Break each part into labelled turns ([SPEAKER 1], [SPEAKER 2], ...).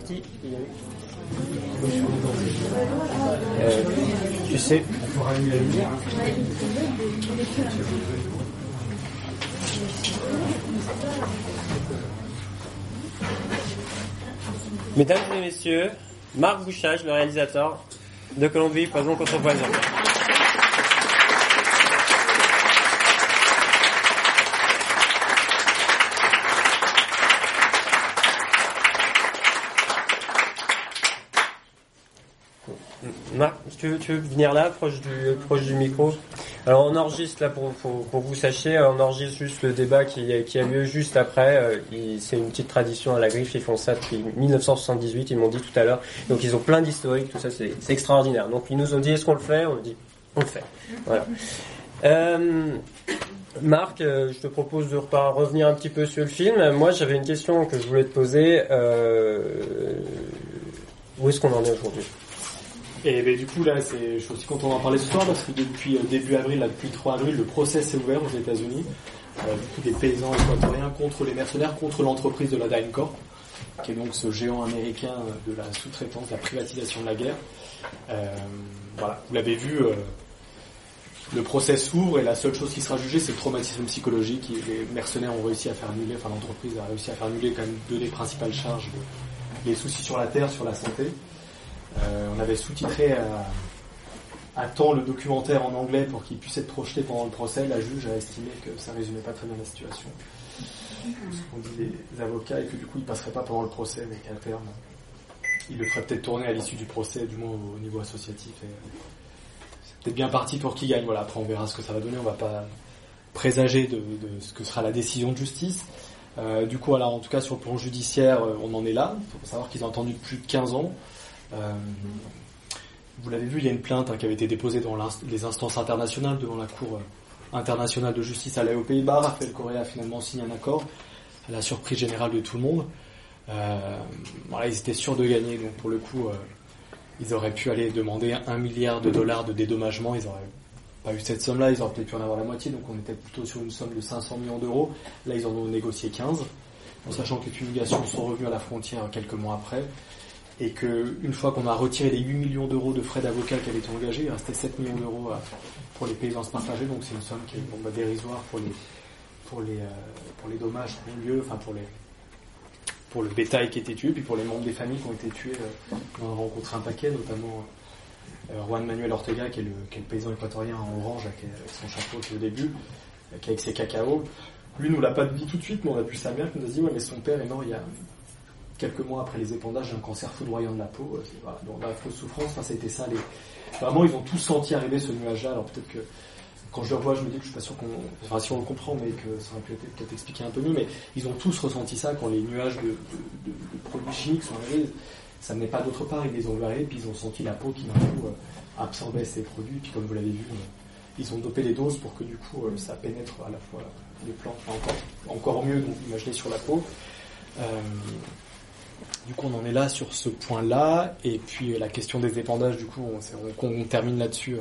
[SPEAKER 1] parti. Tu sais. Mesdames et messieurs, Marc Bouchage, le réalisateur de Colombie, Poison contre Poison. Marc, tu veux venir là, proche du micro? Alors on enregistre là pour que vous sachiez, on enregistre juste le débat qui a lieu juste après. C'est une petite tradition à la Griffe, ils font ça depuis 1978, ils m'ont dit tout à l'heure. Donc ils ont plein d'historiques, tout ça, c'est extraordinaire. Donc ils nous ont dit est-ce qu'on le fait? On a dit on le fait. Voilà. Marc, je te propose de revenir un petit peu sur le film. Moi j'avais une question que je voulais te poser. Où est-ce qu'on en est aujourd'hui?
[SPEAKER 2] Et ben, du coup là je suis aussi content d'en parler ce soir parce que depuis début avril, là, depuis le 3 avril, le procès s'est ouvert aux États-Unis du coup des paysans équatoriens contre les mercenaires, contre l'entreprise de la DynCorp, qui est donc ce géant américain de la sous-traitance, de la privatisation de la guerre. Voilà, vous l'avez vu, le procès s'ouvre et la seule chose qui sera jugée c'est le traumatisme psychologique. Les mercenaires ont réussi à faire annuler, enfin l'entreprise a réussi à faire annuler quand même deux des principales charges, les soucis sur la terre, sur la santé. On avait sous-titré à temps le documentaire en anglais pour qu'il puisse être projeté pendant le procès. La juge a estimé que ça résumait pas très bien la situation. Ce qu'ont dit les avocats, et que du coup il passerait pas pendant le procès, mais qu'à terme il le ferait peut-être tourner à l'issue du procès, du moins au niveau associatif. Et c'est peut-être bien parti pour qui gagne. Voilà, après on verra ce que ça va donner. On va pas présager de ce que sera la décision de justice. Du coup, alors, en tout cas sur le plan judiciaire, on en est là. Il faut savoir qu'ils ont attendu plus de 15 ans. Vous l'avez vu, il y a une plainte qui avait été déposée devant les instances internationales, devant la Cour internationale de justice à La Haye aux Pays-Bas. Raphaël Correa a finalement signé un accord, à la surprise générale de tout le monde. Voilà, ils étaient sûrs de gagner, donc pour le coup, ils auraient pu aller demander $1 milliard de dédommagement. Ils n'auraient pas eu cette somme-là, ils auraient peut-être pu en avoir la moitié, donc on était plutôt sur une somme de 500 millions d'euros. Là, ils en ont négocié 15, en sachant que les fumigations sont revenues à la frontière quelques mois après. Et qu'une fois qu'on a retiré les 8 millions d'euros de frais d'avocat qui avaient été engagés, il restait 7 millions d'euros pour les paysans partagés, donc c'est une somme qui est dérisoire pour les dommages qui ont lieu, enfin pour le bétail qui a été tué, puis pour les membres des familles qui ont été tués. On a rencontré un paquet, notamment Juan Manuel Ortega, qui est le paysan équatorien en orange, avec son chapeau qui est au début, qui avec ses cacaos. Lui nous l'a pas dit tout de suite, mais on a pu savoir qu'il nous a dit ouais, mais son père est mort il y a quelques mois après les épandages d'un cancer foudroyant de la peau, voilà, donc la fausse souffrance, enfin c'était ça. Vraiment, ils ont tous senti arriver ce nuage-là. Alors peut-être que quand je le revois, je me dis que je suis pas sûr si on le comprend, mais que ça aurait pu peut-être expliquer un peu mieux. Mais ils ont tous ressenti ça quand les nuages de produits chimiques sont arrivés. Ça venait pas d'autre part, ils les ont vu arriver, puis ils ont senti la peau qui d'un coup absorbait ces produits. Puis comme vous l'avez vu, ils ont dopé les doses pour que du coup ça pénètre à la fois les plantes, encore mieux, donc imaginez sur la peau. Du coup, on en est là sur ce point-là, et puis la question des épandages, du coup, on termine là-dessus.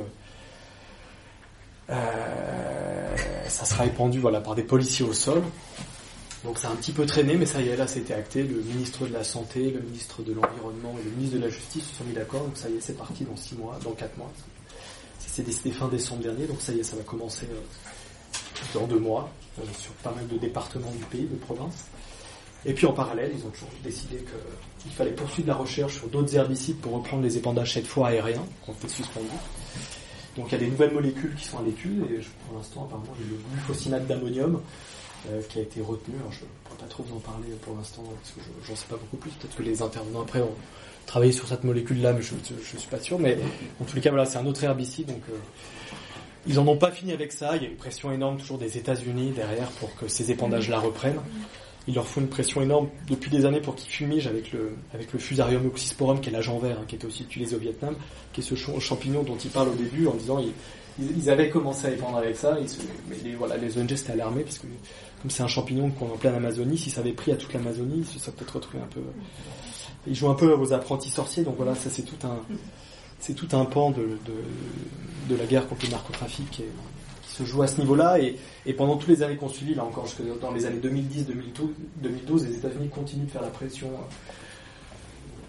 [SPEAKER 2] Ça sera épandu, voilà, par des policiers au sol. Donc ça a un petit peu traîné, mais ça y est, là, c'était acté. Le ministre de la Santé, le ministre de l'Environnement et le ministre de la Justice se sont mis d'accord. Donc ça y est, c'est parti dans 6 mois, dans 4 mois. C'est décidé fin décembre dernier, donc ça y est, ça va commencer dans 2 mois, sur pas mal de départements du pays, de provinces. Et puis en parallèle, ils ont toujours décidé qu'il fallait poursuivre la recherche sur d'autres herbicides pour reprendre les épandages cette fois aériens, qui ont été suspendus. Donc il y a des nouvelles molécules qui sont à l'étude, et pour l'instant, apparemment, il y a le glufosinate d'ammonium qui a été retenu. Alors je ne pourrais pas trop vous en parler pour l'instant, parce que j'en sais pas beaucoup plus. Peut-être que les intervenants après ont travaillé sur cette molécule-là, mais je suis pas sûr. Mais en tous les cas, voilà, c'est un autre herbicide, donc ils en ont pas fini avec ça. Il y a une pression énorme toujours des États-Unis derrière pour que ces épandages-là reprennent. Il leur faut une pression énorme depuis des années pour qu'ils fumigent avec le Fusarium oxysporum, qui est l'agent vert, qui était aussi utilisé au Vietnam, qui est ce champignon dont ils parlent au début en disant ils avaient commencé à épandre avec ça, mais les ONG s'étaient alarmés parce que comme c'est un champignon qu'on est en pleine Amazonie, si ça avait pris à toute l'Amazonie, ça peut être retrouvé un peu. Ils jouent un peu aux apprentis sorciers, donc voilà, ça c'est tout un pan de la guerre contre le narcotrafic qui se joue à ce niveau-là, et pendant toutes les années qu'on suivit, là encore jusque dans les années 2010-2012, les États-Unis continuent de faire la pression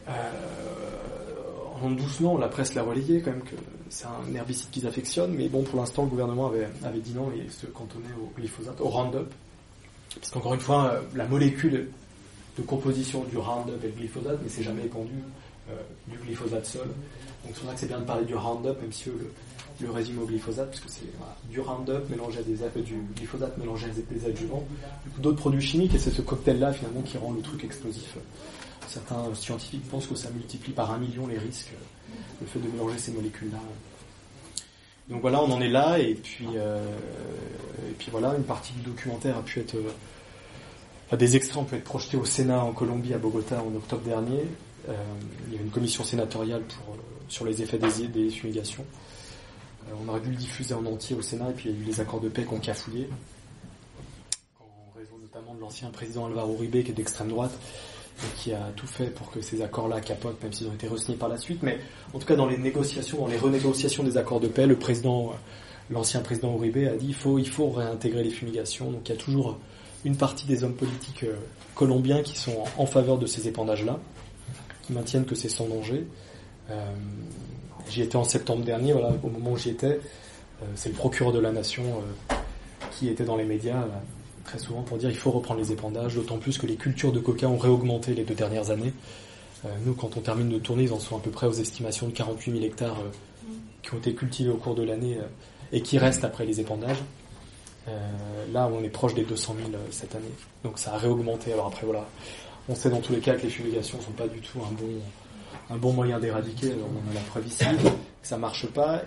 [SPEAKER 2] En douce, non, la presse l'a relayé quand même que c'est un herbicide qu'ils affectionnent, mais bon, pour l'instant, le gouvernement avait dit non et se cantonnait au glyphosate, au Roundup. Parce qu'encore une fois, la molécule de composition du Roundup et le glyphosate, mais c'est jamais épandu du glyphosate seul. Donc c'est pour ça que c'est bien de parler du Roundup, même si eux le résument au glyphosate, parce que c'est du Roundup mélangé à du glyphosate mélangé à des adjuvants, du coup d'autres produits chimiques, et c'est ce cocktail-là finalement qui rend le truc explosif. Certains scientifiques pensent que ça multiplie par 1 million les risques, le fait de mélanger ces molécules-là. Donc voilà, on en est là, et puis voilà, une partie du documentaire a pu être... des extraits ont pu être projetés au Sénat en Colombie, à Bogota, en octobre dernier. Il y avait une commission sénatoriale sur les effets des fumigations. On aurait dû le diffuser en entier au Sénat, et puis il y a eu les accords de paix qui ont cafouillé, en raison notamment de l'ancien président Álvaro Uribe, qui est d'extrême droite, et qui a tout fait pour que ces accords-là capotent, même s'ils ont été re-signés par la suite. Mais en tout cas, dans les renégociations des accords de paix, l'ancien président Uribe a dit il faut réintégrer les fumigations. Donc il y a toujours une partie des hommes politiques colombiens qui sont en faveur de ces épandages-là, qui maintiennent que c'est sans danger. J'y étais en septembre dernier, voilà, au moment où j'y étais, c'est le procureur de la nation qui était dans les médias très souvent pour dire il faut reprendre les épandages, d'autant plus que les cultures de coca ont réaugmenté les 2 dernières années. Nous, quand on termine de tourner, ils en sont à peu près aux estimations de 48 000 hectares qui ont été cultivés au cours de l'année et qui restent après les épandages. Là, on est proche des 200 000 cette année. Donc ça a réaugmenté. Alors après, voilà, on sait dans tous les cas que les fumigations ne sont pas du tout un bon moyen d'éradiquer. On en a la preuve ici, que ça marche pas.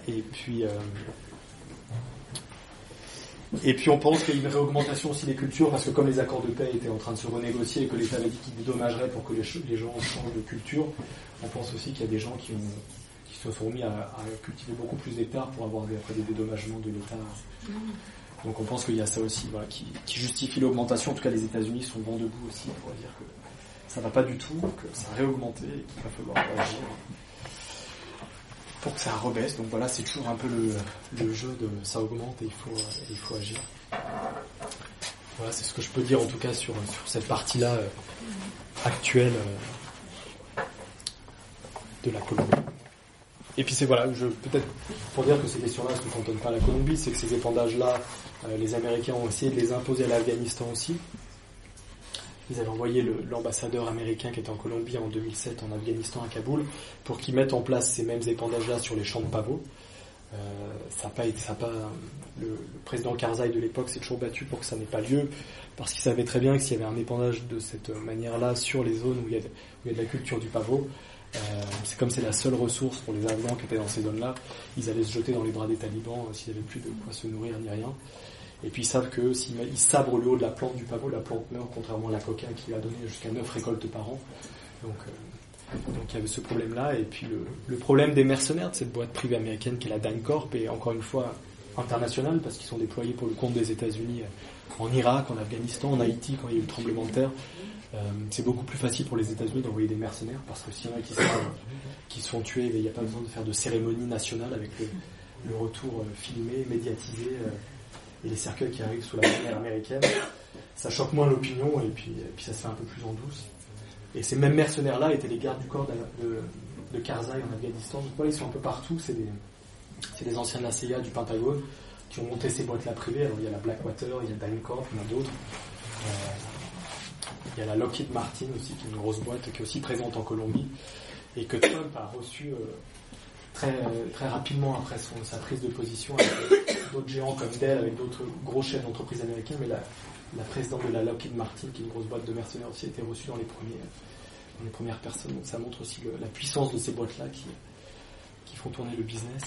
[SPEAKER 2] Et puis on pense qu'il y a une réaugmentation aussi des cultures, parce que comme les accords de paix étaient en train de se renégocier et que l'État avait dit qu'il dédommagerait pour que les gens changent de culture, on pense aussi qu'il y a des gens qui se sont mis à cultiver beaucoup plus d'hectares pour avoir après des dédommagements de l'État. Donc on pense qu'il y a ça aussi, voilà, qui justifie l'augmentation. En tout cas, les États-Unis sont vent debout aussi pour dire que ça va pas du tout, que ça a réaugmenté et qu'il va falloir agir pour que ça rebaisse. Donc voilà, c'est toujours un peu le jeu de ça augmente et il faut agir. Voilà, c'est ce que je peux dire en tout cas sur cette partie-là actuelle de la Colombie. Et puis c'est voilà, peut-être pour dire que ces questions-là ne se cantonnent pas à la Colombie, c'est que ces épandages-là, les Américains ont essayé de les imposer à l'Afghanistan aussi. Ils avaient envoyé l'ambassadeur américain qui était en Colombie en 2007 en Afghanistan à Kaboul pour qu'ils mettent en place ces mêmes épandages-là sur les champs de pavots. Le président Karzai de l'époque s'est toujours battu pour que ça n'ait pas lieu, parce qu'il savait très bien que s'il y avait un épandage de cette manière-là sur les zones où il y a de la culture du pavot, c'est comme c'est la seule ressource pour les Afghans qui étaient dans ces zones-là, ils allaient se jeter dans les bras des talibans s'il n'y avait plus de quoi se nourrir ni rien. Et puis ils savent que s'ils sabrent le haut de la plante du pavot, la plante meurt, contrairement à la coca qui va donner jusqu'à 9 récoltes par an. Donc il y avait ce problème-là. Et puis le problème des mercenaires de cette boîte privée américaine qui est la DynCorp est encore une fois internationale, parce qu'ils sont déployés pour le compte des États-Unis en Irak, en Afghanistan, en Haïti quand il y a eu le tremblement de terre. C'est beaucoup plus facile pour les États-Unis d'envoyer des mercenaires, parce que s'il y en a qui se font tuer, il n'y a pas besoin de faire de cérémonie nationale avec le retour filmé, médiatisé, et les cercueils qui arrivent sous la bannière américaine. Ça choque moins l'opinion, et puis ça se fait un peu plus en douce. Et ces mêmes mercenaires-là étaient les gardes du corps de Karzai en Afghanistan. Donc voilà, ils sont un peu partout. C'est des anciens de la CIA, du Pentagone, qui ont monté ces boîtes-là privées. Alors il y a la Blackwater, il y a DynCorp, il y en a d'autres. Il y a la Lockheed Martin aussi, qui est une grosse boîte, qui est aussi présente en Colombie, et que Trump a reçu très, très rapidement après sa prise de position, avec d'autres géants comme Dell, avec d'autres gros chefs d'entreprise américains. Mais la présidente de la Lockheed Martin, qui est une grosse boîte de mercenaires aussi, a été reçue dans les premières personnes. Donc ça montre aussi la puissance de ces boîtes-là qui font tourner le business.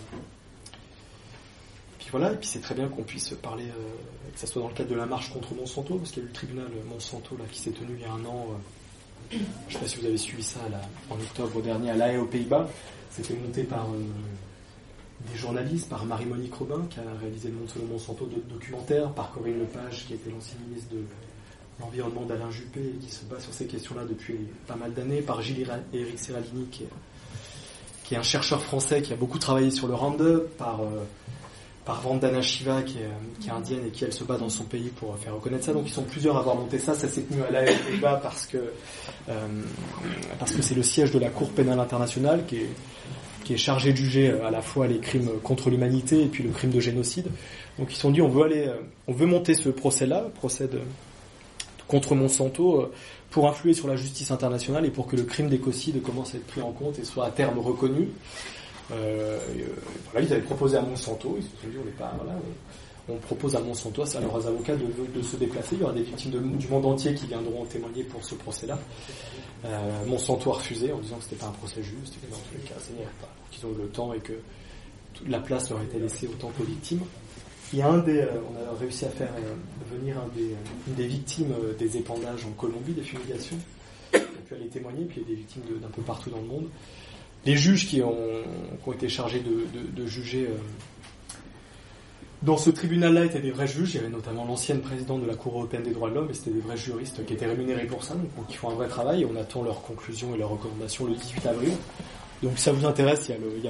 [SPEAKER 2] Et puis voilà, et puis c'est très bien qu'on puisse parler, que ça soit dans le cadre de la marche contre Monsanto, parce qu'il y a eu le tribunal Monsanto là, qui s'est tenu il y a 1 an. Je ne sais pas si vous avez suivi ça en octobre dernier à La Haye aux Pays-Bas. C'était monté par des journalistes, par Marie-Monique Robin qui a réalisé le Monsanto documentaire, par Corinne Lepage qui a été l'ancienne ministre de l'Environnement d'Alain Juppé et qui se bat sur ces questions-là depuis pas mal d'années, par Gilles-Éric Serralini qui est un chercheur français qui a beaucoup travaillé sur le Roundup, par par Vandana Shiva qui est indienne et qui elle se bat dans son pays pour faire reconnaître ça. Donc ils sont plusieurs à avoir monté ça. Ça s'est tenu à La Haye aux Pays-Bas parce que c'est le siège de la Cour pénale internationale qui est chargé de juger à la fois les crimes contre l'humanité et puis le crime de génocide. Donc ils se sont dit on veut monter ce procès contre Monsanto pour influer sur la justice internationale et pour que le crime d'écocide commence à être pris en compte et soit à terme reconnu. Ils avaient proposé à Monsanto, ils se sont dit on propose à Monsanto, à leurs avocats de se déplacer. Il y aura des victimes du monde entier qui viendront témoigner pour ce procès-là. Monsanto a refusé en disant que c'était pas un procès juste et que dans tous les cas ça n'irait pas, qu'ils ont eu le temps et que toute la place leur était laissée autant qu'aux victimes. Il y a on a réussi à faire venir une des victimes des épandages en Colombie, des fumigations, qui a pu aller témoigner, puis il y a des victimes d'un peu partout dans le monde. Les juges qui ont été chargés de juger dans ce tribunal-là étaient des vrais juges. Il y avait notamment l'ancienne présidente de la Cour européenne des droits de l'homme et c'était des vrais juristes qui étaient rémunérés pour ça, donc ils font un vrai travail et on attend leurs conclusions et leurs recommandations le 18 avril. Donc si ça vous intéresse,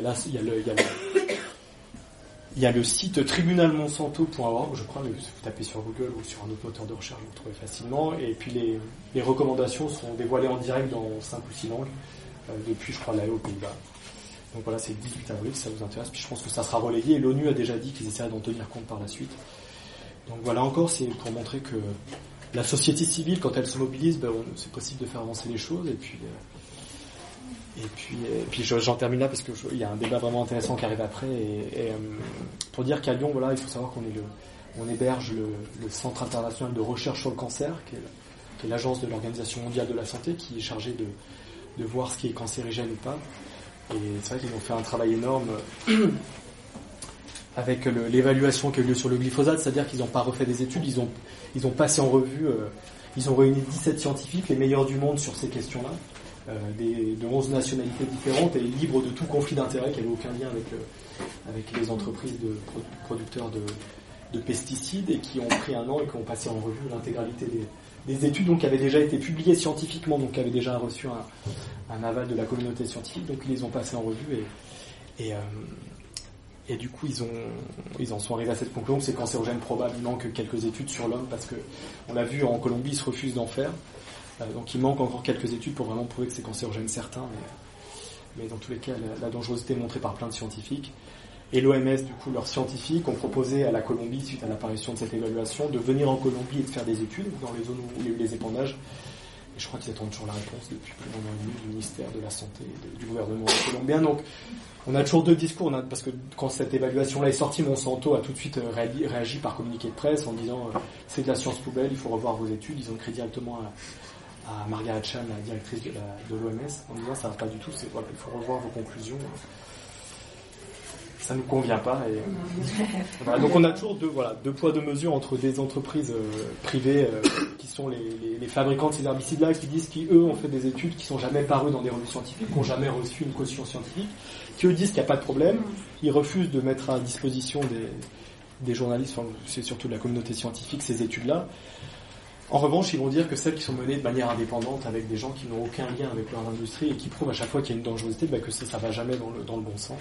[SPEAKER 2] il y a le site tribunalmonsanto.org, je crois, mais vous tapez sur Google ou sur un autre moteur de recherche, vous le trouvez facilement. Et puis les recommandations sont dévoilées en direct dans 5 ou 6 langues, depuis, je crois, La Haye aux Pays-Bas. Donc voilà, c'est le 18 avril, si ça vous intéresse. Puis je pense que ça sera relayé, et l'ONU a déjà dit qu'ils essaieraient d'en tenir compte par la suite. Donc voilà, encore, c'est pour montrer que la société civile, quand elle se mobilise, c'est possible de faire avancer les choses, et puis j'en termine là parce que il y a un débat vraiment intéressant qui arrive après et pour dire qu'à Lyon, voilà, il faut savoir on héberge le Centre international de recherche sur le cancer, qui est l'agence de l'Organisation mondiale de la santé, qui est chargée de voir ce qui est cancérigène ou pas. Et c'est vrai qu'ils ont fait un travail énorme avec l'évaluation qui a eu lieu sur le glyphosate, c'est-à-dire qu'ils n'ont pas refait des études, ils ont passé en revue, ils ont réuni 17 scientifiques, les meilleurs du monde sur ces questions-là. De 11 nationalités différentes et libres de tout conflit d'intérêt qui n'avait aucun lien avec les entreprises de producteurs de pesticides et qui ont pris un an et qui ont passé en revue l'intégralité des études donc qui avaient déjà été publiées scientifiquement, donc qui avaient déjà reçu un aval de la communauté scientifique, donc ils les ont passés en revue et du coup ils en sont arrivés à cette conclusion que c'est cancérogène probablement que quelques études sur l'homme parce que on l'a vu en Colombie, ils se refusent d'en faire. Donc il manque encore quelques études pour vraiment prouver que c'est cancérogène certain, mais dans tous les cas la dangerosité est montrée par plein de scientifiques. Et l'OMS, du coup, leurs scientifiques ont proposé à la Colombie, suite à l'apparition de cette évaluation, de venir en Colombie et de faire des études dans les zones où il y a eu les épandages. Et je crois qu'ils attendent toujours la réponse depuis plus d'un an et demi du ministère de la Santé et du gouvernement colombien. Donc on a toujours deux discours, parce que quand cette évaluation-là est sortie, Monsanto a tout de suite réagi par communiqué de presse en disant c'est de la science poubelle, il faut revoir vos études. Ils ont écrit directement à Margaret Chan, la directrice de l'OMS, en disant ça va pas du tout, il faut revoir vos conclusions. Ça nous convient pas. Et voilà. Donc on a toujours deux poids deux mesures entre des entreprises privées qui sont les fabricants de ces herbicides-là, qui disent qu'eux ont fait des études qui sont jamais parues dans des revues scientifiques, qui n'ont jamais reçu une caution scientifique, qui eux disent qu'il n'y a pas de problème. Ils refusent de mettre à disposition des journalistes, enfin, c'est surtout de la communauté scientifique, ces études-là. En revanche, ils vont dire que celles qui sont menées de manière indépendante avec des gens qui n'ont aucun lien avec leur industrie et qui prouvent à chaque fois qu'il y a une dangerosité, que ça va jamais dans le bon sens.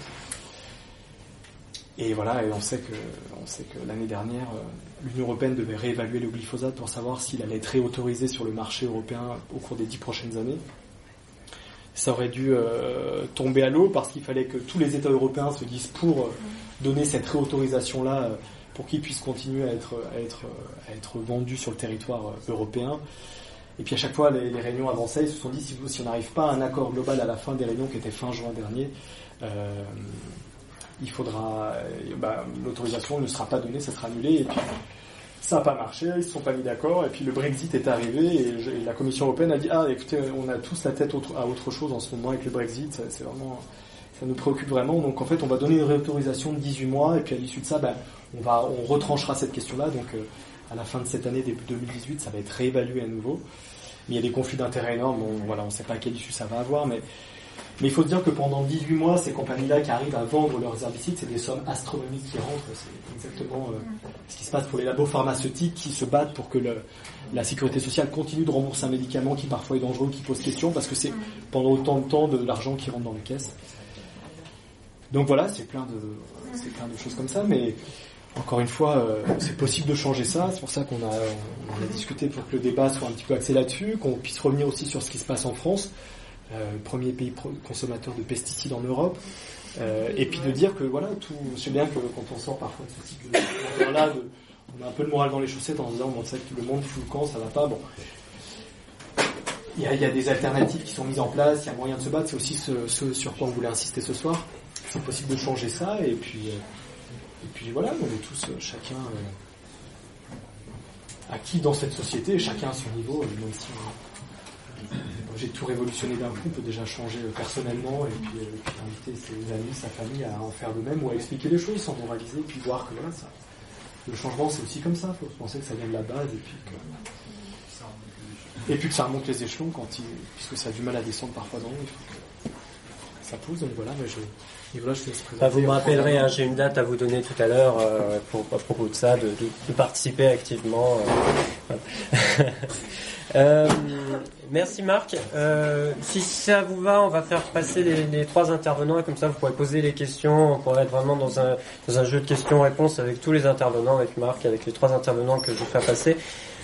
[SPEAKER 2] Et voilà, et on sait que l'année dernière, l'Union européenne devait réévaluer le glyphosate pour savoir s'il allait être réautorisé sur le marché européen au cours des 10 prochaines années. Ça aurait dû tomber à l'eau parce qu'il fallait que tous les États européens se disent pour donner cette réautorisation-là pour qu'ils puissent continuer à être vendus sur le territoire européen. Et puis à chaque fois, les réunions avançaient, ils se sont dit si on n'arrive pas à un accord global à la fin des réunions qui était fin juin dernier, il faudra, l'autorisation ne sera pas donnée, ça sera annulé. Et puis ça n'a pas marché, ils ne se sont pas mis d'accord. Et puis le Brexit est arrivé et la Commission européenne a dit écoutez, on a tous la tête à autre chose en ce moment avec le Brexit. C'est vraiment, ça nous préoccupe vraiment. Donc en fait, on va donner une réautorisation de 18 mois et puis à l'issue de ça, on retranchera cette question-là. Donc à la fin de cette année, début 2018, ça va être réévalué à nouveau. Mais il y a des conflits d'intérêts énormes. On ne sait pas quelle issue ça va avoir, mais il faut se dire que pendant 18 mois, ces compagnies-là qui arrivent à vendre leurs herbicides, c'est des sommes astronomiques qui rentrent. C'est exactement ce qui se passe pour les labos pharmaceutiques qui se battent pour que la sécurité sociale continue de rembourser un médicament qui parfois est dangereux, qui pose question, parce que c'est pendant autant de temps de l'argent qui rentre dans les caisses. Donc voilà, c'est plein de choses comme ça, mais encore une fois, c'est possible de changer ça. C'est pour ça qu'on a discuté pour que le débat soit un petit peu axé là-dessus, qu'on puisse revenir aussi sur ce qui se passe en France, premier pays consommateur de pesticides en Europe, et puis de dire que voilà, je sais bien que quand on sort parfois de ce type de là, on a un peu le moral dans les chaussettes en disant bon, ça que tout le monde fout le camp, ça va pas. Bon, il y a des alternatives qui sont mises en place, il y a moyen de se battre. C'est aussi ce sur quoi on voulait insister ce soir. C'est possible de changer ça, et puis voilà, on est tous chacun acquis dans cette société, chacun à son niveau, même si j'ai tout révolutionné d'un coup, on peut déjà changer personnellement, et puis inviter ses amis, sa famille à en faire de même, ou à expliquer les choses sans moraliser, et puis voir que voilà, ça, le changement c'est aussi comme ça, il faut penser que ça vient de la base, et puis que ça remonte les échelons puisque ça a du mal à descendre parfois dans l'eau, il faut que ça pousse, donc voilà, mais je te laisse présenter.
[SPEAKER 1] Vous me rappellerez, j'ai une date à vous donner tout à l'heure à propos de ça, de participer activement. Merci Marc. Si ça vous va, on va faire passer les trois intervenants, et comme ça vous pourrez poser les questions. On pourrait être vraiment dans un jeu de questions-réponses avec tous les intervenants, avec Marc, avec les trois intervenants que je vais faire passer.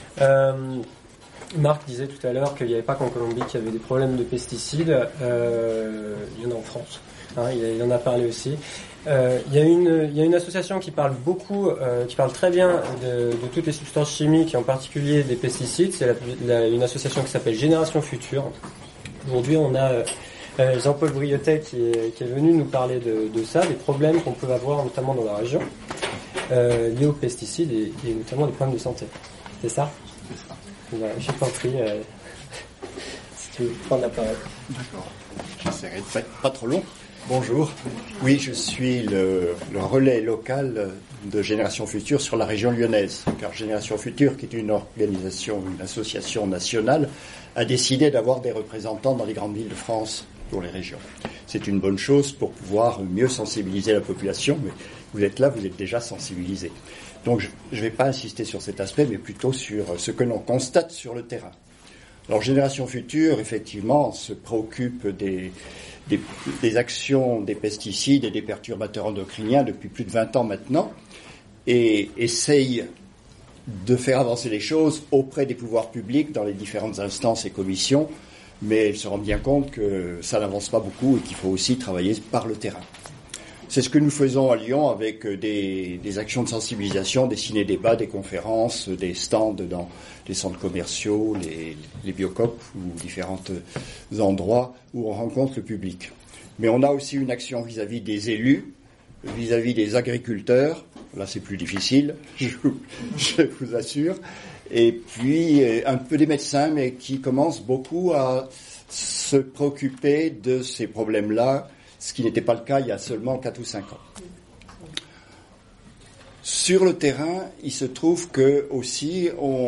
[SPEAKER 1] Marc disait tout à l'heure qu'il n'y avait pas qu'en Colombie qu'il y avait des problèmes de pesticides. Il y en a en France. Il en a parlé aussi. Il y a une association qui parle beaucoup, qui parle très bien de toutes les substances chimiques et en particulier des pesticides. C'est une association qui s'appelle Génération Future. Aujourd'hui, on a Jean-Paul Briotet qui est venu nous parler de ça, des problèmes qu'on peut avoir notamment dans la région liés aux pesticides et notamment des problèmes de santé. C'est ça ?
[SPEAKER 3] C'est ça.
[SPEAKER 1] Voilà, je t'en prie, si tu veux prendre la parole.
[SPEAKER 3] D'accord. J'essaierai de pas trop long. Bonjour. Oui, je suis le relais local de Génération Future sur la région lyonnaise. Car Génération Future, qui est une association nationale, a décidé d'avoir des représentants dans les grandes villes de France pour les régions. C'est une bonne chose pour pouvoir mieux sensibiliser la population, mais vous êtes là, vous êtes déjà sensibilisés. Donc je ne vais pas insister sur cet aspect, mais plutôt sur ce que l'on constate sur le terrain. Alors Génération Future, effectivement, se préoccupe des actions des pesticides et des perturbateurs endocriniens depuis plus de 20 ans maintenant, et essaye de faire avancer les choses auprès des pouvoirs publics dans les différentes instances et commissions, mais elle se rend bien compte que ça n'avance pas beaucoup et qu'il faut aussi travailler par le terrain. C'est ce que nous faisons à Lyon avec des actions de sensibilisation, des ciné-débats, des conférences, des stands dans les centres commerciaux, les biocoop ou différents endroits où on rencontre le public. Mais on a aussi une action vis-à-vis des élus, vis-à-vis des agriculteurs. Là, c'est plus difficile, je vous assure. Et puis, un peu des médecins, mais qui commencent beaucoup à se préoccuper de ces problèmes-là, ce qui n'était pas le cas il y a seulement 4 ou 5 ans. Sur le terrain, il se trouve que aussi,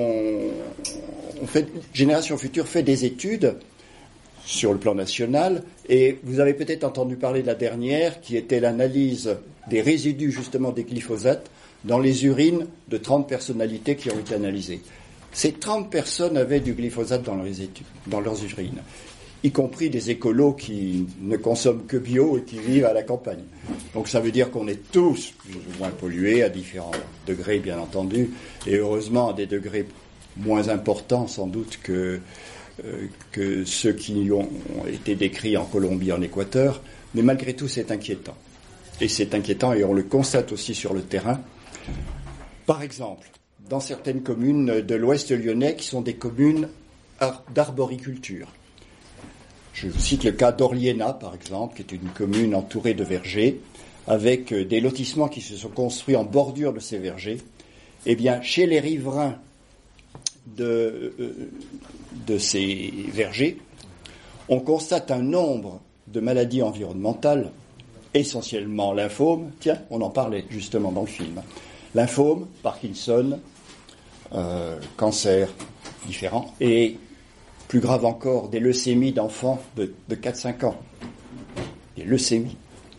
[SPEAKER 3] Génération Future fait des études sur le plan national, et vous avez peut-être entendu parler de la dernière, qui était l'analyse des résidus justement des glyphosates dans les urines de 30 personnalités qui ont été analysées. Ces 30 personnes avaient du glyphosate dans leurs urines, y compris des écolos qui ne consomment que bio et qui vivent à la campagne. Donc ça veut dire qu'on est tous plus ou moins pollués à différents degrés, bien entendu, et heureusement à des degrés moins importants sans doute que ceux qui ont été décrits en Colombie, en Équateur, mais malgré tout c'est inquiétant. Et c'est inquiétant et on le constate aussi sur le terrain. Par exemple, dans certaines communes de l'ouest lyonnais qui sont des communes d'arboriculture. Je cite le cas d'Orliena, par exemple, qui est une commune entourée de vergers, avec des lotissements qui se sont construits en bordure de ces vergers. Eh bien, chez les riverains de ces vergers, on constate un nombre de maladies environnementales, essentiellement lymphome. Tiens, on en parlait justement dans le film. Lymphome, Parkinson, cancer différents, et plus grave encore, des leucémies d'enfants de 4-5 ans. Des leucémies.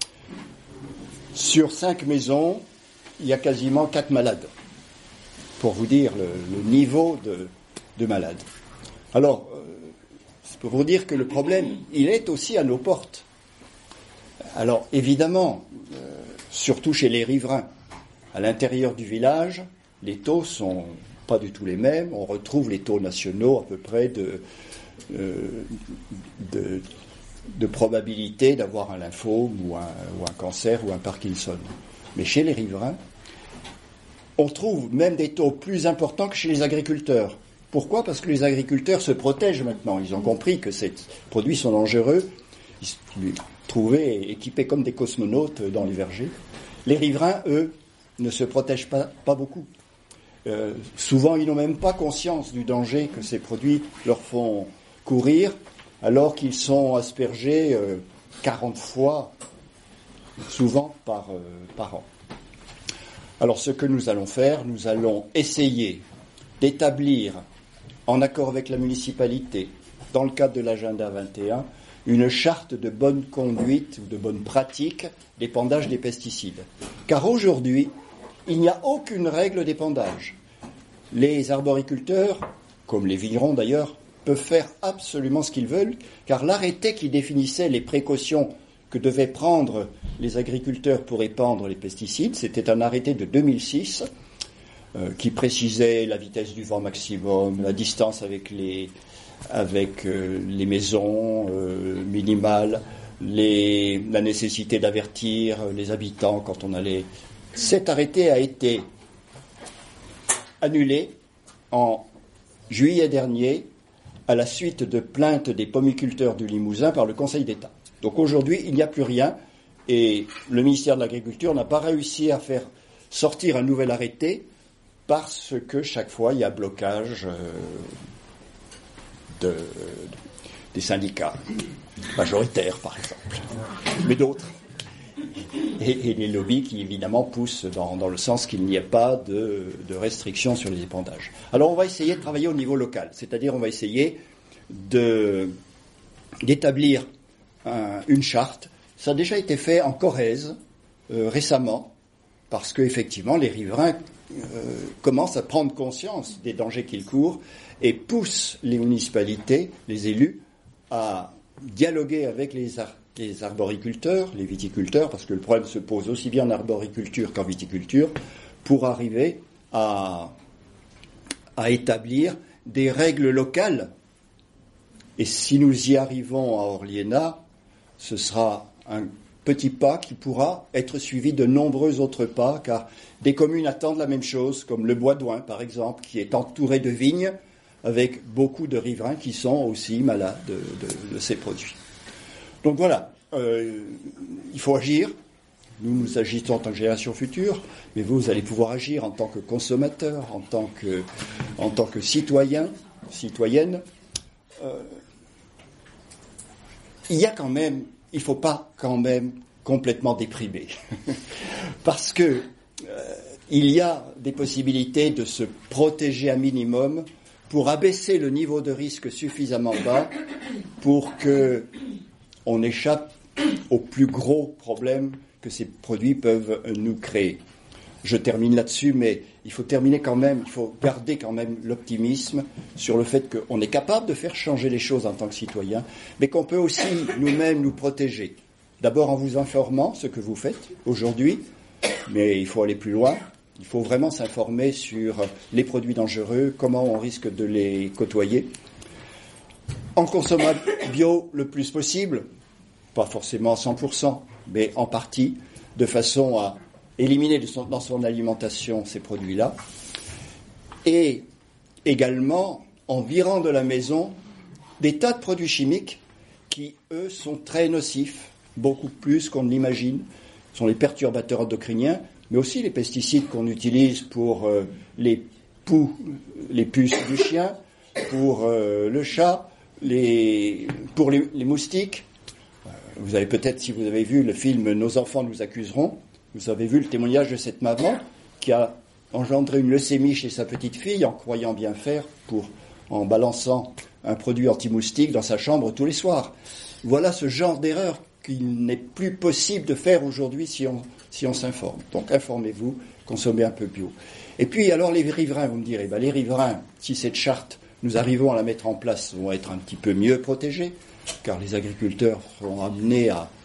[SPEAKER 3] Sur 5 maisons, il y a quasiment 4 malades. Pour vous dire le niveau de malades. Alors, c'est pour vous dire que le problème, il est aussi à nos portes. Alors, évidemment, surtout chez les riverains, à l'intérieur du village, les taux sont pas du tout les mêmes. On retrouve les taux nationaux à peu près de probabilité d'avoir un lymphome ou un cancer ou un Parkinson. Mais chez les riverains, on trouve même des taux plus importants que chez les agriculteurs. Pourquoi ? Parce que les agriculteurs se protègent maintenant. Ils ont compris que ces produits sont dangereux. Ils se trouvaient équipés comme des cosmonautes dans les vergers. Les riverains, eux, ne se protègent pas beaucoup. Souvent, ils n'ont même pas conscience du danger que ces produits leur font courir, alors qu'ils sont aspergés 40 fois, souvent par an. Alors, ce que nous allons faire, nous allons essayer d'établir, en accord avec la municipalité, dans le cadre de l'agenda 21, une charte de bonne conduite ou de bonne pratique d'épandage des pesticides. Car aujourd'hui, il n'y a aucune règle d'épandage. Les arboriculteurs, comme les vignerons d'ailleurs, peuvent faire absolument ce qu'ils veulent, car l'arrêté qui définissait les précautions que devaient prendre les agriculteurs pour épandre les pesticides, c'était un arrêté de 2006 qui précisait la vitesse du vent maximum, la distance avec les maisons minimales, la nécessité d'avertir les habitants quand on allait. Cet arrêté a été annulé en juillet dernier à la suite de plaintes des pomiculteurs du Limousin par le Conseil d'État. Donc aujourd'hui, il n'y a plus rien et le ministère de l'Agriculture n'a pas réussi à faire sortir un nouvel arrêté parce que chaque fois, il y a blocage des syndicats majoritaires, par exemple, mais d'autres. Et les lobbies qui, évidemment, poussent dans le sens qu'il n'y ait pas de restrictions sur les épandages. Alors, on va essayer de travailler au niveau local, c'est-à-dire on va essayer d'établir une charte. Ça a déjà été fait en Corrèze récemment, parce qu'effectivement, les riverains commencent à prendre conscience des dangers qu'ils courent et poussent les municipalités, les élus, à dialoguer avec les arboriculteurs, les viticulteurs, parce que le problème se pose aussi bien en arboriculture qu'en viticulture, pour arriver à établir des règles locales. Et si nous y arrivons à Orliena, ce sera un petit pas qui pourra être suivi de nombreux autres pas, car des communes attendent la même chose, comme le Bois d'Oing, par exemple, qui est entouré de vignes, avec beaucoup de riverains qui sont aussi malades de ces produits. Donc voilà, il faut agir. Nous agissons en tant que génération future, mais vous allez pouvoir agir en tant que consommateur, en tant que citoyen, citoyenne. Il ne faut pas quand même complètement déprimer, parce que il y a des possibilités de se protéger un minimum pour abaisser le niveau de risque suffisamment bas pour que on échappe aux plus gros problèmes que ces produits peuvent nous créer. Je termine là-dessus, mais il faut garder quand même l'optimisme sur le fait qu'on est capable de faire changer les choses en tant que citoyen, mais qu'on peut aussi nous-mêmes nous protéger. D'abord en vous informant, ce que vous faites aujourd'hui, mais il faut aller plus loin. Il faut vraiment s'informer sur les produits dangereux, comment on risque de les côtoyer. En consommant bio le plus possible, pas forcément à 100%, mais en partie, de façon à éliminer dans son alimentation ces produits-là. Et également, en virant de la maison des tas de produits chimiques qui, eux, sont très nocifs, beaucoup plus qu'on ne l'imagine. Ce sont les perturbateurs endocriniens, mais aussi les pesticides qu'on utilise pour les puces du chien, pour le chat, pour les moustiques. Vous avez peut-être, si vous avez vu le film « Nos enfants nous accuseront », vous avez vu le témoignage de cette maman qui a engendré une leucémie chez sa petite fille en croyant bien faire en balançant un produit anti-moustique dans sa chambre tous les soirs. Voilà ce genre d'erreur qu'il n'est plus possible de faire aujourd'hui si on s'informe. Donc informez-vous, consommez un peu bio. Et puis alors les riverains, vous me direz, les riverains, si cette charte, nous arrivons à la mettre en place, vont être un petit peu mieux protégés, car les agriculteurs seront amenés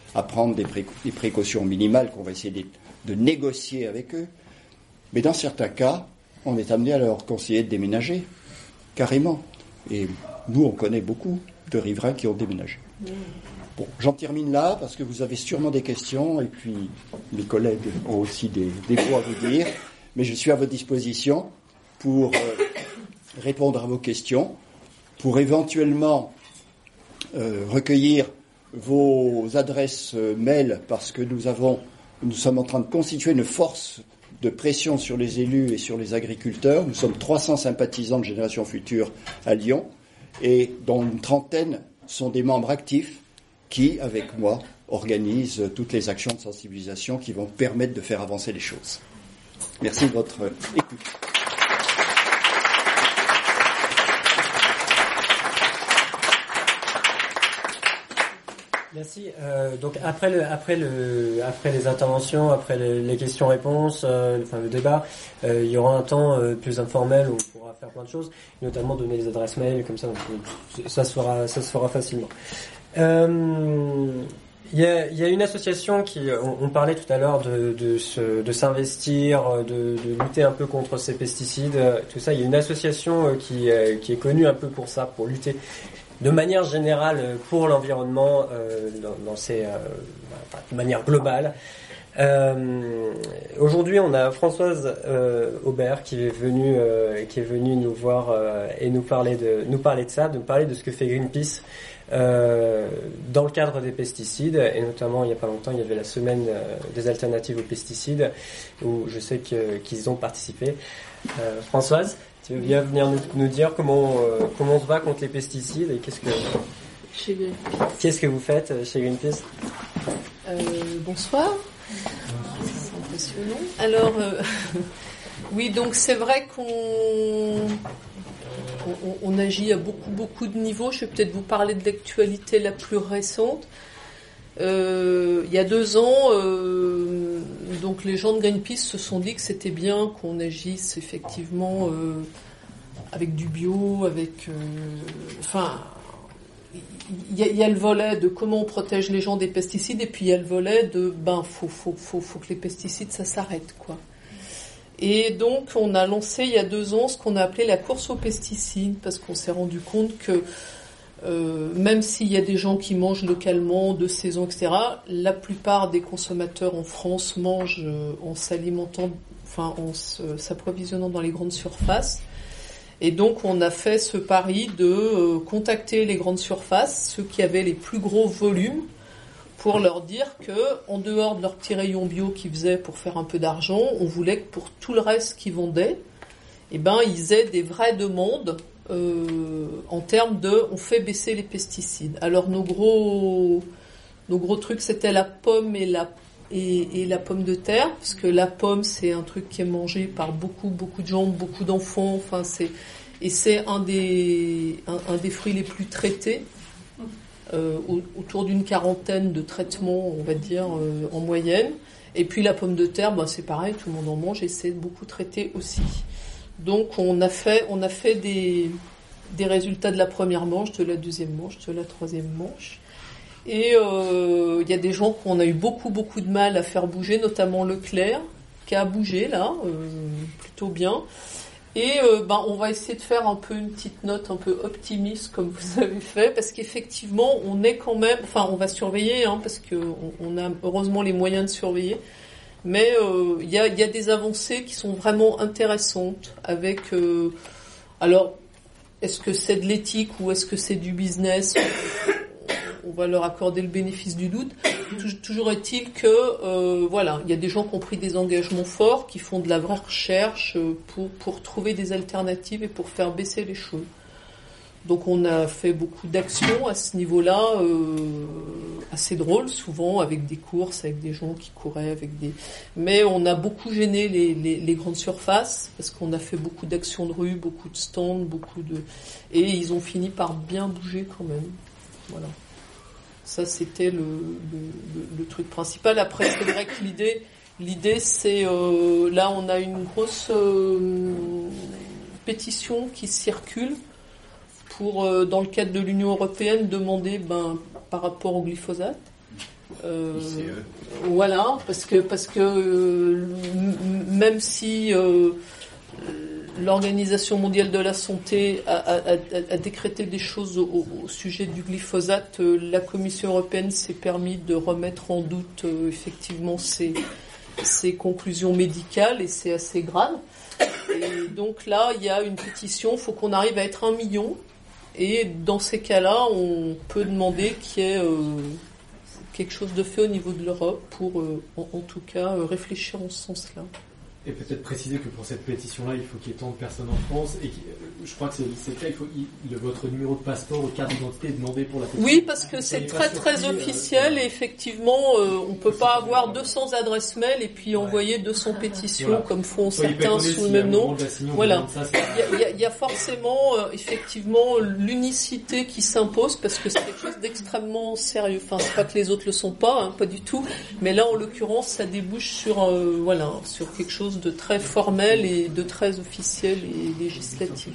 [SPEAKER 3] à prendre des précautions minimales qu'on va essayer de négocier avec eux. Mais dans certains cas, on est amené à leur conseiller de déménager, carrément. Et nous, on connaît beaucoup de riverains qui ont déménagé. Bon, j'en termine là, parce que vous avez sûrement des questions, et puis mes collègues ont aussi des mots à vous dire. Mais je suis à votre disposition pour répondre à vos questions, pour éventuellement recueillir vos adresses mail, parce que nous sommes en train de constituer une force de pression sur les élus et sur les agriculteurs. Nous sommes 300 sympathisants de Génération Future à Lyon, et dont une trentaine sont des membres actifs qui, avec moi, organisent toutes les actions de sensibilisation qui vont permettre de faire avancer les choses. Merci de votre écoute.
[SPEAKER 1] Merci. Donc après les interventions, après les questions-réponses, le débat, il y aura un temps plus informel où on pourra faire plein de choses, notamment donner les adresses mail, comme ça, ça se fera facilement. Il y a une association on parlait tout à l'heure de s'investir, de lutter un peu contre ces pesticides, tout ça. Il y a une association qui est connue un peu pour ça, pour lutter de manière générale pour l'environnement, de manière globale. Aujourd'hui, on a Françoise Aubert qui est venue nous voir et nous parler de ça, de parler de ce que fait Greenpeace dans le cadre des pesticides, et notamment il y a pas longtemps il y avait la semaine des alternatives aux pesticides où je sais qu'ils ont participé. Françoise, tu veux bien venir nous dire comment on se bat contre les pesticides et qu'est-ce que vous faites chez Greenpeace?
[SPEAKER 4] Bonsoir. C'est impressionnant. Alors, oui, donc c'est vrai qu'on agit à beaucoup de niveaux. Je vais peut-être vous parler de l'actualité la plus récente. Il y a 2 ans, donc les gens de Greenpeace se sont dit que c'était bien qu'on agisse effectivement avec du bio, il y a le volet de comment on protège les gens des pesticides, et puis il y a le volet de faut que les pesticides ça s'arrête, quoi. Et donc on a lancé il y a 2 ans ce qu'on a appelé la course aux pesticides, parce qu'on s'est rendu compte que même s'il y a des gens qui mangent localement, de saison, etc., la plupart des consommateurs en France mangent en s'alimentant, en s'approvisionnant dans les grandes surfaces. Et donc on a fait ce pari de contacter les grandes surfaces, ceux qui avaient les plus gros volumes, pour leur dire que, en dehors de leur petit rayon bio qu'ils faisaient pour faire un peu d'argent, on voulait que pour tout le reste qu'ils vendaient, ils aient des vraies demandes en termes de on fait baisser les pesticides. Alors nos gros trucs, c'était la pomme et la pomme de terre, parce que la pomme c'est un truc qui est mangé par beaucoup de gens, beaucoup d'enfants, c'est un des fruits les plus traités, autour d'une 40aine de traitements, on va dire, en moyenne. Et puis la pomme de terre, c'est pareil, tout le monde en mange et c'est beaucoup traité aussi. Donc on a fait des résultats de la première manche, de la deuxième manche, de la troisième manche. Et il y a des gens qu'on a eu beaucoup de mal à faire bouger, notamment Leclerc, qui a bougé là, plutôt bien. Et on va essayer de faire un peu une petite note un peu optimiste comme vous avez fait, parce qu'effectivement on est quand même, on va surveiller, parce que on a heureusement les moyens de surveiller. Mais il y a des avancées qui sont vraiment intéressantes avec. Alors, est-ce que c'est de l'éthique ou est-ce que c'est du business? On va leur accorder le bénéfice du doute. Toujours est-il que il y a des gens qui ont pris des engagements forts, qui font de la vraie recherche pour trouver des alternatives et pour faire baisser les choses. Donc on a fait beaucoup d'actions à ce niveau-là, assez drôles, souvent avec des courses, avec des gens qui couraient, mais on a beaucoup gêné les grandes surfaces, parce qu'on a fait beaucoup d'actions de rue, beaucoup de stands, et ils ont fini par bien bouger quand même. Voilà. Ça, c'était le truc principal. Après, c'est vrai que l'idée c'est, là, on a une grosse pétition qui circule pour, dans le cadre de l'Union européenne, demander, par rapport au glyphosate, Voilà, parce que même si l'Organisation mondiale de la santé a décrété des choses au sujet du glyphosate, la Commission européenne s'est permis de remettre en doute effectivement ses conclusions médicales, et c'est assez grave. Et donc là, il y a une pétition, il faut qu'on arrive à être 1 million, et dans ces cas-là, on peut demander qu'il y ait quelque chose de fait au niveau de l'Europe pour, en tout cas, réfléchir en ce sens-là.
[SPEAKER 2] Et peut-être préciser que pour cette pétition-là, il faut qu'il y ait tant de personnes en France, et je crois que c'est le cas, il faut votre numéro de passeport ou carte d'identité est demandé pour la pétition.
[SPEAKER 4] Oui, parce que c'est très très officiel, et effectivement, on peut pas avoir 200 adresses mail et puis envoyer 200 pétitions comme font certains sous le même nom. Voilà. Il y a forcément, effectivement, l'unicité qui s'impose, parce que c'est quelque chose d'extrêmement sérieux. Enfin, c'est pas que les autres le sont pas, hein, pas du tout. Mais là, en l'occurrence, ça débouche sur, sur quelque chose de très formel et de très officiel et législatif.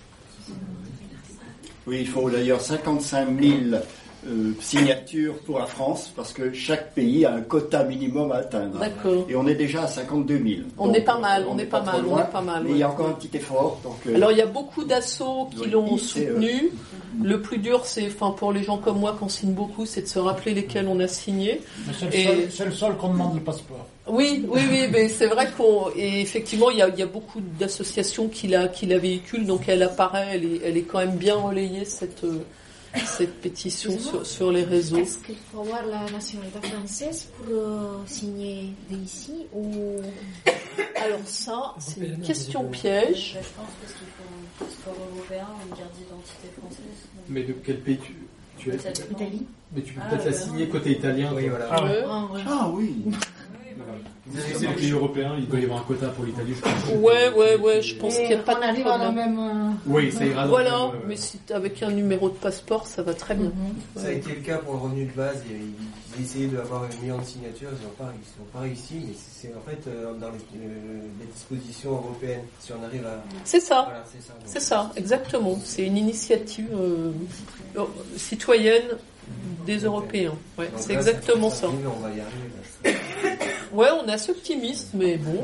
[SPEAKER 3] Oui, il faut d'ailleurs 55 000 signatures pour la France, parce que chaque pays a un quota minimum à atteindre.
[SPEAKER 4] D'accord.
[SPEAKER 3] Et on est déjà à 52 000.
[SPEAKER 4] On est pas mal.
[SPEAKER 3] Mais il y a encore un petit effort. Donc,
[SPEAKER 4] alors il y a beaucoup d'assauts qui l'ont soutenu. Le plus dur, pour les gens comme moi qui en signent beaucoup, c'est de se rappeler lesquels on a signé.
[SPEAKER 5] C'est le seul qu'on demande le passeport.
[SPEAKER 4] Oui, mais c'est vrai effectivement, il y a beaucoup d'associations qui la véhiculent, donc elle apparaît, elle est quand même bien relayée, cette pétition sur les réseaux.
[SPEAKER 6] Est-ce qu'il faut avoir la nationalité française pour signer d'ici ou...
[SPEAKER 4] Alors ça, c'est une question piège.
[SPEAKER 7] Je pense parce qu'il faut un passeport européen ou une carte d'identité française.
[SPEAKER 2] Mais de quel pays tu es?
[SPEAKER 6] Italie.
[SPEAKER 2] Mais tu peux peut-être la signer côté italien.
[SPEAKER 5] Oui, voilà.
[SPEAKER 3] Ah oui.
[SPEAKER 2] C'est le pays européen, il doit y avoir un quota pour l'Italie.
[SPEAKER 4] Ouais, je pense qu'il n'y a pas de
[SPEAKER 6] arrive à la
[SPEAKER 4] problème.
[SPEAKER 6] même...
[SPEAKER 2] Oui, ça ira.
[SPEAKER 4] Voilà, mais avec un numéro de passeport, ça va très bien.
[SPEAKER 5] Ça a été le cas pour le revenu de base. Ils essayaient d'avoir 1 million de signatures, ils n'ont pas réussi, mais c'est en fait dans les dispositions européennes. Si on arrive à...
[SPEAKER 4] C'est ça.
[SPEAKER 5] Voilà,
[SPEAKER 4] c'est ça, exactement. C'est une initiative citoyenne des Européens. Ouais,
[SPEAKER 5] donc
[SPEAKER 4] c'est
[SPEAKER 5] là,
[SPEAKER 4] exactement ça.
[SPEAKER 5] On va y arriver.
[SPEAKER 4] Ouais, on est assez optimiste, mais bon.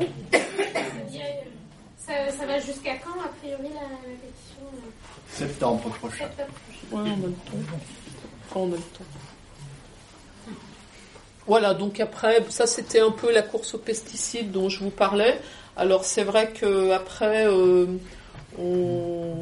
[SPEAKER 8] Ça va jusqu'à quand, a priori, la pétition
[SPEAKER 3] Septembre prochain.
[SPEAKER 4] Ouais, on a le temps. Voilà, donc après, ça c'était un peu la course aux pesticides dont je vous parlais. Alors c'est vrai que après, on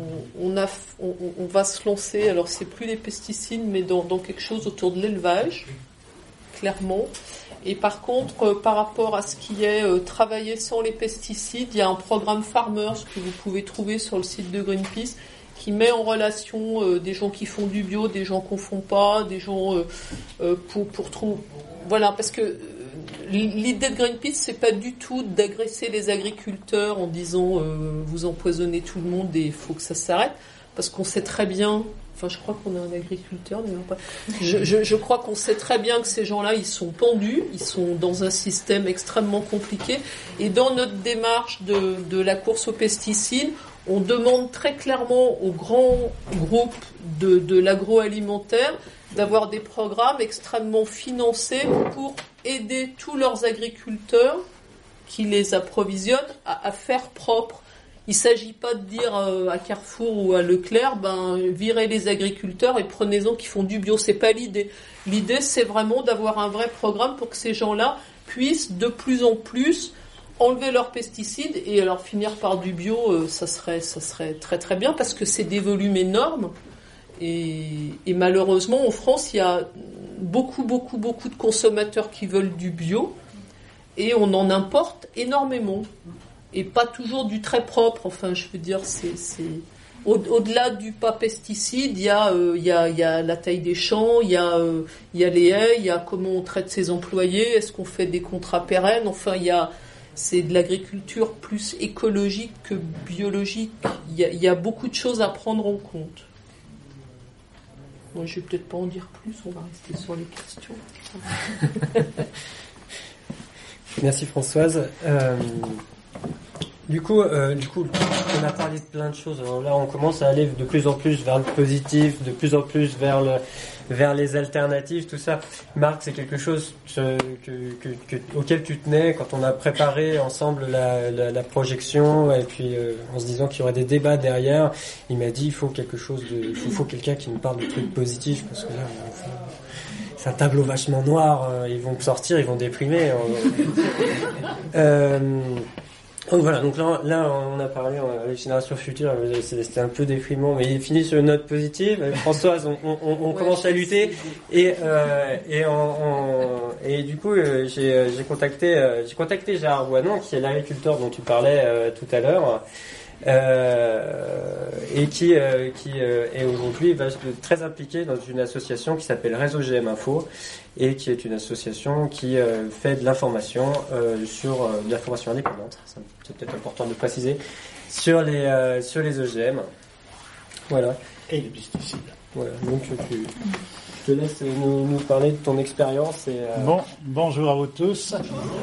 [SPEAKER 4] va se lancer. Alors c'est plus les pesticides, mais dans quelque chose autour de l'élevage, clairement. Et par contre, par rapport à ce qui est travailler sans les pesticides, il y a un programme Farmers que vous pouvez trouver sur le site de Greenpeace qui met en relation des gens qui font du bio, des gens qui en font pas, des gens pour trouver... Voilà, parce que l'idée de Greenpeace, c'est pas du tout d'agresser les agriculteurs en disant vous empoisonnez tout le monde et il faut que ça s'arrête, parce qu'on sait très bien... Enfin, je crois qu'on a un agriculteur, mais non pas. Je crois qu'on sait très bien que ces gens-là, ils sont pendus, ils sont dans un système extrêmement compliqué. Et dans notre démarche de la course aux pesticides, on demande très clairement aux grands groupes de l'agroalimentaire d'avoir des programmes extrêmement financés pour aider tous leurs agriculteurs qui les approvisionnent à faire propre. Il ne s'agit pas de dire à Carrefour ou à Leclerc, virez les agriculteurs et prenez-en qui font du bio. C'est pas l'idée. L'idée, c'est vraiment d'avoir un vrai programme pour que ces gens-là puissent de plus en plus enlever leurs pesticides et alors finir par du bio. Ça serait très très bien parce que c'est des volumes énormes et malheureusement en France, il y a beaucoup de consommateurs qui veulent du bio et on en importe énormément. Et pas toujours du très propre. Enfin, je veux dire, c'est au-delà du pas pesticide, il y a la taille des champs, il y a les haies, il y a comment on traite ses employés, est-ce qu'on fait des contrats pérennes. Enfin, c'est de l'agriculture plus écologique que biologique. Il y a beaucoup de choses à prendre en compte. Moi, je vais peut-être pas en dire plus. On va rester sur les questions.
[SPEAKER 1] Merci Françoise. Du coup, on a parlé de plein de choses. Alors là, on commence à aller de plus en plus vers le positif, de plus en plus vers les alternatives, tout ça. Marc, c'est quelque chose auquel tu tenais quand on a préparé ensemble la projection, et puis en se disant qu'il y aurait des débats derrière. Il m'a dit il faut quelqu'un qui nous parle de trucs positifs, parce que là, c'est un tableau vachement noir. Ils vont sortir, ils vont déprimer. Donc voilà, donc là on a parlé avec Génération Future, c'était un peu déprimant, mais il finit sur une note positive. Avec Françoise, on commence à lutter, et du coup j'ai contacté Gérard Boinon, qui est l'agriculteur dont tu parlais tout à l'heure, et qui est aujourd'hui très impliqué dans une association qui s'appelle Réseau GM Info, et qui est une association qui fait de l'information sur de l'information indépendante. C'est peut-être important de préciser sur les OGM. Voilà.
[SPEAKER 9] Et les pesticides.
[SPEAKER 1] Voilà. Donc je te laisse nous parler de ton expérience.
[SPEAKER 9] Bonjour à vous tous.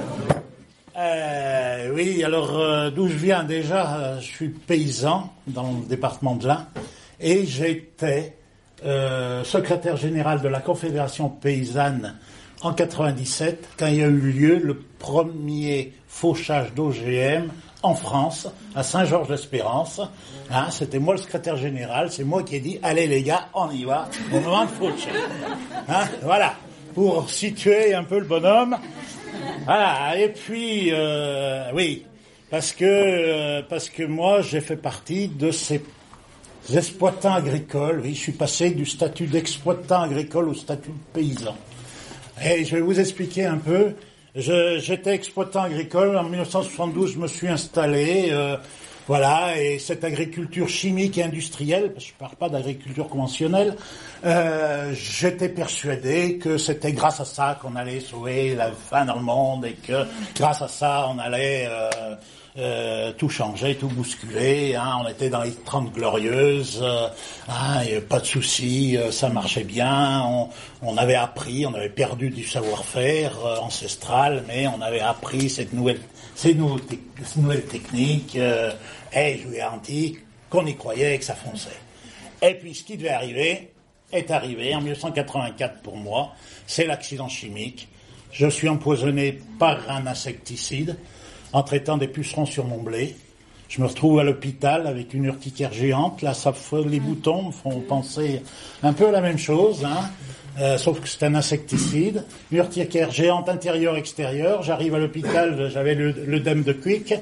[SPEAKER 9] Oui, alors d'où je viens déjà, je suis paysan dans le département de l'Ain, et j'étais secrétaire général de la Confédération paysanne en 97, quand il y a eu lieu le premier fauchage d'OGM en France, à Saint-Georges-d'Espérance. C'était moi le secrétaire général, c'est moi qui ai dit « Allez les gars, on y va, au moment de faucher ». Voilà, pour situer un peu le bonhomme. Voilà, et puis, oui, parce que moi, j'ai fait partie de ces exploitants agricoles. Oui, je suis passé du statut d'exploitant agricole au statut de paysan. Et je vais vous expliquer un peu. J'étais exploitant agricole. En 1972, je me suis installé. Voilà, et cette agriculture chimique et industrielle, parce que je parle pas d'agriculture conventionnelle, j'étais persuadé que c'était grâce à ça qu'on allait sauver la faim dans le monde, et que grâce à ça on allait tout changer, tout bousculer. On était dans les 30 glorieuses, et pas de soucis, ça marchait bien. On avait appris, on avait perdu du savoir-faire ancestral, mais on avait appris ces nouvelles techniques. Et je vous garantis qu'on y croyait et que ça fonçait. Et puis ce qui devait arriver est arrivé en 1984 pour moi. C'est l'accident chimique. Je suis empoisonné par un insecticide en traitant des pucerons sur mon blé. Je me retrouve à l'hôpital avec une urticaire géante. Là, les boutons me font penser un peu à la même chose, sauf que c'est un insecticide. Urticaire géante intérieur-extérieur. J'arrive à l'hôpital, j'avais l'œdème de Quick.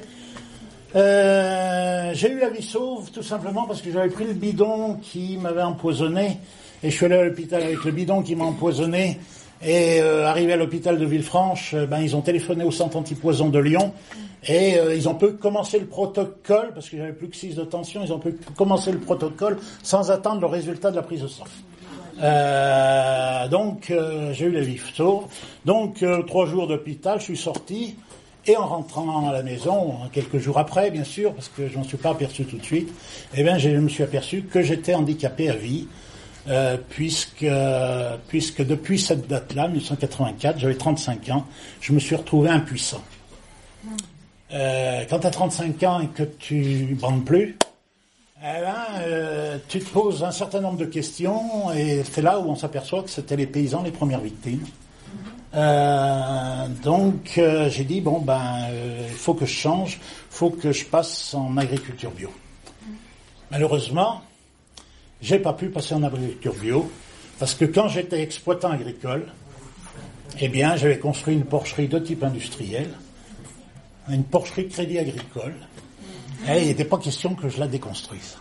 [SPEAKER 9] J'ai eu la vie sauve tout simplement parce que j'avais pris le bidon qui m'avait empoisonné, et je suis allé à l'hôpital avec le bidon qui m'a empoisonné, et arrivé à l'hôpital de Villefranche, ils ont téléphoné au centre antipoison de Lyon, et ils ont pu commencer le protocole, parce que j'avais plus que 6 de tension, ils ont pu commencer le protocole sans attendre le résultat de la prise de sang. Donc j'ai eu la vie sauve. Donc 3 jours d'hôpital, je suis sorti. Et en rentrant à la maison, quelques jours après, bien sûr, parce que je m'en suis pas aperçu tout de suite, je me suis aperçu que j'étais handicapé à vie, puisque depuis cette date-là, 1984, j'avais 35 ans, je me suis retrouvé impuissant. Quand tu as 35 ans et que tu bandes plus, tu te poses un certain nombre de questions, et c'est là où on s'aperçoit que c'était les paysans les premières victimes. Donc j'ai dit il faut que je change, faut que je passe en agriculture bio. Malheureusement, j'ai pas pu passer en agriculture bio parce que quand j'étais exploitant agricole, j'avais construit une porcherie de type industriel, une porcherie de crédit agricole, et il n'était pas question que je la déconstruise.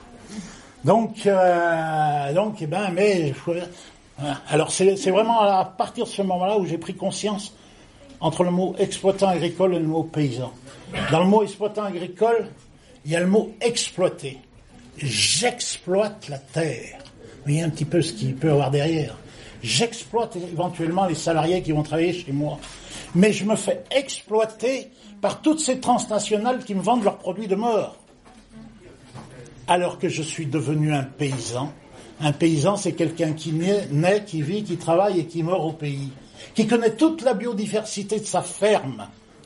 [SPEAKER 9] Alors c'est vraiment à partir de ce moment-là où j'ai pris conscience entre le mot exploitant agricole et le mot paysan. Dans le mot exploitant agricole, il y a le mot exploiter. J'exploite la terre. Vous voyez un petit peu ce qu'il peut y avoir derrière. J'exploite éventuellement les salariés qui vont travailler chez moi. Mais je me fais exploiter par toutes ces transnationales qui me vendent leurs produits de mort. Alors que je suis devenu un paysan. Un paysan, c'est quelqu'un qui naît, qui vit, qui travaille et qui meurt au pays. Qui connaît toute la biodiversité de sa ferme,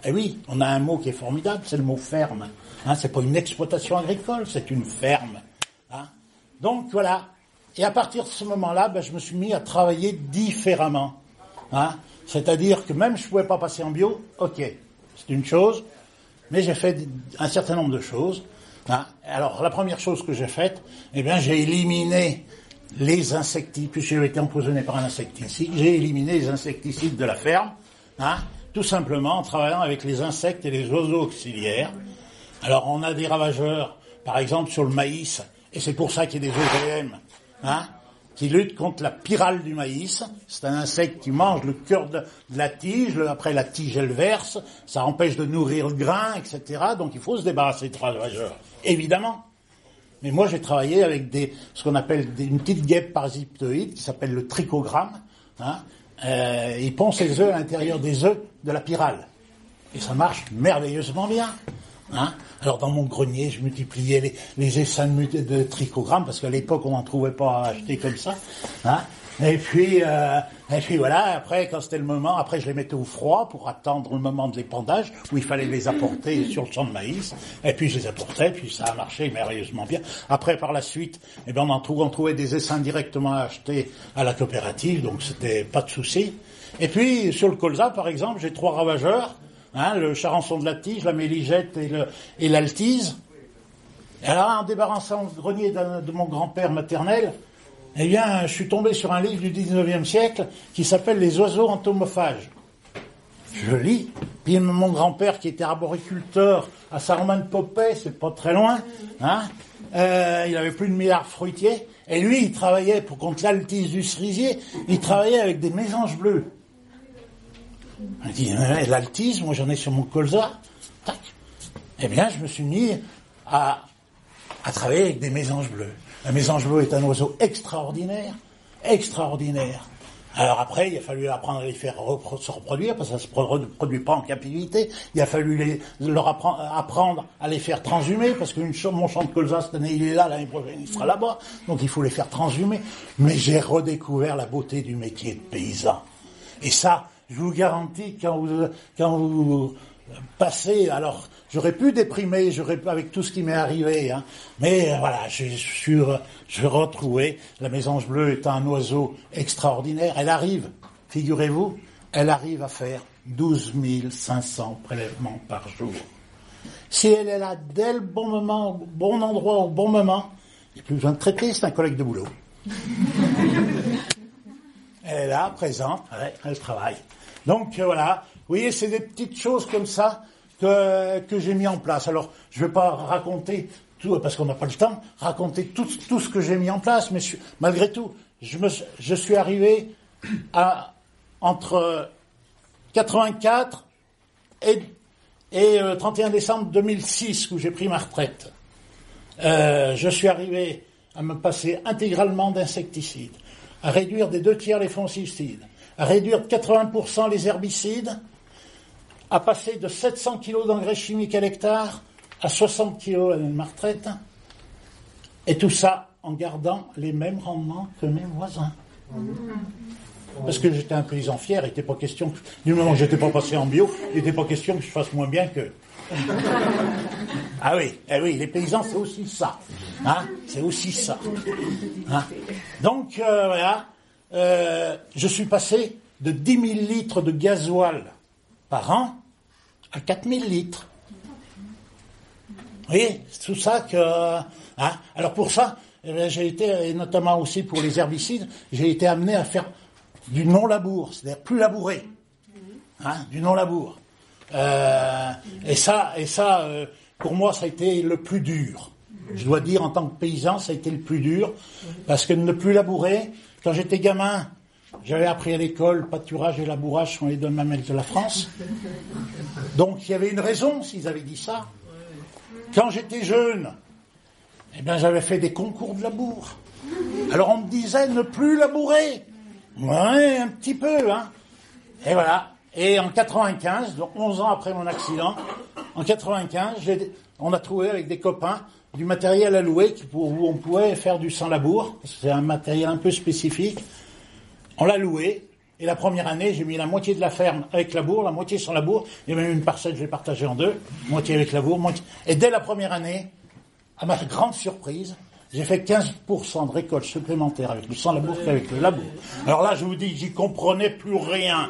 [SPEAKER 9] Eh oui, on a un mot qui est formidable, c'est le mot ferme. Hein, c'est pas une exploitation agricole, c'est une ferme. Hein. Donc voilà. Et à partir de ce moment-là, je me suis mis à travailler différemment. Hein. C'est-à-dire que même je ne pouvais pas passer en bio, ok, c'est une chose, mais j'ai fait un certain nombre de choses. Hein. Alors la première chose que j'ai faite, j'ai éliminé les insecticides, puisque j'ai été empoisonné par un insecticide, j'ai éliminé les insecticides de la ferme, hein, tout simplement en travaillant avec les insectes et les oiseaux auxiliaires. Alors on a des ravageurs, par exemple sur le maïs, et c'est pour ça qu'il y a des OGM, hein, qui luttent contre la pyrale du maïs. C'est un insecte qui mange le cœur de la tige, après la tige elle verse, ça empêche de nourrir le grain, etc. Donc il faut se débarrasser de ravageurs, évidemment. Mais moi j'ai travaillé avec ce qu'on appelle une petite guêpe parasitoïde qui s'appelle le trichogramme. Hein. Il pond ses œufs à l'intérieur des œufs de la pyrale. Et ça marche merveilleusement bien. Hein. Alors dans mon grenier, je multipliais les essaims de trichogramme parce qu'à l'époque on n'en trouvait pas à acheter comme ça. Hein. Et puis voilà. Après, quand c'était le moment, après je les mettais au froid pour attendre le moment de l'épandage où il fallait les apporter sur le champ de maïs. Et puis je les apportais, puis ça a marché merveilleusement bien. Après, par la suite, on trouvait des essaims directement achetés à la coopérative, donc c'était pas de souci. Et puis sur le colza, par exemple, j'ai 3 ravageurs. Hein, le charançon de la tige, la méligette et l'altise. Et alors, en débarrassant le grenier de mon grand-père maternel, je suis tombé sur un livre du 19e siècle qui s'appelle « Les oiseaux entomophages ». Je lis, puis mon grand-père qui était arboriculteur à Saint-Romain-de-Popais, c'est pas très loin, hein, il avait plus de 1000 arbres fruitiers, et lui, il travaillait contre l'altise du cerisier, il travaillait avec des mésanges bleus. Je dis, l'altise, moi j'en ai sur mon colza. Tac. Je me suis mis à travailler avec des mésanges bleus. Un mésange bleu est un oiseau extraordinaire. Alors après, il a fallu apprendre à les faire se reproduire, parce que ça se reproduit pas en captivité. Il a fallu leur apprendre à les faire transhumer, parce que mon champ de colza, cette année, il est là, l'année prochaine, il sera là-bas. Donc il faut les faire transhumer. Mais j'ai redécouvert la beauté du métier de paysan. Et ça, je vous garantis, quand vous passez, alors, j'aurais pu déprimer, avec tout ce qui m'est arrivé, hein, mais voilà, je retrouvais, la mésange bleue est un oiseau extraordinaire, elle arrive, figurez-vous, elle arrive à faire 12 500 prélèvements par jour. Si elle est là dès le bon moment, au bon endroit, au bon moment, il n'y a plus besoin de traiter, c'est un collègue de boulot. Elle est là, présente, elle travaille. Donc voilà, vous voyez, c'est des petites choses comme ça que j'ai mis en place. Alors, je ne vais pas raconter tout, parce qu'on n'a pas le temps, raconter tout ce que j'ai mis en place, mais malgré tout, je suis arrivé entre 84 et 31 décembre 2006, où j'ai pris ma retraite. Je suis arrivé à me passer intégralement d'insecticides, à réduire des 2/3 les fongicides, à réduire de 80% les herbicides, à passer de 700 kg d'engrais chimiques à l'hectare à 60 kg à ma retraite, et tout ça en gardant les mêmes rendements que mes voisins. Parce que j'étais un paysan fier, il n'était pas question, du moment que j'étais pas passé en bio, il n'était pas question que je fasse moins bien qu'eux. Ah oui, les paysans, c'est aussi ça. Hein, c'est aussi ça. Hein. Donc, voilà, je suis passé de 10 000 litres de gasoil par an à 4 000 litres. Vous voyez, c'est tout ça que... Hein. Alors pour ça, j'ai été, et notamment aussi pour les herbicides, j'ai été amené à faire du non-labour, c'est-à-dire plus labourer. Hein, du non-labour. Et ça, pour moi, ça a été le plus dur. Je dois dire, en tant que paysan, ça a été le plus dur, parce que ne plus labourer, quand j'étais gamin, j'avais appris à l'école, pâturage et labourage sont les deux mamelles de la France. Donc, il y avait une raison s'ils avaient dit ça. Quand j'étais jeune, j'avais fait des concours de labour. Alors, on me disait ne plus labourer. Ouais, un petit peu, hein. Et voilà. Et en 95, donc 11 ans après mon accident, en 95, on a trouvé avec des copains du matériel à louer où on pouvait faire du sans-labour, parce que c'est un matériel un peu spécifique. On l'a loué, Et la première année, j'ai mis la moitié de la ferme avec labour, la moitié sans labour. Il y a même une parcelle, je l'ai partagée en deux, moitié avec labour, moitié. Et dès la première année, à ma grande surprise, j'ai fait 15% de récolte supplémentaire avec le sans labour qu'avec le labour. Alors là, je vous dis, j'y comprenais plus rien.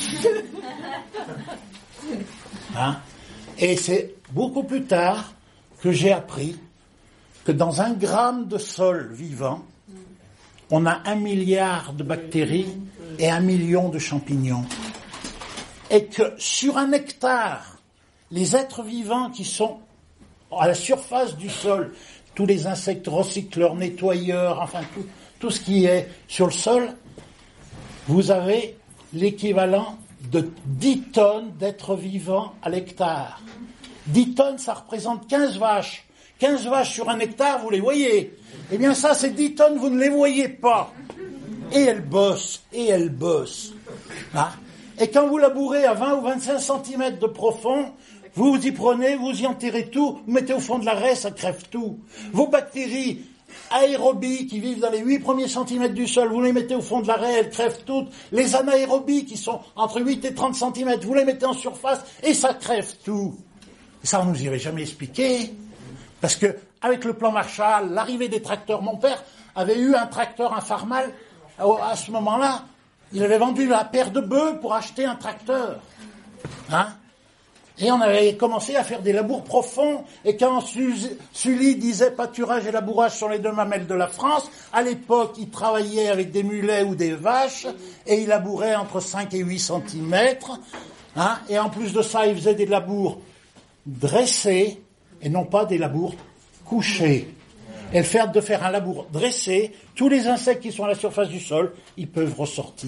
[SPEAKER 9] Hein? Et c'est beaucoup plus tard que j'ai appris que dans 1 gramme de sol vivant, on a 1 milliard de bactéries et 1 million de champignons. Et que sur 1 hectare, les êtres vivants qui sont à la surface du sol, tous les insectes recycleurs, nettoyeurs, enfin tout ce qui est sur le sol, vous avez l'équivalent de 10 tonnes d'êtres vivants à l'hectare. 10 tonnes, ça représente 15 vaches. 15 vaches sur 1 hectare, vous les voyez. Eh bien ça, c'est 10 tonnes, vous ne les voyez pas. Et elles bossent. Hein? Et quand vous labourez à 20 ou 25 cm de profond, vous y prenez, vous y enterrez tout, vous mettez au fond de la raie, ça crève tout. Vos bactéries aérobies qui vivent dans les 8 premiers centimètres du sol, vous les mettez au fond de la raie, elles crèvent toutes. Les anaérobies qui sont entre 8 et 30 cm, vous les mettez en surface et ça crève tout. Et ça, on nous irait jamais expliquer. Parce que, avec le plan Marshall, l'arrivée des tracteurs, mon père avait eu un tracteur, un Farmal, à ce moment-là, il avait vendu la paire de bœufs pour acheter un tracteur. Hein? Et on avait commencé à faire des labours profonds, et quand Sully disait pâturage et labourage sont les 2 mamelles de la France, à l'époque, il travaillait avec des mulets ou des vaches, et il labourait entre 5 et 8 cm, hein, et en plus de ça, il faisait des labours dressés, et non pas des labours couchés. Et le fait de faire un labour dressé, tous les insectes qui sont à la surface du sol, ils peuvent ressortir.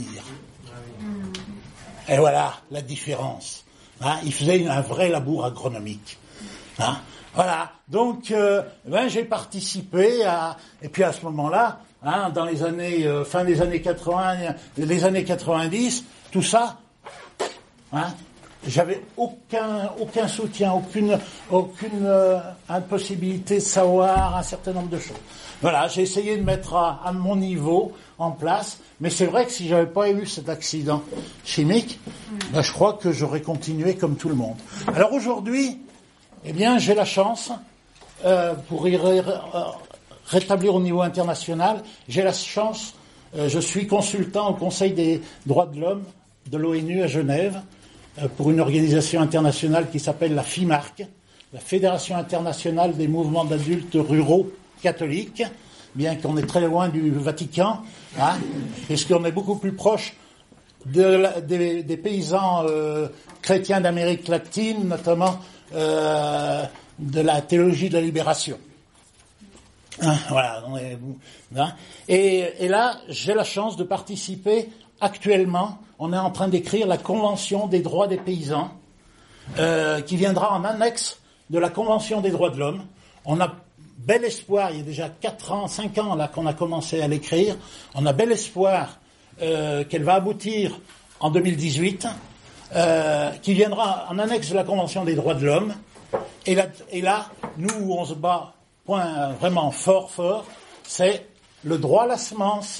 [SPEAKER 9] Et voilà la différence. Hein, il faisait un vrai labour agronomique. Hein, voilà. Donc, j'ai participé à... Et puis à ce moment-là, hein, dans les années... fin des années 80, les années 90, tout ça... Hein, j'avais aucun soutien, aucune impossibilité de savoir un certain nombre de choses. Voilà, j'ai essayé de mettre à mon niveau en place, mais c'est vrai que si j'avais pas eu cet accident chimique, je crois que j'aurais continué comme tout le monde. Alors aujourd'hui, eh bien, j'ai la chance, pour y rétablir au niveau international, j'ai la chance, je suis consultant au Conseil des droits de l'homme de l'ONU à Genève, pour une organisation internationale qui s'appelle la FIMARC, la Fédération internationale des mouvements d'adultes ruraux catholiques, bien qu'on est très loin du Vatican, hein, puisqu'on est beaucoup plus proche des paysans chrétiens d'Amérique latine, notamment de la théologie de la libération. Hein, voilà. Hein, et là, j'ai la chance de participer. Actuellement, on est en train d'écrire la Convention des droits des paysans, qui viendra en annexe de la Convention des droits de l'homme. On a bel espoir, il y a déjà 5 ans là qu'on a commencé à l'écrire, on a bel espoir qu'elle va aboutir en 2018, qui viendra en annexe de la Convention des droits de l'homme. Et là, nous, où on se bat, point vraiment fort, c'est le droit à la semence.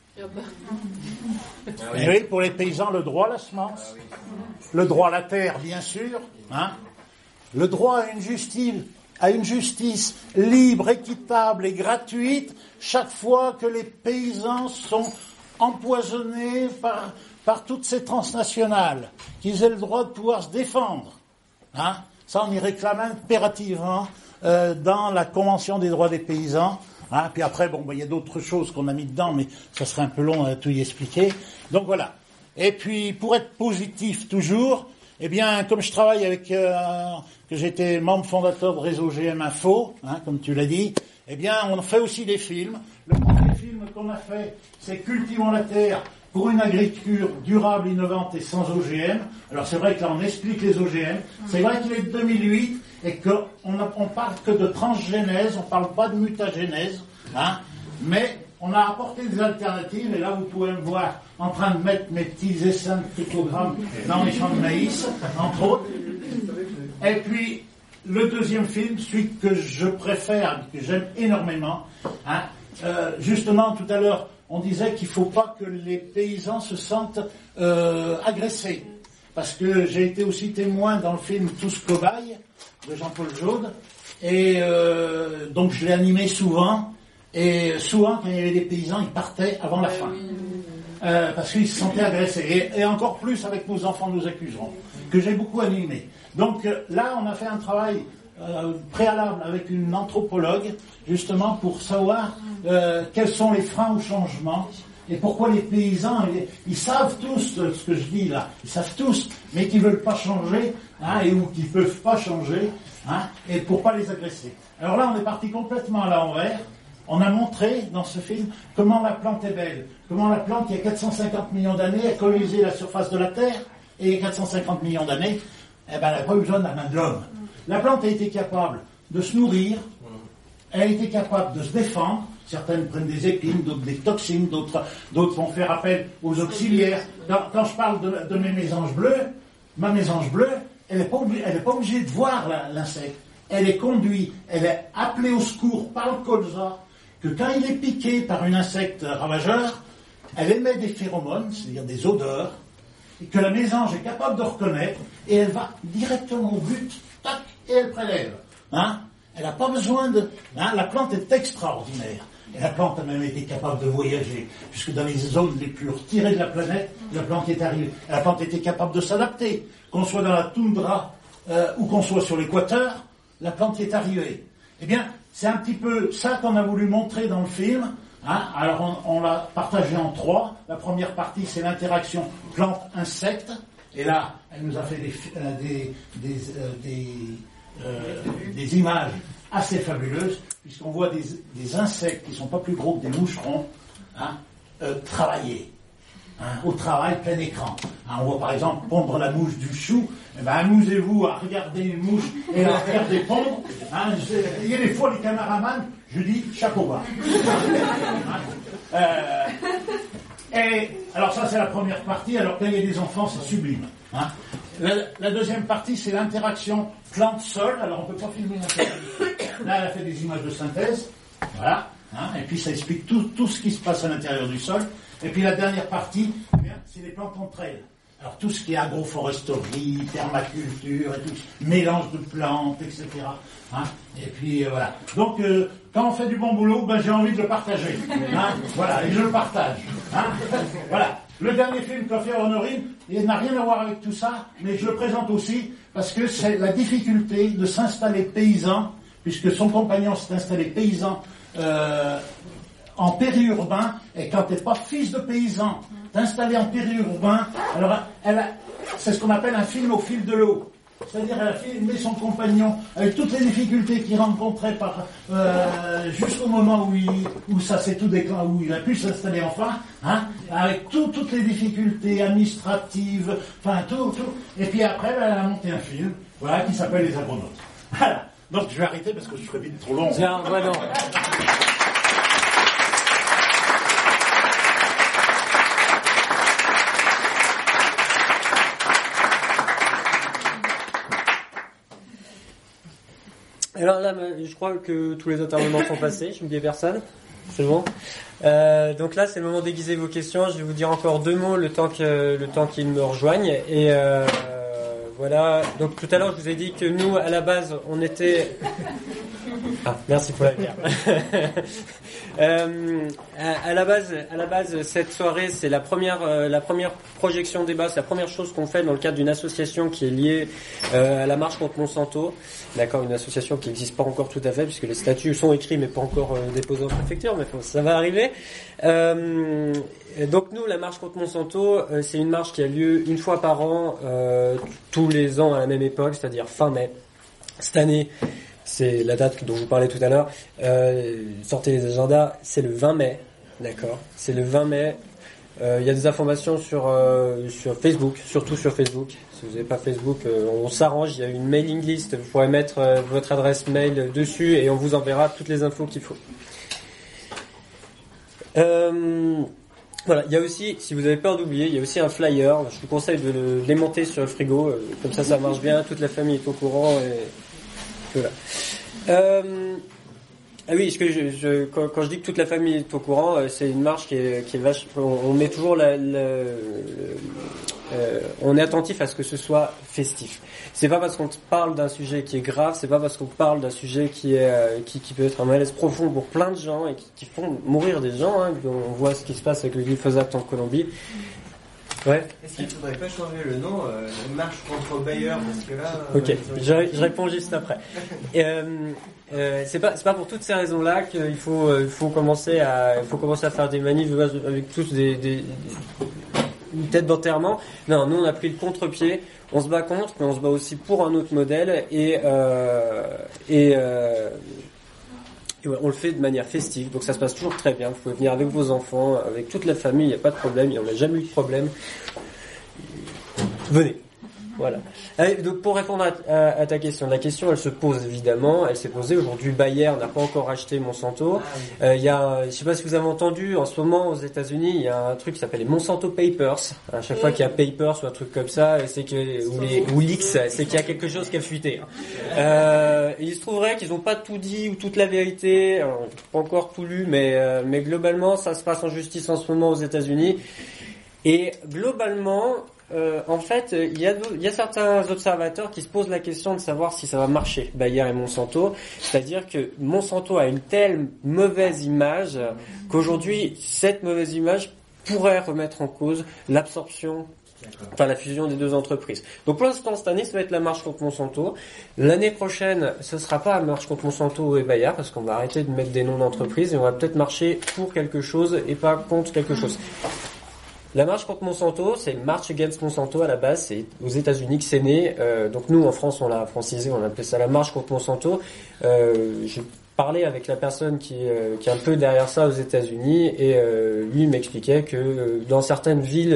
[SPEAKER 9] Et oui, pour les paysans, le droit à la semence, le droit à la terre, bien sûr, hein, le droit à une justice libre, équitable et gratuite chaque fois que les paysans sont empoisonnés par toutes ces transnationales, qu'ils aient le droit de pouvoir se défendre. Hein, ça, on y réclame impérativement dans la Convention des droits des paysans. Hein, puis après, il y a d'autres choses qu'on a mis dedans, mais ça serait un peu long à tout y expliquer. Donc voilà. Et puis, pour être positif toujours, eh bien, comme je travaille avec, que j'étais membre fondateur de Réseau GM Info, hein, comme tu l'as dit, eh bien, on fait aussi des films. Le premier film qu'on a fait, c'est Cultivons la terre pour une agriculture durable, innovante et sans OGM. Alors c'est vrai que là, on explique les OGM. C'est vrai qu'il est de 2008 et qu'on parle que de transgénèse, on parle pas de mutagénèse, hein, mais on a apporté des alternatives, et là vous pouvez me voir en train de mettre mes petits essaims de cryptogrammes dans les champs de maïs, entre autres. Et puis, le deuxième film, celui que je préfère, que j'aime énormément, hein, justement tout à l'heure, on disait qu'il ne faut pas que les paysans se sentent agressés. Parce que j'ai été aussi témoin dans le film Tous cobayes de Jean-Paul Jaude, et donc je l'ai animé souvent, et souvent quand il y avait des paysans, ils partaient avant la fin. Parce qu'ils se sentaient agressés. Et encore plus avec Nos enfants nous accuseront, que j'ai beaucoup animé. Donc là, on a fait un travail préalable avec une anthropologue, justement pour savoir quels sont les freins au changement et pourquoi les paysans, ils savent tous ce que je dis là, ils savent tous, mais qu'ils ne veulent pas changer, ou qu'ils ne peuvent pas changer, et pour ne pas les agresser. Alors là, on est parti complètement à l'envers. On a montré dans ce film comment la plante est belle, comment la plante, il y a 450 millions d'années, a colonisé la surface de la Terre, et il y a 450 millions d'années, elle n'a pas eu besoin de la main de l'homme. La plante a été capable de se nourrir, elle a été capable de se défendre. Certaines prennent des épines, d'autres des toxines, d'autres vont faire appel aux auxiliaires. Quand je parle de mes mésanges bleus, ma mésange bleue, elle n'est pas obligée de voir l'insecte. Elle est conduite, elle est appelée au secours par le colza, que quand il est piqué par un insecte ravageur, elle émet des phéromones, c'est-à-dire des odeurs, et que la mésange est capable de reconnaître, et elle va directement au but, tac, et elle prélève. Elle n'a pas besoin de... la plante est extraordinaire. Et la plante a même été capable de voyager, puisque dans les zones les plus retirées de la planète, la plante est arrivée. La plante était capable de s'adapter. Qu'on soit dans la toundra ou qu'on soit sur l'équateur, la plante est arrivée. Eh bien, c'est un petit peu ça qu'on a voulu montrer dans le film. Alors, on l'a partagé en 3. La première partie, c'est l'interaction plante-insecte. Et là, elle nous a fait des images assez fabuleuses, puisqu'on voit des insectes qui ne sont pas plus gros que des moucherons travailler. Au travail plein écran. On voit par exemple pondre la mouche du chou. Amusez-vous à regarder une mouche et à la regarder pondre. Il y a des fois les caméramans, je dis chapeau bas. Et alors ça c'est la première partie. Alors quand il y a des enfants, c'est sublime. La deuxième partie, c'est l'interaction plante-sol. Alors on ne peut pas filmer l'interaction. Là, elle a fait des images de synthèse. Voilà. Et puis ça explique tout ce qui se passe à l'intérieur du sol. Et puis la dernière partie, c'est les plantes entre elles. Alors tout ce qui est agroforesterie, permaculture, et tout, mélange de plantes, etc. Et puis voilà. Donc quand on fait du bon boulot, j'ai envie de le partager. Voilà, et je le partage. Voilà. Le dernier film qu'a fait Honorine, il n'a rien à voir avec tout ça, mais je le présente aussi parce que c'est la difficulté de s'installer paysan, puisque son compagnon s'est installé paysan en périurbain, et quand t'es pas fils de paysan, t'installer en périurbain, alors c'est ce qu'on appelle un film au fil de l'eau. C'est-à-dire elle a filmé son compagnon avec toutes les difficultés qu'il rencontrait jusqu'au moment où ça s'est tout déclenché, où il a pu s'installer enfin, avec toutes les difficultés administratives, tout. Et puis après, elle a monté un film, qui s'appelle Les Agronautes. Voilà. Donc je vais arrêter parce que je ferai vite trop long.
[SPEAKER 1] Tiens, voilà. Alors là, je crois que tous les intervenants sont passés, je n'oublie personne. C'est bon. Donc là, c'est le moment d'aiguiser vos questions. Je vais vous dire encore 2 mots le temps qu'ils me rejoignent. Et voilà. Donc tout à l'heure, je vous ai dit que nous, à la base, on était... Ah, merci pour la bière. À la base, cette soirée, c'est la première projection débat, c'est la première chose qu'on fait dans le cadre d'une association qui est liée à la marche contre Monsanto. D'accord, une association qui n'existe pas encore tout à fait, puisque les statuts sont écrits mais pas encore déposés en préfecture, mais ça va arriver. Donc nous, la marche contre Monsanto, c'est une marche qui a lieu une fois par an, tous les ans à la même époque, c'est-à-dire fin mai. Cette année, c'est la date dont je vous parlais tout à l'heure. Sortez les agendas, c'est le 20 mai, d'accord. C'est le 20 mai. Il y a des informations sur Facebook, surtout sur Facebook. Si vous n'avez pas Facebook, on s'arrange. Il y a une mailing list. Vous pourrez mettre votre adresse mail dessus et on vous enverra toutes les infos qu'il faut. Voilà. Il y a aussi, si vous avez peur d'oublier, il y a aussi un flyer. Je vous conseille de le démonter sur le frigo. Comme ça marche bien. Toute la famille est au courant. Et voilà. Ah oui, quand je dis que toute la famille est au courant, c'est une marche qui est vache. On met toujours on est attentif à ce que ce soit festif. C'est pas parce qu'on parle d'un sujet qui est grave, c'est pas parce qu'on parle d'un sujet qui peut être un malaise profond pour plein de gens et qui font mourir des gens. Hein. On voit ce qui se passe avec le glyphosate en Colombie. Ouais.
[SPEAKER 5] Est-ce qu'il ne faudrait pas changer le nom, marche contre Bayer, parce que là...
[SPEAKER 1] Ok, je réponds juste après. C'est pas pour toutes ces raisons-là qu'il faut commencer à faire des manifs avec tous une tête d'enterrement. Non, nous on a pris le contre-pied. On se bat contre, mais on se bat aussi pour un autre modèle et on le fait de manière festive, donc ça se passe toujours très bien. Vous pouvez venir avec vos enfants, avec toute la famille, il n'y a pas de problème, il n'y en a jamais eu de problème. Venez. Voilà. Donc pour répondre à ta question, la question elle se pose évidemment, elle s'est posée aujourd'hui. Bayer n'a pas encore acheté Monsanto. Il y a, je sais pas si vous avez entendu, en ce moment aux États-Unis, il y a un truc qui s'appelle les Monsanto Papers. À chaque fois qu'il y a Papers ou un truc comme ça, c'est que ou leaks, c'est qu'il y a quelque chose qui a fuité. Il se trouverait qu'ils n'ont pas tout dit ou toute la vérité, pas encore tout lu, mais globalement ça se passe en justice en ce moment aux États-Unis. Et globalement, en fait, il y a certains observateurs qui se posent la question de savoir si ça va marcher, Bayer et Monsanto. C'est-à-dire que Monsanto a une telle mauvaise image qu'aujourd'hui, cette mauvaise image pourrait remettre en cause l'absorption, enfin la fusion des deux entreprises. Donc pour l'instant, cette année, ça va être la marche contre Monsanto. L'année prochaine, ce sera pas la marche contre Monsanto et Bayer, parce qu'on va arrêter de mettre des noms d'entreprises et on va peut-être marcher pour quelque chose et pas contre quelque chose. La marche contre Monsanto, c'est March Against Monsanto à la base, c'est aux États-Unis que c'est né. Donc nous, en France, on l'a francisé, on appelait ça la marche contre Monsanto. J'ai parlé avec la personne qui est un peu derrière ça aux États-Unis et lui m'expliquait que dans certaines villes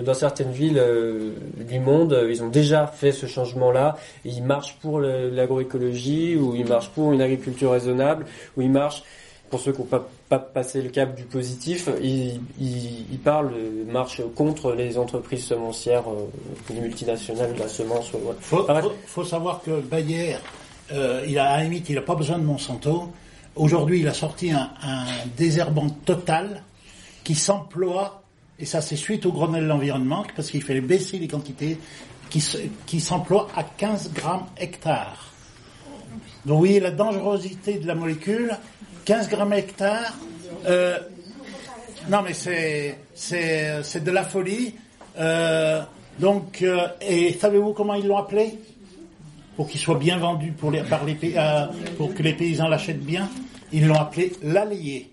[SPEAKER 1] du monde, ils ont déjà fait ce changement-là. Et ils marchent pour l'agroécologie, ou ils marchent pour une agriculture raisonnable, ou ils marchent pour ceux qui n'ont pas passé le cap du positif, ils parlent de marche contre les entreprises semencières, les multinationales de la semence. Ouais.
[SPEAKER 9] Faut savoir que Bayer, à la limite, il n'a pas besoin de Monsanto. Aujourd'hui, il a sorti un désherbant total qui s'emploie, et ça c'est suite au Grenelle de l'environnement, parce qu'il fait baisser les quantités, qui s'emploie à 15 grammes hectare. Donc vous voyez la dangerosité de la molécule. 15 grammes hectare, non mais c'est de la folie. Et savez-vous comment ils l'ont appelé? Pour qu'il soit bien vendu pour que les paysans l'achètent bien, ils l'ont appelé l'allié.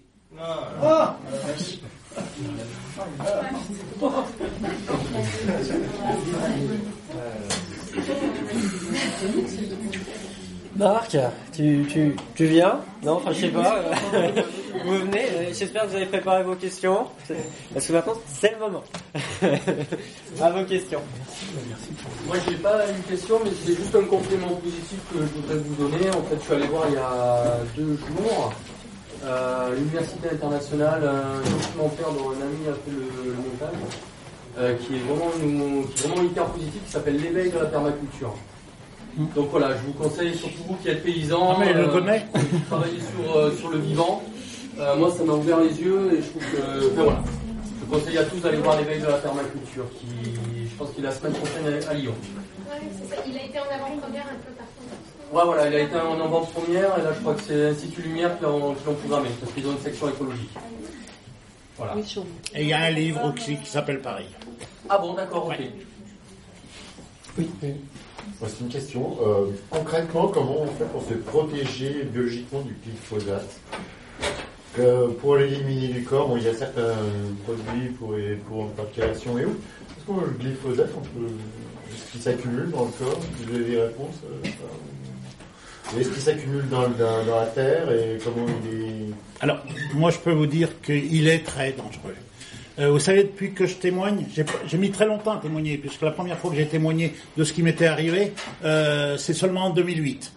[SPEAKER 1] Marc, tu viens? Non, enfin je sais pas. Vous venez, j'espère que vous avez préparé vos questions. Parce que maintenant, c'est le moment. À vos questions.
[SPEAKER 2] Moi, j'ai pas une question, mais c'est juste un complément positif que je voudrais vous donner. En fait, je suis allé voir il y a 2 jours l'Université internationale, un documentaire dont un ami a fait le montage, qui est vraiment hyper positif, qui s'appelle L'éveil de la permaculture. Donc voilà, je vous conseille, surtout vous qui êtes paysans, travailler sur le vivant. Moi, ça m'a ouvert les yeux et je trouve que, voilà, je conseille à tous d'aller voir l'éveil de la permaculture, je pense qu'il est la semaine prochaine à Lyon.
[SPEAKER 8] Ouais, c'est ça. Il a été en avant-première un peu partout.
[SPEAKER 2] Ouais, voilà, il a été en avant-première et là, je crois que c'est l'Institut Lumière qui l'ont programmé parce qu'ils ont une section écologique. Voilà.
[SPEAKER 9] Et il y a un livre aussi qui s'appelle pareil.
[SPEAKER 2] Ah bon, d'accord, ok.
[SPEAKER 1] Oui.
[SPEAKER 10] C'est une question. Concrètement, comment on fait pour se protéger biologiquement du glyphosate? Pour l'éliminer du corps, il y a certains produits pour encapsulation et autres. Est-ce que le glyphosate, est-ce qu'il s'accumule dans le corps? Vous avez des réponses? Est-ce qu'il s'accumule dans la terre et comment il est?
[SPEAKER 9] Alors, moi je peux vous dire qu'il est très dangereux. Vous savez, depuis que je témoigne, j'ai mis très longtemps à témoigner, puisque la première fois que j'ai témoigné de ce qui m'était arrivé, c'est seulement en 2008.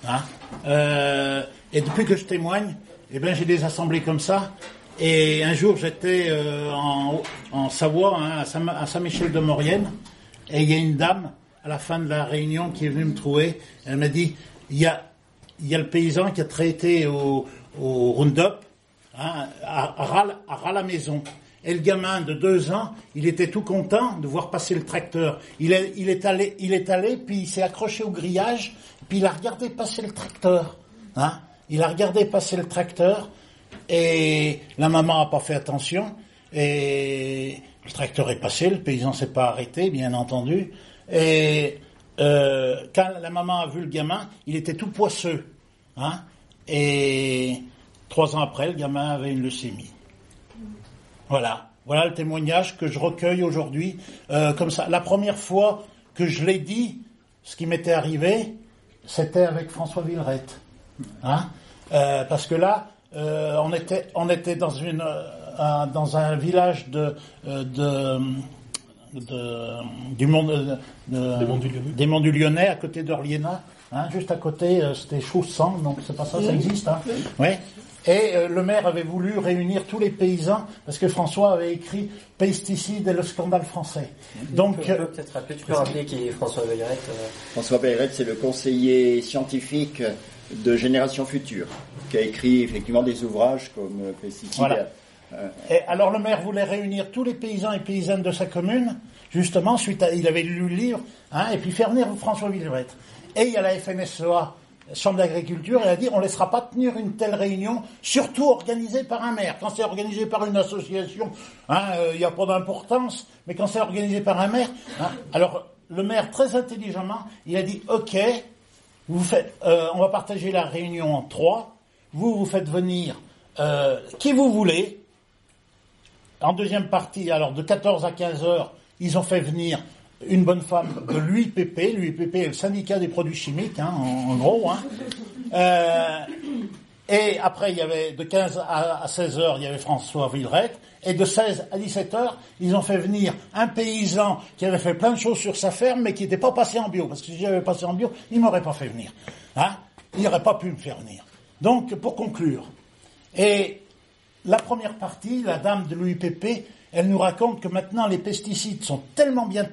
[SPEAKER 9] Et depuis que je témoigne, j'ai des assemblées comme ça. Et un jour, j'étais en Savoie, à Saint-Michel-de-Maurienne, et il y a une dame, à la fin de la réunion, qui est venue me trouver. Elle m'a dit, il y a le paysan qui a traité au au Roundup, hein, à la maison. Et le gamin de 2 ans, il était tout content de voir passer le tracteur. Il est allé, puis il s'est accroché au grillage, puis il a regardé passer le tracteur. Hein. Il a regardé passer le tracteur, et la maman n'a pas fait attention, et le tracteur est passé, le paysan s'est pas arrêté, bien entendu, et quand la maman a vu le gamin, il était tout poisseux. Hein, et 3 ans après, le gamin avait une leucémie. Voilà le témoignage que je recueille aujourd'hui, comme ça. La première fois que je l'ai dit, ce qui m'était arrivé, c'était avec François Villerette. Hein, parce que là, on était dans un village des Monts du Lyonnais, à côté d'Orliena, hein, juste à côté, c'était Chaussan, donc c'est pas ça, ça existe, hein. Ouais. Et le maire avait voulu réunir tous les paysans, parce que François avait écrit Pesticides et le scandale français. Donc,
[SPEAKER 1] tu peux rappeler qui est François Villerette
[SPEAKER 3] François Villerette, c'est le conseiller scientifique de Génération Future, qui a écrit effectivement des ouvrages comme Pesticides.
[SPEAKER 9] Voilà. Et alors le maire voulait réunir tous les paysans et paysannes de sa commune, justement, il avait lu le livre, hein, et puis faire venir François Villerette. Et il y a la FNSEA, Chambre d'agriculture, et elle a dit on ne laissera pas tenir une telle réunion, surtout organisée par un maire. Quand c'est organisé par une association, hein, il n'y a pas d'importance, mais quand c'est organisé par un maire, hein, alors le maire très intelligemment, il a dit ok, vous faites, on va partager la réunion en 3, vous faites venir qui vous voulez. En deuxième partie, alors de 14 à 15 heures, ils ont fait venir une bonne femme de l'UIPP. L'UIPP est le syndicat des produits chimiques, hein, en gros. Hein. Et après, il y avait de 15 à 16 heures, il y avait François Villerette. Et de 16 à 17 heures, ils ont fait venir un paysan qui avait fait plein de choses sur sa ferme, mais qui n'était pas passé en bio. Parce que si j'avais passé en bio, il ne m'aurait pas fait venir. Hein. Il n'aurait pas pu me faire venir. Donc, pour conclure, et la première partie, la dame de l'UIPP, elle nous raconte que maintenant les pesticides sont tellement bien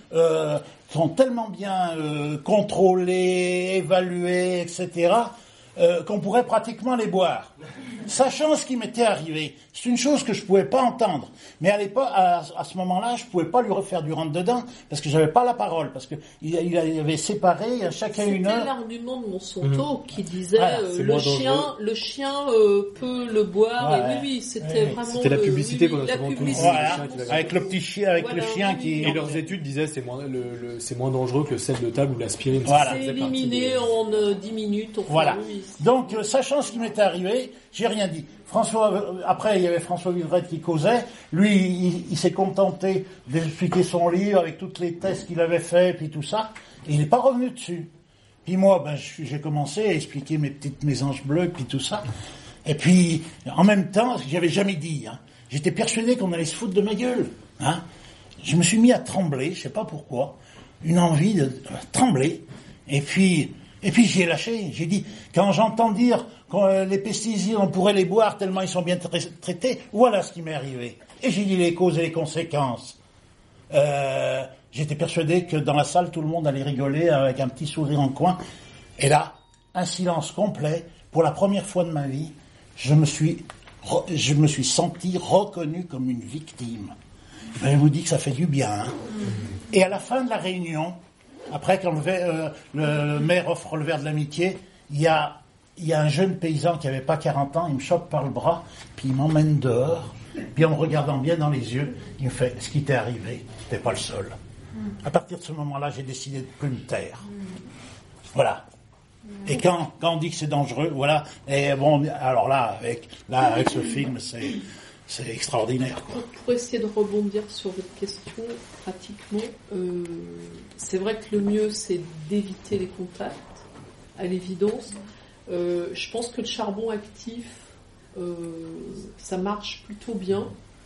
[SPEAKER 9] contrôlés, évalués, etc., qu'on pourrait pratiquement les boire. Sachant ce qui m'était arrivé, c'est une chose que je pouvais pas entendre. Mais à l'époque, à ce moment-là, je pouvais pas lui refaire du rentre-dedans, parce que j'avais pas la parole, parce que il avait séparé chacun une heure.
[SPEAKER 4] C'était l'argument de Monsanto qui disait le chien peut le boire, et oui, c'était vraiment.
[SPEAKER 2] C'était la publicité qu'on a souvent tous.
[SPEAKER 9] Voilà, avec le petit chien, avec le chien qui.
[SPEAKER 2] Et leurs études disaient c'est moins dangereux que le sel de table ou l'aspirine.
[SPEAKER 9] Voilà.
[SPEAKER 4] C'est éliminé en 10 minutes.
[SPEAKER 9] Voilà. Donc, sachant ce qui m'était arrivé, j'ai rien dit. Après, il y avait François Villerette qui causait. Lui, il s'est contenté d'expliquer son livre avec tous les tests qu'il avait fait, puis tout ça. Et il n'est pas revenu dessus. Puis moi, j'ai commencé à expliquer mes petites mésanges bleues, puis tout ça. Et puis, en même temps, j'avais jamais dit, hein, j'étais persuadé qu'on allait se foutre de ma gueule. Hein. Je me suis mis à trembler, je sais pas pourquoi. Une envie de trembler. Et puis j'y ai lâché. J'ai dit, quand j'entends dire que les pesticides, on pourrait les boire tellement ils sont bien traités, voilà ce qui m'est arrivé. Et j'ai dit les causes et les conséquences. J'étais persuadé que dans la salle, tout le monde allait rigoler avec un petit sourire en coin. Et là, un silence complet. Pour la première fois de ma vie, je me suis senti reconnu comme une victime. Je vous dis que ça fait du bien. Hein. Et à la fin de la réunion, après, quand le maire offre le verre de l'amitié, il y a un jeune paysan qui n'avait pas 40 ans, il me chope par le bras, puis il m'emmène dehors, puis en me regardant bien dans les yeux, il me fait « Ce qui t'est arrivé, t'es pas le seul. » À partir de ce moment-là, j'ai décidé de plus me taire. Voilà. Et quand on dit que c'est dangereux, voilà. Et bon, alors là, avec ce film, c'est extraordinaire, quoi.
[SPEAKER 4] Pour essayer de rebondir sur votre question, pratiquement, c'est vrai que le mieux, c'est d'éviter les contacts, à l'évidence. Je pense que le charbon actif, ça marche plutôt bien.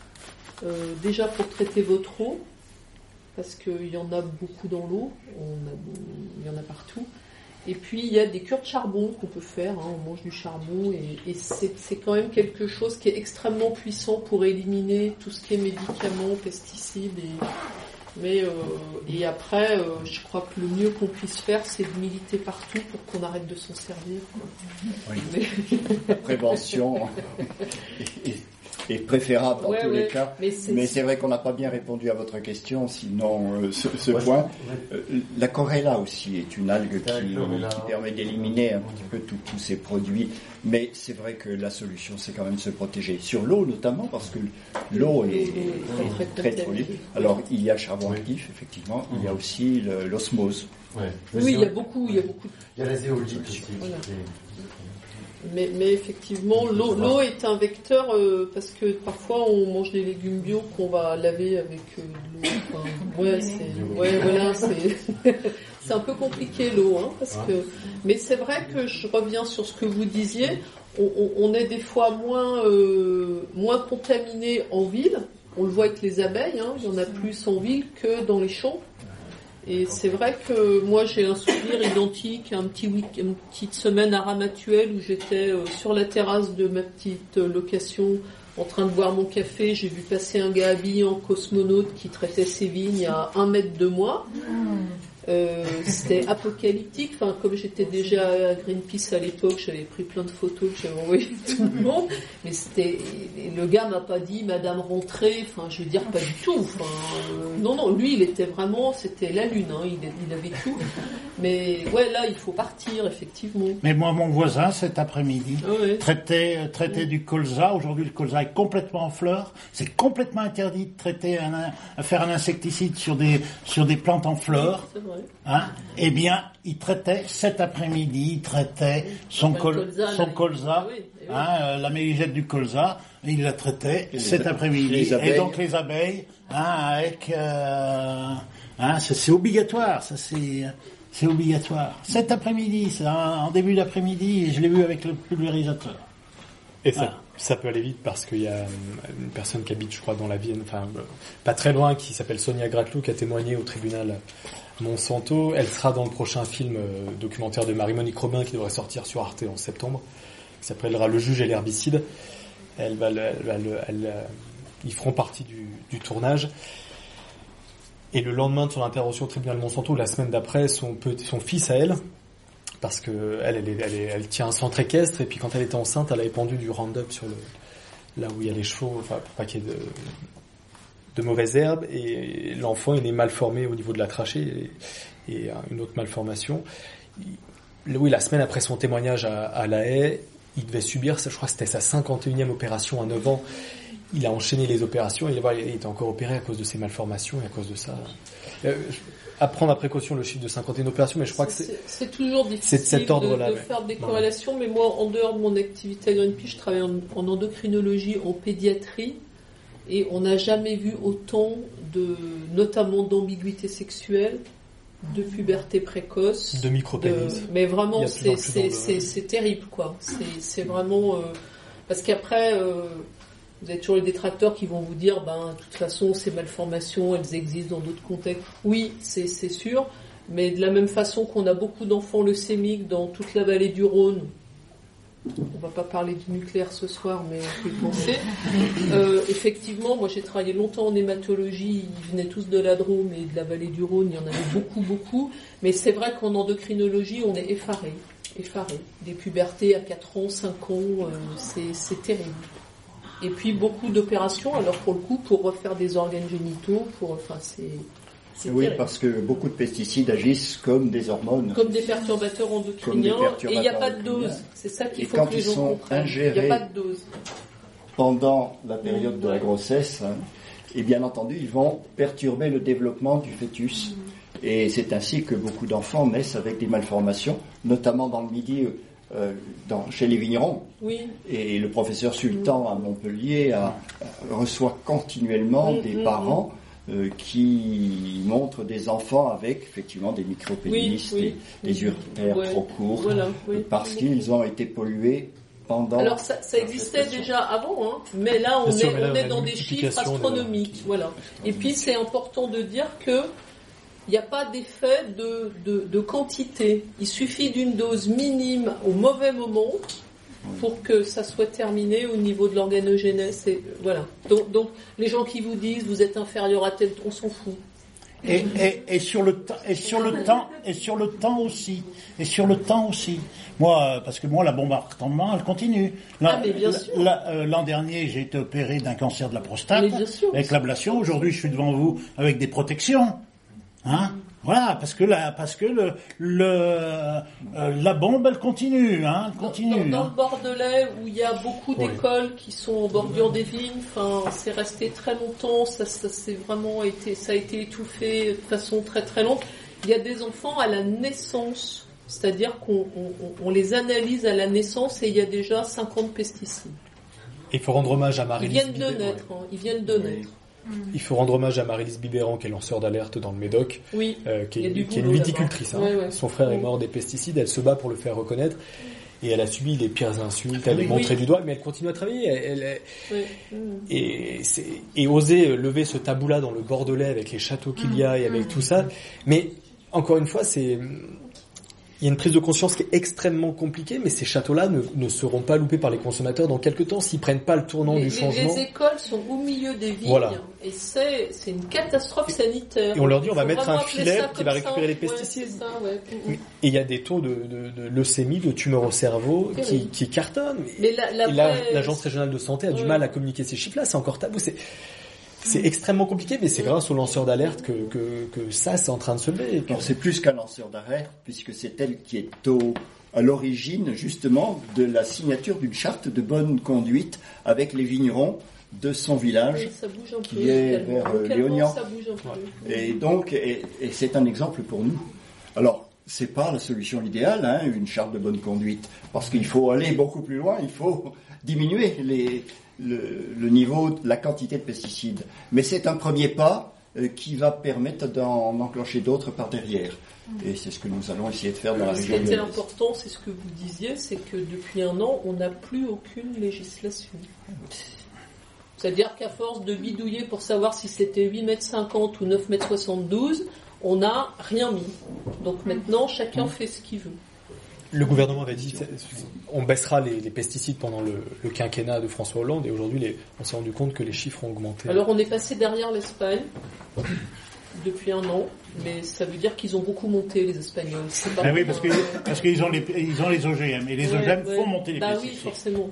[SPEAKER 4] Déjà pour traiter votre eau, parce qu'il y en a beaucoup dans l'eau, il y en a partout. Et puis il y a des cures de charbon qu'on peut faire, hein, on mange du charbon et c'est quand même quelque chose qui est extrêmement puissant pour éliminer tout ce qui est médicaments, pesticides Mais et après, je crois que le mieux qu'on puisse faire, c'est de militer partout pour qu'on arrête de s'en servir.
[SPEAKER 3] Oui. La prévention est préférable dans tous les cas. Mais c'est vrai qu'on n'a pas bien répondu à votre question, sinon ce point. La chlorella aussi est une algue qui permet d'éliminer un petit peu tous ces produits. Mais c'est vrai que la solution, c'est quand même se protéger. Sur l'eau notamment, parce que l'eau est très polluée. Alors, il y a le charbon actif, effectivement. Il y a aussi l'osmose.
[SPEAKER 10] Ouais.
[SPEAKER 4] Oui, il y a beaucoup. Il
[SPEAKER 10] y a les éolites aussi.
[SPEAKER 4] Voilà. Mais effectivement, l'eau est un vecteur parce que parfois on mange des légumes bio qu'on va laver avec de l'eau. C'est un peu compliqué l'eau, hein, parce que. Mais c'est vrai que je reviens sur ce que vous disiez. On est des fois moins contaminé en ville. On le voit avec les abeilles. Hein, il y en a plus en ville que dans les champs. Et c'est vrai que moi j'ai un souvenir identique, une petite semaine à Ramatuelle où j'étais sur la terrasse de ma petite location en train de boire mon café. J'ai vu passer un gars habillé en cosmonaute qui traitait ses vignes à 1 mètre de moi. C'était apocalyptique. Enfin, comme j'étais déjà à Greenpeace à l'époque, j'avais pris plein de photos que j'avais envoyées à tout le monde. Mais le gars m'a pas dit Madame rentrez. Enfin, je veux dire pas du tout. Enfin, non, lui, il était vraiment, c'était la lune. Hein, il avait tout. Mais ouais, là, il faut partir effectivement.
[SPEAKER 9] Mais moi, mon voisin cet après-midi traitait du colza. Aujourd'hui, le colza est complètement en fleurs. C'est complètement interdit de traiter faire un insecticide sur des plantes en fleurs.
[SPEAKER 4] C'est vrai.
[SPEAKER 9] Hein? Eh bien, il traitait cet après-midi, son colza, la mélizette du colza, il la traitait cet après-midi. Et donc les abeilles, c'est obligatoire, ça c'est obligatoire. Cet après-midi, c'est en début d'après-midi, et je l'ai vu avec le pulvérisateur.
[SPEAKER 2] Et ça peut aller vite parce qu'il y a une personne qui habite, je crois, dans la Vienne, pas très loin, qui s'appelle Sonia Gratlow, qui a témoigné au tribunal Monsanto. Elle sera dans le prochain film documentaire de Marie-Monique Robin qui devrait sortir sur Arte en septembre, qui s'appellera Le juge et l'herbicide. Ils feront partie du tournage. Et le lendemain de son intervention au tribunal Monsanto, la semaine d'après, son fils à elle, parce que elle tient un centre équestre, et puis quand elle était enceinte, elle avait pendu du Roundup sur là où il y a les chevaux, pour pas qu'il y ait de mauvaises herbes, et l'enfant il est mal formé au niveau de la trachée et une autre malformation. Oui, la semaine après son témoignage à La Haye, il devait subir, je crois que c'était sa 51e opération à 9 ans. Il a enchaîné les opérations et il était encore opéré à cause de ses malformations et à cause de ça. À prendre à précaution le chiffre de 51 opérations, mais je crois que
[SPEAKER 4] c'est toujours difficile
[SPEAKER 2] de cet ordre-là,
[SPEAKER 4] de faire des corrélations, mais moi, en dehors de mon activité à Greenpeace, je travaille en endocrinologie, en pédiatrie, et on n'a jamais vu autant notamment d'ambiguïté sexuelle, de puberté précoce,
[SPEAKER 2] de micropénis.
[SPEAKER 4] Mais vraiment, c'est terrible, quoi. C'est vraiment parce qu'après, vous avez toujours les détracteurs qui vont vous dire, de toute façon, ces malformations, elles existent dans d'autres contextes. Oui, c'est sûr, mais de la même façon qu'on a beaucoup d'enfants leucémiques dans toute la vallée du Rhône. On va pas parler du nucléaire ce soir, mais on peut y penser. Effectivement, moi j'ai travaillé longtemps en hématologie, ils venaient tous de la Drôme et de la vallée du Rhône, il y en avait beaucoup. Mais c'est vrai qu'en endocrinologie, on est effaré. Des pubertés à 4 ans, 5 ans, c'est terrible. Et puis beaucoup d'opérations, alors pour le coup, pour refaire des organes génitaux, c'est
[SPEAKER 3] oui,
[SPEAKER 4] terrible.
[SPEAKER 3] parce que beaucoup de pesticides agissent comme des hormones.
[SPEAKER 4] Comme des perturbateurs endocriniens, et il n'y a pas de dose. C'est ça qu'il faut que les gens comprennent. Il n'y a pas de dose.
[SPEAKER 3] Pendant la période de la grossesse, et bien entendu, ils vont perturber le développement du fœtus. Et c'est ainsi que beaucoup d'enfants naissent avec des malformations, notamment dans le Midi, chez les vignerons.
[SPEAKER 4] Oui.
[SPEAKER 3] Et le professeur Sultan à Montpellier reçoit continuellement des parents qui montrent des enfants avec effectivement des micropénis, des urtères trop courts, parce qu'ils ont été pollués pendant...
[SPEAKER 4] Alors ça existait déjà avant, mais là on est dans des chiffres astronomiques. Voilà. Et puis c'est important de dire que il n'y a pas d'effet de quantité. Il suffit d'une dose minime au mauvais moment pour que ça soit terminé au niveau de l'organogénèse. Voilà. Donc les gens qui vous disent vous êtes inférieur à tel, on s'en fout.
[SPEAKER 9] Et sur le temps aussi. Moi, parce que la bombe à retardement, elle continue. L'an dernier, j'ai été opéré d'un cancer de la prostate avec l'ablation. Aujourd'hui, je suis devant vous avec des protections. Voilà, parce que la bombe, elle continue, Dans
[SPEAKER 4] le Bordelais, où il y a beaucoup d'écoles qui sont en bordure des vignes, c'est resté très longtemps, ça a été étouffé de façon très très longue. Il y a des enfants à la naissance, c'est-à-dire qu'on les analyse à la naissance et il y a déjà 50 pesticides.
[SPEAKER 2] Il faut rendre hommage à Marie-Lise
[SPEAKER 4] Ils viennent de naître.
[SPEAKER 2] Il faut rendre hommage à Marie-Lise Bibéran, qui est lanceur d'alerte dans le Médoc, qui est une viticultrice. Son frère est mort des pesticides, elle se bat pour le faire reconnaître, et elle a subi les pires insultes, elle est montrée du doigt, mais elle continue à travailler. Et oser lever ce tabou-là dans le Bordelais, avec les châteaux qu'il y a et avec tout ça. Mais, encore une fois, il y a une prise de conscience qui est extrêmement compliquée, mais ces châteaux-là ne seront pas loupés par les consommateurs dans quelques temps s'ils prennent pas le tournant du changement.
[SPEAKER 4] Les écoles sont au milieu des vignes, et c'est une catastrophe sanitaire.
[SPEAKER 2] Et on leur dit on va mettre un filet qui va récupérer les pesticides. Et il y a des taux de leucémie, de tumeurs au cerveau qui cartonnent. Et l'Agence régionale de santé a du mal à communiquer ces chiffres-là, c'est encore tabou. C'est extrêmement compliqué, mais c'est grâce aux lanceurs d'alerte que ça, c'est en train de se lever.
[SPEAKER 3] Alors, c'est plus qu'un lanceur d'alerte, puisque c'est elle qui est à l'origine, justement, de la signature d'une charte de bonne conduite avec les vignerons de son village, qui est vers Léognan. Et donc, c'est un exemple pour nous. Alors, c'est pas la solution idéale, une charte de bonne conduite, parce qu'il faut aller beaucoup plus loin, il faut diminuer le niveau, la quantité de pesticides. Mais c'est un premier pas qui va permettre d'en enclencher d'autres par derrière. Et c'est ce que nous allons essayer de faire dans la région.
[SPEAKER 4] Ce qui était important, c'est ce que vous disiez, c'est que depuis un an, on n'a plus aucune législation. C'est-à-dire qu'à force de bidouiller pour savoir si c'était 8,50 m ou 9,72 m, on n'a rien mis. Donc maintenant, chacun fait ce qu'il veut.
[SPEAKER 2] Le gouvernement avait dit on baissera les pesticides pendant le quinquennat de François Hollande, et aujourd'hui on s'est rendu compte que les chiffres ont augmenté.
[SPEAKER 4] Alors on est passé derrière l'Espagne depuis un an, mais ça veut dire qu'ils ont beaucoup monté, les Espagnols. C'est pas
[SPEAKER 9] oui, parce qu'ils ont les OGM, et les OGM font monter les pesticides.
[SPEAKER 4] Oui, forcément.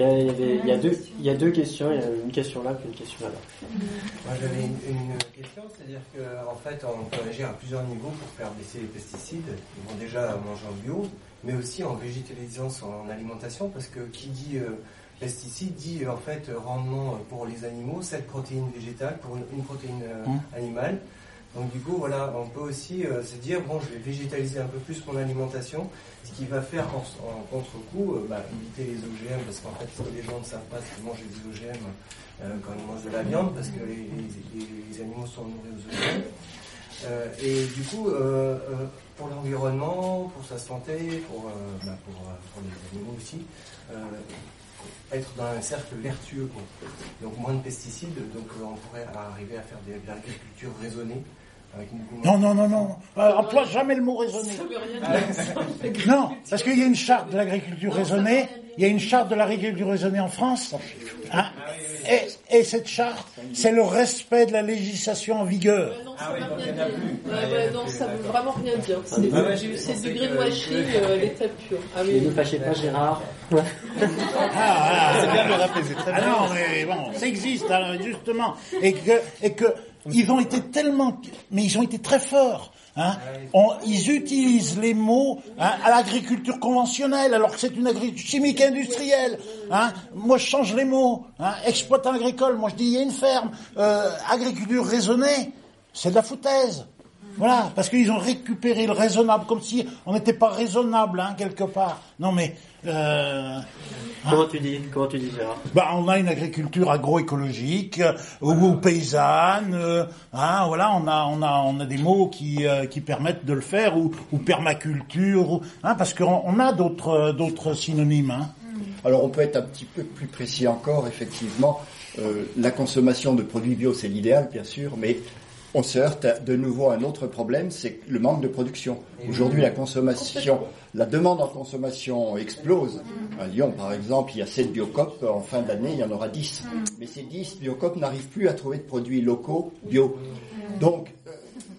[SPEAKER 1] Il y a deux questions, il y a une question là puis une question là.
[SPEAKER 5] Moi j'avais une question, c'est-à-dire qu'en fait on peut agir à plusieurs niveaux pour faire baisser les pesticides. Ils vont déjà manger en bio, mais aussi en végétalisant son alimentation, parce que qui dit pesticides dit en fait rendement pour les animaux, 7 protéines végétales pour une protéine animale. Donc du coup, voilà, on peut aussi se dire, bon, je vais végétaliser un peu plus mon alimentation, ce qui va faire en contre-coup éviter les OGM, parce qu'en fait, ce que les gens ne savent pas, c'est qu'ils mangent des OGM quand ils mangent de la viande, parce que les animaux sont nourris aux OGM. Et du coup, pour l'environnement, pour sa santé, pour les animaux aussi, être dans un cercle vertueux, quoi. Donc moins de pesticides, donc on pourrait arriver à faire de l'agriculture raisonnée.
[SPEAKER 9] Non. Emploie jamais le mot raisonné. Non, parce qu'il y a une charte de l'agriculture raisonnée. Il y a une charte de l'agriculture raisonnée en France. Et cette charte, c'est le respect de la législation en vigueur.
[SPEAKER 4] Non, ça veut vraiment rien dire. C'est du greenwashing, l'état pur.
[SPEAKER 1] Ne fâchez pas, Gérard.
[SPEAKER 2] C'est bien de le rappeler, c'est très bien.
[SPEAKER 9] Non, mais bon, ça existe, justement. Et que ils ont été ils ont été très forts. Ils utilisent les mots à l'agriculture conventionnelle, alors que c'est une agriculture chimique industrielle. Moi, je change les mots. Exploitant agricole, moi je dis il y a une ferme. Agriculture raisonnée, c'est de la foutaise. Voilà, parce qu'ils ont récupéré le raisonnable, comme si on n'était pas raisonnable quelque part. Non mais
[SPEAKER 1] Comment tu dis Gérard?
[SPEAKER 9] On a une agriculture agroécologique ou paysanne. Voilà, on a des mots qui permettent de le faire, ou permaculture, parce qu'on a d'autres synonymes.
[SPEAKER 3] Alors on peut être un petit peu plus précis encore, effectivement. La consommation de produits bio, c'est l'idéal, bien sûr, mais on se heurte de nouveau à un autre problème, c'est le manque de production. Aujourd'hui, la demande en consommation explose. À Lyon, par exemple, il y a 7 Biocoop. En fin d'année, il y en aura 10. Mais ces 10 Biocoop n'arrivent plus à trouver de produits locaux bio. Donc,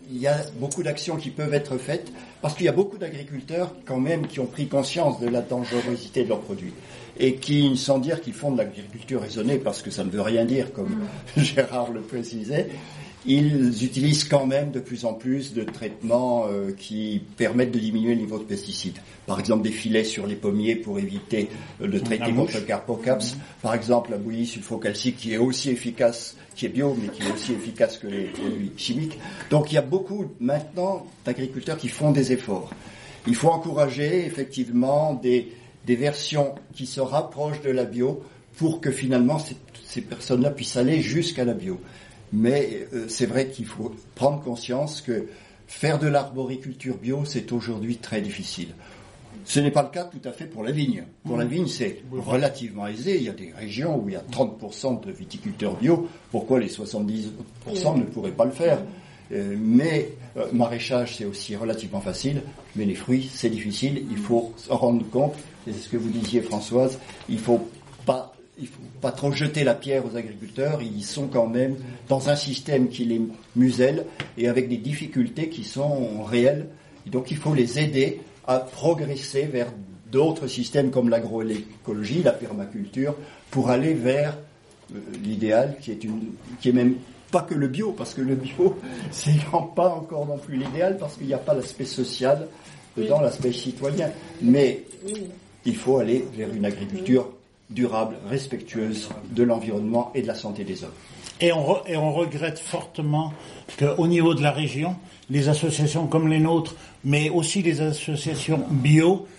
[SPEAKER 3] il y a beaucoup d'actions qui peuvent être faites, parce qu'il y a beaucoup d'agriculteurs quand même qui ont pris conscience de la dangerosité de leurs produits et qui, sans dire qu'ils font de l'agriculture raisonnée, parce que ça ne veut rien dire, comme Gérard le précisait, ils utilisent quand même de plus en plus de traitements qui permettent de diminuer le niveau de pesticides. Par exemple, des filets sur les pommiers pour éviter de traiter contre le carpocaps. Par exemple, la bouillie sulfocalcique qui est aussi efficace, qui est bio, mais qui est aussi efficace que les produits chimiques. Donc il y a beaucoup maintenant d'agriculteurs qui font des efforts. Il faut encourager effectivement des versions qui se rapprochent de la bio pour que finalement ces personnes-là puissent aller jusqu'à la bio. Mais c'est vrai qu'il faut prendre conscience que faire de l'arboriculture bio, c'est aujourd'hui très difficile. Ce n'est pas le cas tout à fait pour la vigne. Pour la vigne, c'est relativement aisé. Il y a des régions où il y a 30% de viticulteurs bio. Pourquoi les 70% ne pourraient pas le faire ? Mais maraîchage, c'est aussi relativement facile. Mais les fruits, c'est difficile. Il faut se rendre compte, et c'est ce que vous disiez, Françoise, il faut pas trop jeter la pierre aux agriculteurs. Ils sont quand même dans un système qui les muselle et avec des difficultés qui sont réelles. Et donc il faut les aider à progresser vers d'autres systèmes comme l'agroécologie, la permaculture, pour aller vers l'idéal qui est même pas que le bio, parce que le bio, c'est pas encore non plus l'idéal, parce qu'il n'y a pas l'aspect social dedans, l'aspect citoyen. Mais il faut aller vers une agriculture durable, respectueuse de l'environnement et de la santé des hommes.
[SPEAKER 9] Et on regrette fortement qu'au niveau de la région, les associations comme les nôtres, mais aussi les associations bio,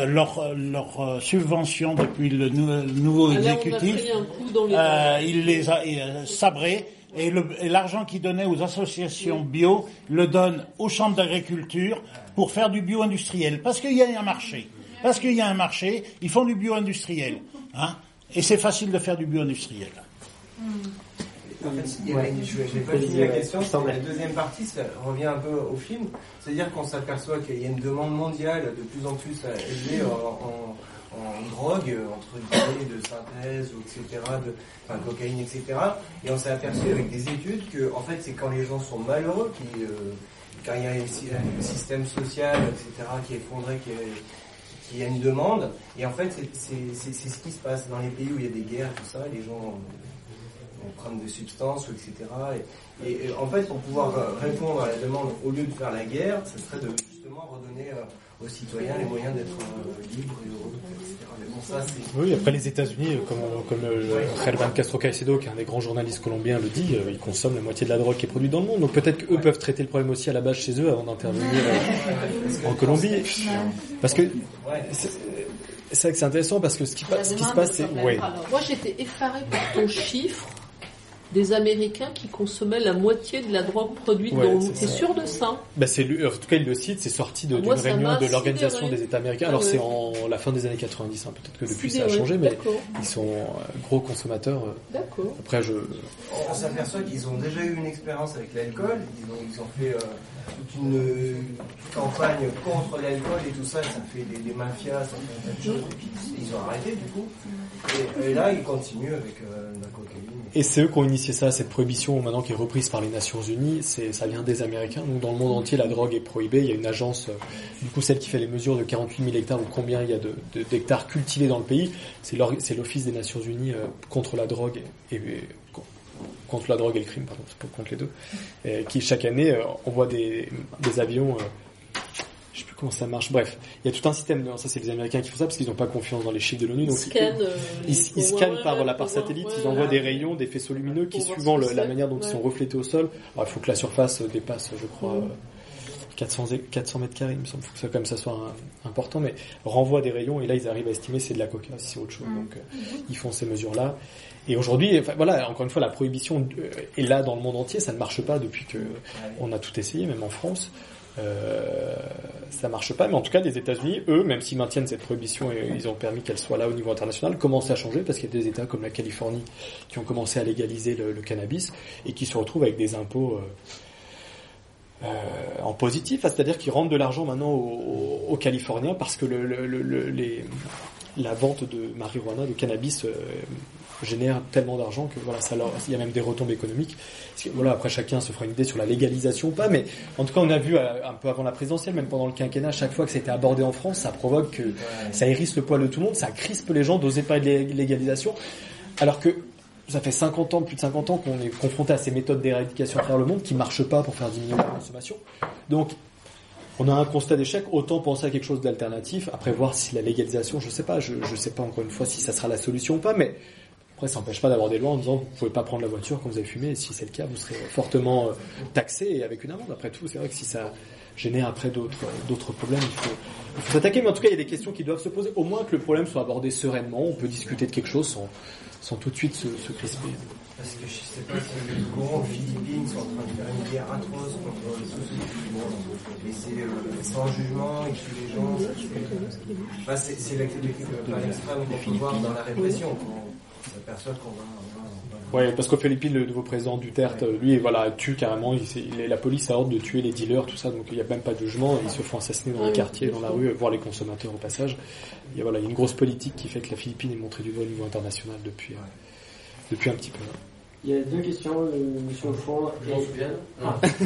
[SPEAKER 9] leur subvention depuis le nouveau exécutif, il les a sabrés, et l'argent qu'ils donnaient aux associations bio le donne aux chambres d'agriculture pour faire du bio-industriel. Parce qu'il y a un marché. Ils font du bio-industriel. Et c'est facile de faire du bio-industriel.
[SPEAKER 5] En fait, je n'ai pas fini la question. La deuxième partie, ça revient un peu au film. C'est-à-dire qu'on s'aperçoit qu'il y a une demande mondiale de plus en plus élevée en drogue, entre guillemets, de synthèse, etc., cocaïne, etc. Et on s'est aperçu avec des études que, en fait, c'est quand les gens sont malheureux, quand il y a un système social, etc., qui est effondré, qu'il y a une demande. Et en fait, c'est ce qui se passe dans les pays où il y a des guerres, tout ça, les gens prennent des substances, etc. Et en fait, pour pouvoir répondre à la demande, au lieu de faire la guerre, ce serait de justement redonner aux citoyens les moyens d'être libres et heureux, etc. Mais bon, ça, c'est...
[SPEAKER 2] Oui, après les États-Unis, comme Germán Castro Caicedo, qui est un des grands journalistes colombiens, le dit, ils consomment la moitié de la drogue qui est produite dans le monde. Donc peut-être qu'eux peuvent traiter le problème aussi à la base chez eux avant d'intervenir en Colombie. Parce que c'est vrai que c'est intéressant parce que ce qui se passe, c'est... Ouais.
[SPEAKER 4] Moi, j'étais effaré par ton chiffre des Américains qui consommaient la moitié de la drogue produite dans le monde. T'es sûr de ça ?
[SPEAKER 2] En tout cas, il le cite, c'est sorti d'une réunion de l'Organisation des États américains. Alors, c'est en la fin des années 90, peut-être que depuis ça a changé, mais ils sont gros consommateurs.
[SPEAKER 4] D'accord.
[SPEAKER 2] Après,
[SPEAKER 5] on s'aperçoit qu'ils ont déjà eu une expérience avec l'alcool. Ils ont fait toute une campagne contre l'alcool et tout ça. Ça fait des mafias, ça fait plein de choses. Et puis, ils ont arrêté, du coup. Et là, ils continuent avec la cocaïne.
[SPEAKER 2] Et c'est eux qui ont initié ça, cette prohibition maintenant qui est reprise par les Nations Unies, ça vient des Américains. Donc dans le monde entier, la drogue est prohibée. Il y a une agence, du coup celle qui fait les mesures de 48 000 hectares ou combien il y a d'hectares cultivés dans le pays. C'est l'Office des Nations Unies contre la drogue et contre la drogue et le crime, pardon, c'est pas contre les deux, qui chaque année envoie des avions. Je sais plus comment ça marche. Bref, il y a tout un système. Ça, c'est les Américains qui font ça parce qu'ils n'ont pas confiance dans les chiffres de l'ONU. Donc ils scannent par satellite. Ils envoient des rayons, des faisceaux lumineux qui, suivant la manière dont ils sont reflétés au sol. Alors, il faut que la surface dépasse, je crois, 400 mètres carrés. Il me semble. Il faut que ça soit important, mais renvoient des rayons et là, ils arrivent à estimer si c'est de la coca, si c'est autre chose. Donc, ils font ces mesures-là. Et aujourd'hui, encore une fois, la prohibition est là dans le monde entier. Ça ne marche pas depuis que on a tout essayé, même en France. Ça marche pas, mais en tout cas les États-Unis, eux, même s'ils maintiennent cette prohibition et ils ont permis qu'elle soit là au niveau international, commencent à changer parce qu'il y a des États comme la Californie qui ont commencé à légaliser le cannabis et qui se retrouvent avec des impôts en positif, c'est-à-dire qu'ils rendent de l'argent maintenant aux Californiens parce que la vente de marijuana, de cannabis, génère tellement d'argent que voilà, il y a même des retombées économiques. Voilà, après chacun se fera une idée sur la légalisation ou pas, mais en tout cas on a vu un peu avant la présidentielle, même pendant le quinquennat, chaque fois que ça a été abordé en France, ça provoque que ça hérisse le poil de tout le monde, ça crispe les gens d'oser pas de légalisation, alors que ça fait plus de 50 ans qu'on est confronté à ces méthodes d'éradication à travers le monde qui marchent pas pour faire diminuer la consommation. Donc on a un constat d'échec, autant penser à quelque chose d'alternatif, après voir si la légalisation, je sais pas encore une fois si ça sera la solution ou pas, mais après, ça n'empêche pas d'avoir des lois en disant vous pouvez pas prendre la voiture quand vous avez fumé, et si c'est le cas, vous serez fortement taxé et avec une amende. Après tout, c'est vrai que si ça génère après d'autres problèmes, il faut s'attaquer. Mais en tout cas, il y a des questions qui doivent se poser. Au moins que le problème soit abordé sereinement, on peut discuter de quelque chose sans tout de suite se crisper.
[SPEAKER 5] Parce que je sais pas si les courants aux Philippines sont en train de faire une guerre atroce contre les sous-sous. Et c'est sans jugement, ils tuent les gens. C'est l'extrême qu'on peut voir dans la répression. On s'aperçoit qu'on va...
[SPEAKER 2] Ouais, parce qu'aux Philippines, le nouveau président Duterte, lui, voilà, tue carrément, la police a ordre de tuer les dealers, tout ça, donc il n'y a même pas de jugement, ils se font assassiner dans les quartiers, dans la rue, voir les consommateurs au passage. Il y a une grosse politique qui fait que la Philippine est montrée du doigt au niveau international depuis un petit peu.
[SPEAKER 11] Il y a deux questions, monsieur Aufond.
[SPEAKER 12] J'en souviens. En fait,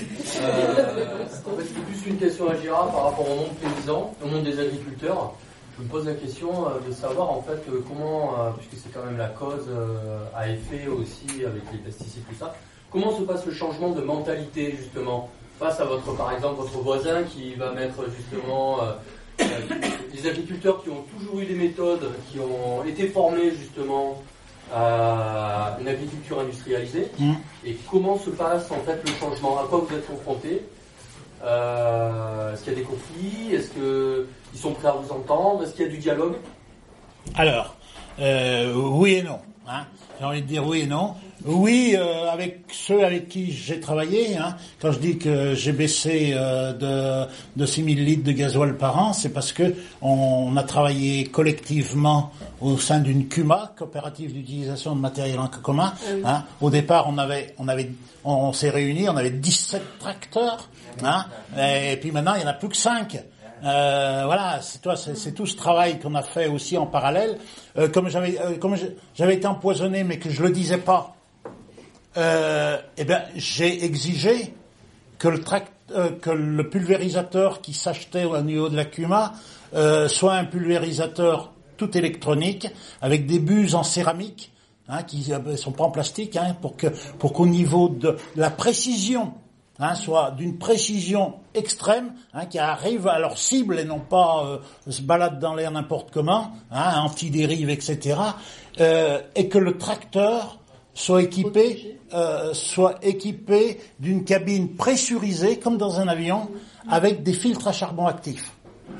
[SPEAKER 12] c'est plus une question à Gérard par rapport au monde paysan, au monde des agriculteurs. Je me pose la question de savoir en fait comment, puisque c'est quand même la cause à effet aussi avec les pesticides, tout ça, comment se passe le changement de mentalité justement face à par exemple votre voisin qui va mettre justement des agriculteurs qui ont toujours eu des méthodes, qui ont été formés justement à une agriculture industrialisée, et comment se passe en fait le changement, à quoi vous êtes confrontés? Est-ce qu'il y a des conflits? Est-ce qu'ils sont prêts à vous entendre? Est-ce qu'il y a du dialogue?
[SPEAKER 9] Alors, oui et non. Hein. J'ai envie de dire oui et non. Oui, avec ceux avec qui j'ai travaillé. Hein. Quand je dis que j'ai baissé de 6000 litres de gasoil par an, c'est parce que on a travaillé collectivement au sein d'une CUMA, coopérative d'utilisation de matériel en commun. Hein. Au départ, on s'est réunis, on avait 17 tracteurs. Hein, et puis maintenant, il n'y en a plus que 5. Voilà, c'est tout ce travail qu'on a fait aussi en parallèle. Comme j'avais été empoisonné, mais que je le disais pas, j'ai exigé que le pulvérisateur qui s'achetait au niveau de la CUMA soit un pulvérisateur tout électronique avec des buses en céramique, hein, qui sont pas en plastique, hein, pour qu'au niveau de la précision, hein, soit d'une précision extrême, hein, qui arrive à leur cible et non pas se balade dans l'air n'importe comment, hein, anti-dérive, etc. Et que le tracteur soit équipé d'une cabine pressurisée comme dans un avion avec des filtres à charbon actif.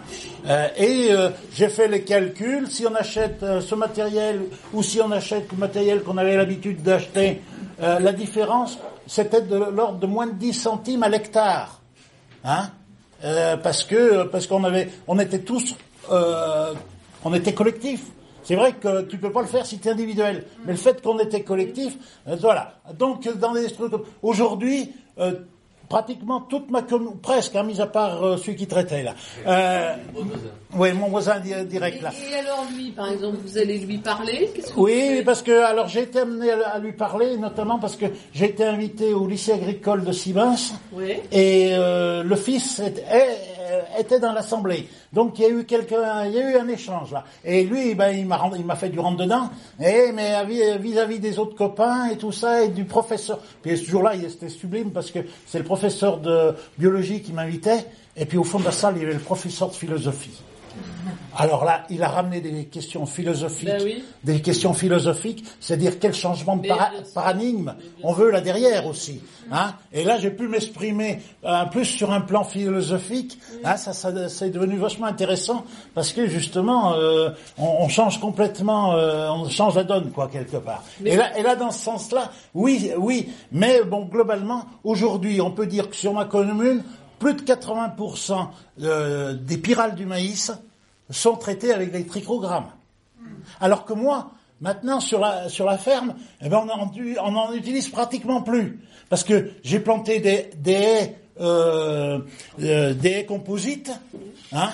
[SPEAKER 9] J'ai fait les calculs, si on achète ce matériel ou si on achète le matériel qu'on avait l'habitude d'acheter, la différence c'était de l'ordre de moins de 10 centimes à l'hectare, hein, parce qu'on était tous, on était collectifs. C'est vrai que tu peux pas le faire si tu es individuel, mais le fait qu'on était collectif, voilà. Donc dans les structures, aujourd'hui, pratiquement toute ma commune, presque, hein, mis à part celui qui traitait là. Oui, mon voisin direct là.
[SPEAKER 4] Et alors lui, par exemple, vous allez lui parler?
[SPEAKER 9] Oui, parce que alors j'ai été amené à lui parler, notamment parce que j'ai été invité au lycée agricole de Sibens, oui. Et le fils était dans l'assemblée. Donc il y a eu un échange là. Et lui, il m'a fait du rentre dedans. Mais vis-à-vis des autres copains et tout ça, et du professeur. Puis ce jour-là, c'était sublime parce que c'est le professeur de biologie qui m'invitait. Et puis au fond de la salle, il y avait le professeur de philosophie. Alors là, il a ramené des questions philosophiques, c'est-à-dire quel changement de paradigme on veut là derrière aussi. Hein. Et là, j'ai pu m'exprimer plus sur un plan philosophique. Hein, ça c'est devenu vachement intéressant parce que justement, on change complètement, on change la donne quoi quelque part. Et là, dans ce sens-là, oui. Mais bon, globalement, aujourd'hui, on peut dire que sur ma commune, plus de 80% des pyrales du maïs sont traités avec des trichogrammes. Alors que moi, maintenant, sur la ferme, on en utilise pratiquement plus. Parce que j'ai planté des haies composites, hein,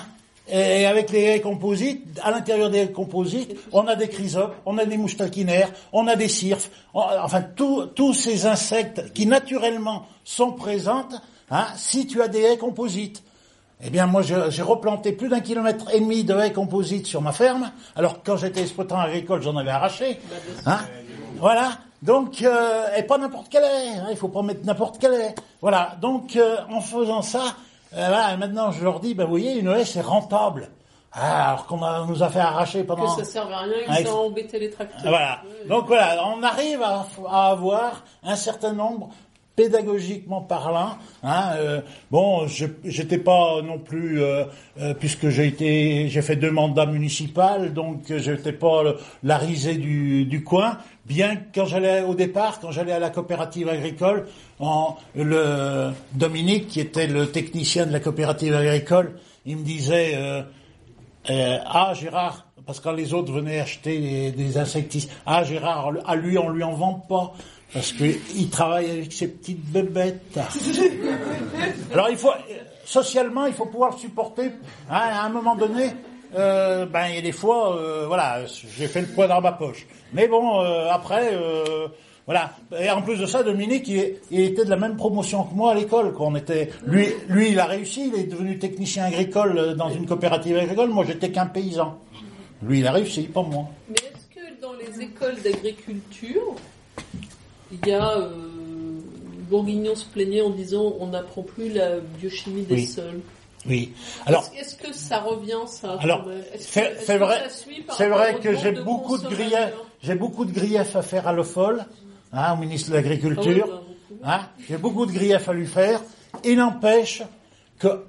[SPEAKER 9] Et avec les haies composites, à l'intérieur des haies composites, on a des chrysopes, on a des mouches taquinaires, on a des cirfes, enfin tous ces insectes qui naturellement sont présentes, si tu as des haies composites. Eh bien, moi, j'ai replanté plus d'1,5 kilomètre de haies composites sur ma ferme, alors que quand j'étais exploitant agricole, j'en avais arraché. Voilà. Donc, et pas n'importe quelle haie, il faut pas mettre n'importe quelle haie. Voilà. Donc, en faisant ça, maintenant, je leur dis, vous voyez, une haie, c'est rentable. Alors qu'on nous a fait arracher pendant...
[SPEAKER 4] Que ça servait à rien, ils ont embêté les tracteurs.
[SPEAKER 9] Voilà. Donc voilà, on arrive à avoir un certain nombre, pédagogiquement parlant, bon, j'étais pas non plus, puisque j'ai fait 2 mandats municipaux, donc j'étais pas la risée du coin, bien que quand j'allais à la coopérative agricole, le Dominique, qui était le technicien de la coopérative agricole, il me disait, Gérard, parce que quand les autres venaient acheter des insecticides, Gérard, à lui, on lui en vend pas. Parce qu'il travaille avec ses petites bébêtes. Alors socialement, il faut pouvoir le supporter. À un moment donné, il y a des fois, j'ai fait le poids dans ma poche. Mais bon, après, voilà. Et en plus de ça, Dominique, il était de la même promotion que moi à l'école. Lui, il a réussi, il est devenu technicien agricole dans une coopérative agricole. Moi, j'étais qu'un paysan. Lui, il a réussi, pas moi.
[SPEAKER 4] Mais est-ce que dans les écoles d'agriculture, il y a Bourguignon se plaignait en disant on n'apprend plus la biochimie des sols.
[SPEAKER 9] Oui. Alors,
[SPEAKER 4] est-ce que ça revient ça?
[SPEAKER 9] Alors, c'est vrai que j'ai beaucoup de griefs à faire à l'OFOL, au ministre de l'Agriculture. J'ai beaucoup de griefs à lui faire. Il n'empêche que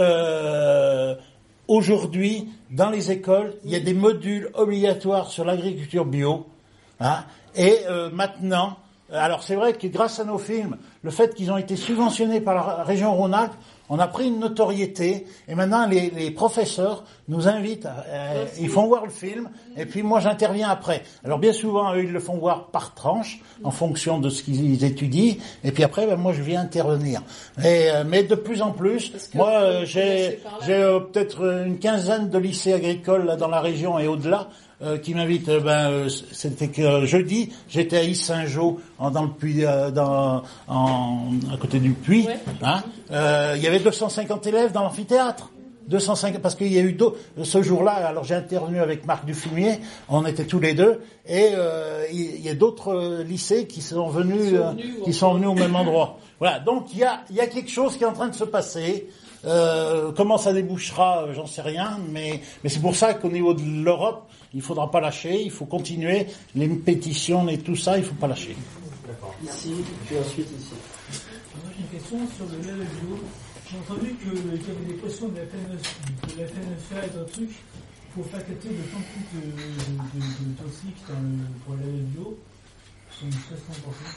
[SPEAKER 9] aujourd'hui, dans les écoles, il y a des modules obligatoires sur l'agriculture bio. Et maintenant, alors c'est vrai que grâce à nos films, le fait qu'ils ont été subventionnés par la région Rhône-Alpes, on a pris une notoriété, et maintenant les professeurs nous invitent, ils font voir le film, et puis moi j'interviens après. Alors bien souvent, eux, ils le font voir par tranche, en fonction de ce qu'ils étudient, et puis après, moi je viens intervenir. Mais de plus en plus, moi j'ai peut-être une quinzaine de lycées agricoles là, dans la région et au-delà, qui m'invite, c'était que jeudi, j'étais à Is-Saint-Jean, dans le Puy, à côté du Puy, il y avait 250 élèves dans l'amphithéâtre. 250, parce qu'il y a eu ce jour-là, alors j'ai intervenu avec Marc Dufumier, on était tous les deux, et il y a d'autres lycées qui sont venus au même endroit. Voilà, donc il y a quelque chose qui est en train de se passer. Comment ça débouchera, j'en sais rien, mais c'est pour ça qu'au niveau de l'Europe, il faudra pas lâcher, il faut continuer, les pétitions et tout ça, il faut pas lâcher.
[SPEAKER 11] D'accord. Ici, puis ensuite ici.
[SPEAKER 13] J'ai une question sur le lait bio. J'ai entendu qu'il y avait des pressions de la FNSEA et d'autres trucs pour faire capter de tant de toxiques pour le lait bio. C'est une pression importante.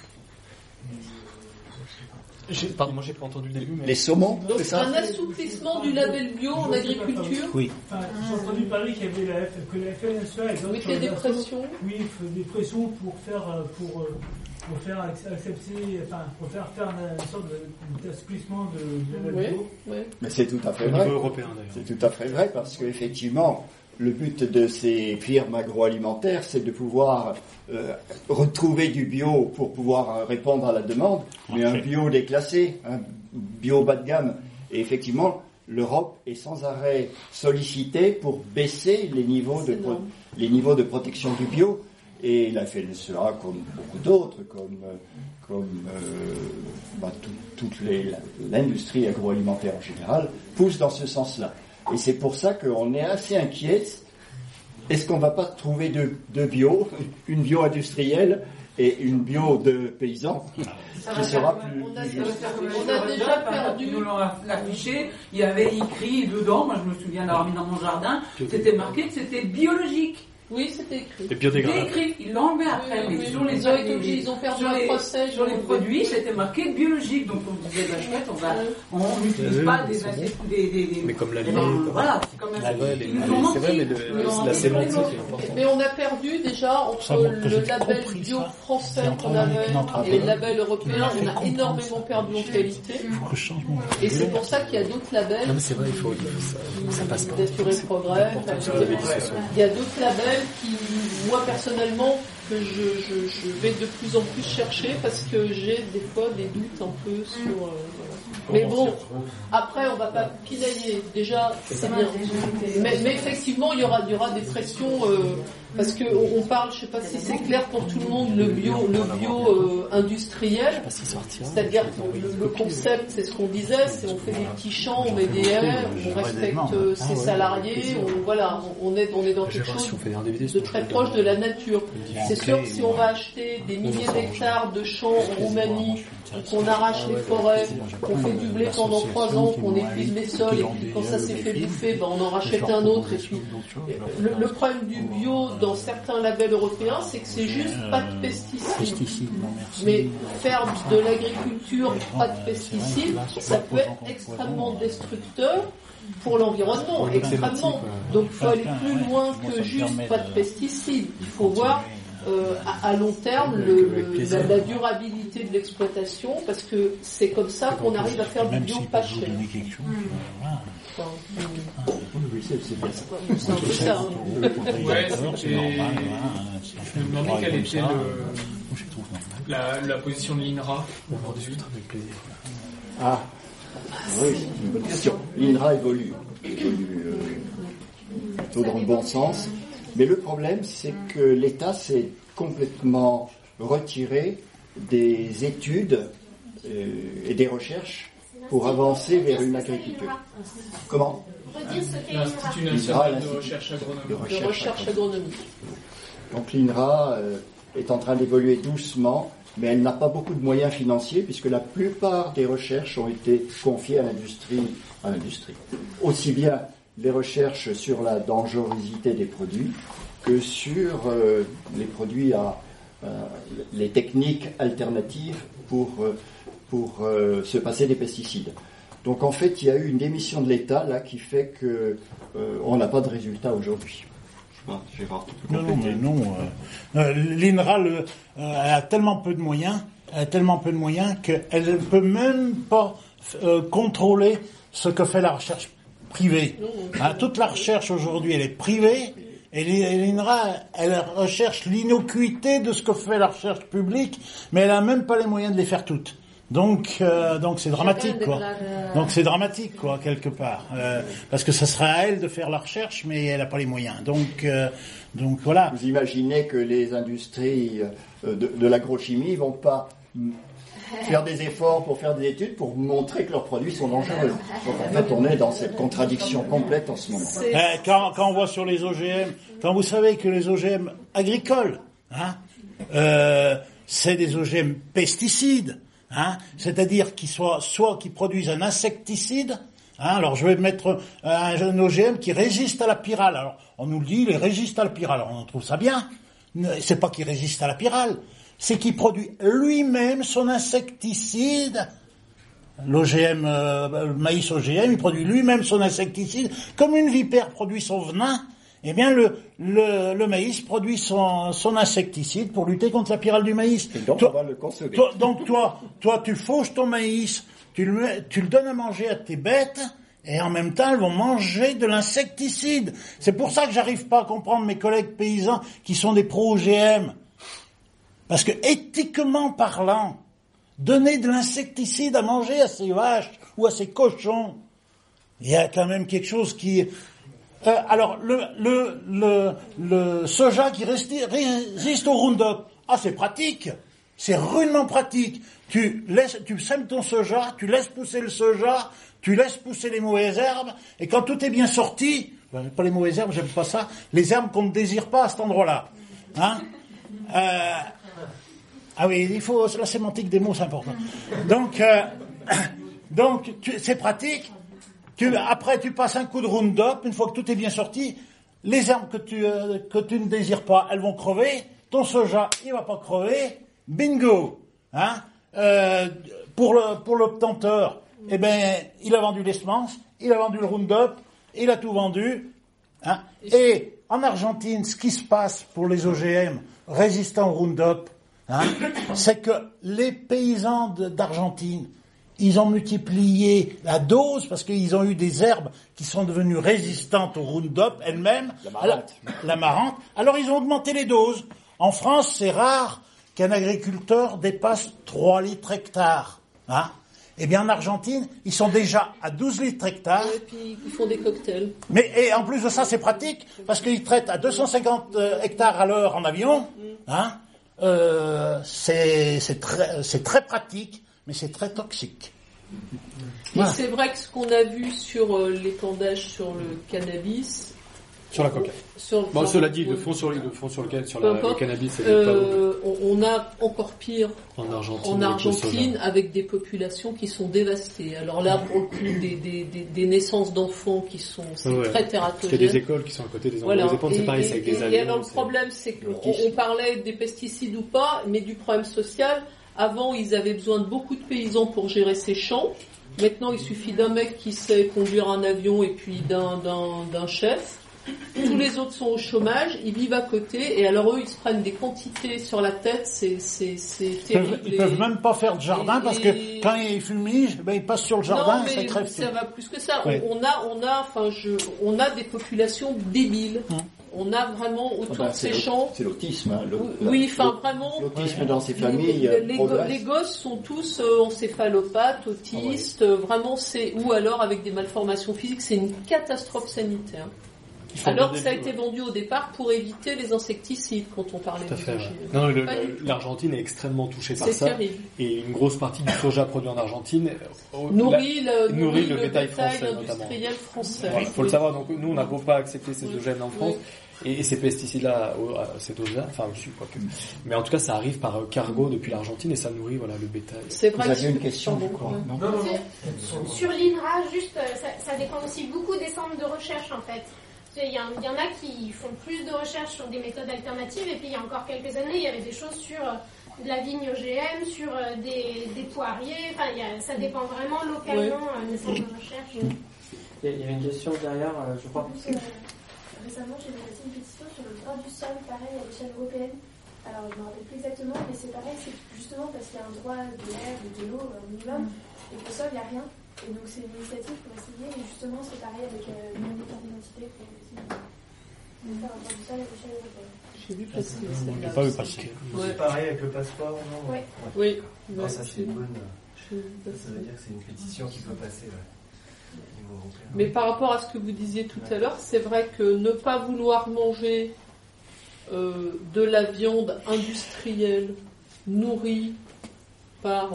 [SPEAKER 2] Pardon, moi j'ai pas entendu le début. Mais...
[SPEAKER 3] Les saumons,
[SPEAKER 4] donc, c'est ça? Un assouplissement du label bio en agriculture.
[SPEAKER 9] Oui.
[SPEAKER 13] Enfin, j'ai entendu parler qu'il y avait que la FNSEA et d'autres.
[SPEAKER 4] Oui, il y a des pressions.
[SPEAKER 13] Oui, il faut des pressions pour faire accepter, enfin, pour faire une sorte d'assouplissement de label bio.
[SPEAKER 4] Oui.
[SPEAKER 3] Mais c'est tout à fait vrai.
[SPEAKER 2] Au niveau européen d'ailleurs.
[SPEAKER 3] C'est tout à fait vrai parce qu'effectivement, le but de ces firmes agroalimentaires, c'est de pouvoir retrouver du bio pour pouvoir répondre à la demande, mais un bio déclassé, un bio bas de gamme. Et effectivement, l'Europe est sans arrêt sollicitée pour baisser les niveaux de protection du bio. Et la FNSEA, comme beaucoup d'autres, comme toute l'industrie agroalimentaire en général, pousse dans ce sens-là. Et c'est pour ça qu'on est assez inquiet. Est-ce qu'on ne va pas trouver deux bio, une bio industrielle et une bio de paysans, qui sera plus juste?
[SPEAKER 4] On a déjà perdu.
[SPEAKER 14] Ils nous l'ont affiché, il y avait écrit dedans, moi je me souviens d'avoir mis dans mon jardin, c'était marqué que c'était biologique.
[SPEAKER 4] Oui, c'était écrit.
[SPEAKER 2] Et biodégradable.
[SPEAKER 14] C'est écrit, ils l'ont enlevé après.
[SPEAKER 4] Oui,
[SPEAKER 14] mais
[SPEAKER 4] oui,
[SPEAKER 14] sur les,
[SPEAKER 4] ils ont été obligés, ils ont perdu un procès.
[SPEAKER 14] sur les produits, c'était marqué biologique. Donc on disait, chouette, on n'utilise pas des.
[SPEAKER 2] Mais comme la
[SPEAKER 14] des-
[SPEAKER 2] limite.
[SPEAKER 14] Voilà, c'est comme la
[SPEAKER 2] C'est vrai, mais la sémantique est importante.
[SPEAKER 4] Mais on a perdu déjà entre le label bio français qu'on avait et le label européen, on a énormément perdu en qualité. Et c'est pour ça qu'il y a d'autres labels.
[SPEAKER 2] Non, mais c'est vrai, il faut ça passe pas.
[SPEAKER 4] Nature et Progrès. Il y a d'autres labels qui, moi personnellement, que je vais de plus en plus chercher parce que j'ai des fois des doutes un peu sur. Voilà. Mais bon, après on va pas pinailler. Déjà, c'est bien. Mais effectivement, il y aura des pressions parce que on parle, je sais pas si c'est clair pour tout le monde, le bio industriel. C'est-à-dire que le concept, c'est ce qu'on disait, c'est on fait des petits champs, on met des haies, on respecte ses salariés, on est dans quelque chose de très proche de la nature. C'est sûr que si on va acheter des milliers d'hectares de champs en Roumanie, qu'on arrache les forêts, qu'on fait du blé pendant 3 ans, qu'on épuise les sols, et puis quand ça s'est fait bouffer, on en rachète un autre. Et puis le problème du bio dans certains labels européens, c'est que c'est juste pas de pesticides. Mais faire de l'agriculture, pas de pesticides, ça peut être extrêmement destructeur pour l'environnement, extrêmement. Donc il faut aller plus loin que juste pas de pesticides. Il faut voir à long terme la durabilité de l'exploitation, parce que c'est comme ça qu'on arrive à faire du bio pas cher. C'est un peu ça.
[SPEAKER 15] Ouais, je me demandais quelle était la position de l'INRA.
[SPEAKER 3] Ah, oui, c'est une bonne question. L'INRA évolue plutôt dans le bon sens. Mais le problème, c'est que l'État s'est complètement retiré des études et des recherches pour avancer vers une agriculture. Comment ?
[SPEAKER 15] L'Institut national de recherche agronomique.
[SPEAKER 3] Donc l'INRA est en train d'évoluer doucement, mais elle n'a pas beaucoup de moyens financiers puisque la plupart des recherches ont été confiées à l'industrie. Aussi bien les recherches sur la dangerosité des produits que sur les produits les techniques alternatives pour se passer des pesticides. Donc en fait, il y a eu une démission de l'État là qui fait que on n'a pas de résultat aujourd'hui. Gérard, tu peux compléter.
[SPEAKER 9] Non. L'INRA a tellement peu de moyens, qu'elle ne peut même pas contrôler ce que fait la recherche privée. Toute la recherche aujourd'hui, elle est privée. Et l'INRA, elle recherche l'innocuité de ce que fait la recherche publique, mais elle n'a même pas les moyens de les faire toutes. Donc c'est dramatique, quoi. Donc c'est dramatique, quoi, quelque part. Parce que ça sera à elle de faire la recherche, mais elle n'a pas les moyens. Donc voilà.
[SPEAKER 3] Vous imaginez que les industries de l'agrochimie vont pas faire des efforts pour faire des études pour montrer que leurs produits sont dangereux. Donc en fait, on est dans cette contradiction complète en ce moment.
[SPEAKER 9] Quand on voit sur les OGM, quand vous savez que les OGM agricoles, c'est des OGM pesticides, c'est-à-dire soit qui produisent un insecticide. Alors je vais mettre un OGM qui résiste à la pyrale. Alors on nous le dit, il résiste à la pyrale. Alors, on trouve ça bien. C'est pas qu'il résiste à la pyrale. C'est qu'il produit lui-même son insecticide. L'OGM, le maïs OGM, il produit lui-même son insecticide. Comme une vipère produit son venin, eh bien le maïs produit son insecticide pour lutter contre la pyrale du maïs.
[SPEAKER 3] Et donc on va le consommer.
[SPEAKER 9] Toi, tu fauches ton maïs, tu le donnes à manger à tes bêtes, et en même temps, elles vont manger de l'insecticide. C'est pour ça que j'arrive pas à comprendre mes collègues paysans qui sont des pro-OGM. Parce que, éthiquement parlant, donner de l'insecticide à manger à ces vaches ou à ces cochons, il y a quand même quelque chose qui... alors, le soja qui résiste au Roundup, c'est pratique. C'est rudement pratique. Tu sèmes ton soja, tu laisses pousser le soja, tu laisses pousser les mauvaises herbes, et quand tout est bien sorti, pas les mauvaises herbes, j'aime pas ça, les herbes qu'on ne désire pas à cet endroit-là. Ah oui, il faut la sémantique des mots, c'est important. Donc c'est pratique. Après, tu passes un coup de Roundup, une fois que tout est bien sorti, les herbes que tu ne désires pas, elles vont crever. Ton soja, il va pas crever. Bingo, hein. Pour l'obtenteur, eh ben, il a vendu les semences, il a vendu le Roundup, il a tout vendu, hein. Et en Argentine, ce qui se passe pour les OGM résistants au Roundup, hein, c'est que les paysans d'Argentine, ils ont multiplié la dose parce qu'ils ont eu des herbes qui sont devenues résistantes au Roundup elles-mêmes, la marante. Alors ils ont augmenté les doses. En France, c'est rare qu'un agriculteur dépasse 3 litres hectare. Hein. Eh bien, en Argentine, ils sont déjà à 12 litres hectare.
[SPEAKER 4] Et puis, ils font des cocktails.
[SPEAKER 9] Et en plus de ça, c'est pratique, parce qu'ils traitent à 250 hectares à l'heure en avion. Hein. C'est très pratique, mais c'est très toxique.
[SPEAKER 4] Voilà. Et c'est vrai que ce qu'on a vu sur l'épandage sur le cannabis...
[SPEAKER 2] Sur la coca. Cela dit, le fond sur le cannabis,
[SPEAKER 4] on a encore pire
[SPEAKER 2] en Argentine
[SPEAKER 4] avec des populations qui sont dévastées. Alors là, pour le coup, des naissances d'enfants qui sont très tératogènes.
[SPEAKER 2] Il y a des écoles qui sont à côté des endroits où les épandent, c'est pareil, c'est avec des avions.
[SPEAKER 4] Et alors le problème, c'est qu'on parlait des pesticides ou pas, mais du problème social. Avant, ils avaient besoin de beaucoup de paysans pour gérer ces champs. Maintenant, il suffit d'un mec qui sait conduire un avion et puis d'un chef. Tous les autres sont au chômage, ils vivent à côté, et alors eux, ils se prennent des quantités sur la tête, c'est terrible.
[SPEAKER 9] Ils peuvent même pas faire de jardin parce que quand ils fumigent, ben ils passent sur le jardin et ça crève.
[SPEAKER 4] Ça va plus que ça. Oui. On a des populations débiles. On a vraiment autour de ces champs.
[SPEAKER 3] C'est l'autisme. Hein,
[SPEAKER 4] vraiment.
[SPEAKER 3] L'autisme dans ces familles.
[SPEAKER 4] Les gosses sont tous encéphalopathes, autistes. Vraiment, ou alors avec des malformations physiques. C'est une catastrophe sanitaire. Alors que ça a été vendu au départ pour éviter les insecticides quand on parlait de
[SPEAKER 2] Non, l'Argentine est extrêmement touchée par ça.
[SPEAKER 4] Terrible.
[SPEAKER 2] Et une grosse partie du soja produit en Argentine
[SPEAKER 4] nourrit le
[SPEAKER 2] bétail français,
[SPEAKER 4] industriel français.
[SPEAKER 2] Il faut le savoir. Donc nous, on n'a pas accepté ces OGM en France. Et ces pesticides-là, ces doses-là, enfin, je suis quoi que. Mais en tout cas, ça arrive par cargo depuis l'Argentine et ça nourrit le bétail.
[SPEAKER 4] C'est vrai.
[SPEAKER 3] Vous aviez une question, je crois.
[SPEAKER 8] Sur l'INRA, juste, ça dépend aussi beaucoup des centres de recherche, en fait. Il y en a qui font plus de recherches sur des méthodes alternatives, et puis il y a encore quelques années, il y avait des choses sur de la vigne OGM, sur des poiriers, enfin, ça dépend vraiment localement des centres de recherche.
[SPEAKER 11] Il y avait une question derrière, je crois.
[SPEAKER 16] Récemment, j'ai passé une pétition sur le droit du sol, pareil, à l'échelle européenne. Alors, je ne me rappelle plus exactement, mais c'est pareil, c'est justement parce qu'il y a un droit de l'air et de l'eau minimum, et qu'au sol, il n'y a rien. Et donc, c'est une initiative pour essayer, et justement, c'est pareil avec le nom d'identité pour essayer de faire un droit du sol à l'échelle européenne.
[SPEAKER 4] J'ai vu passer.
[SPEAKER 9] Je n'ai pas vu passer.
[SPEAKER 5] C'est pareil avec le passeport, non?
[SPEAKER 4] Oui.
[SPEAKER 5] Non, ça, c'est une bonne. Ça veut dire que c'est une pétition qui peut passer.
[SPEAKER 4] Mais par rapport à ce que vous disiez tout à l'heure, c'est vrai que ne pas vouloir manger de la viande industrielle nourrie par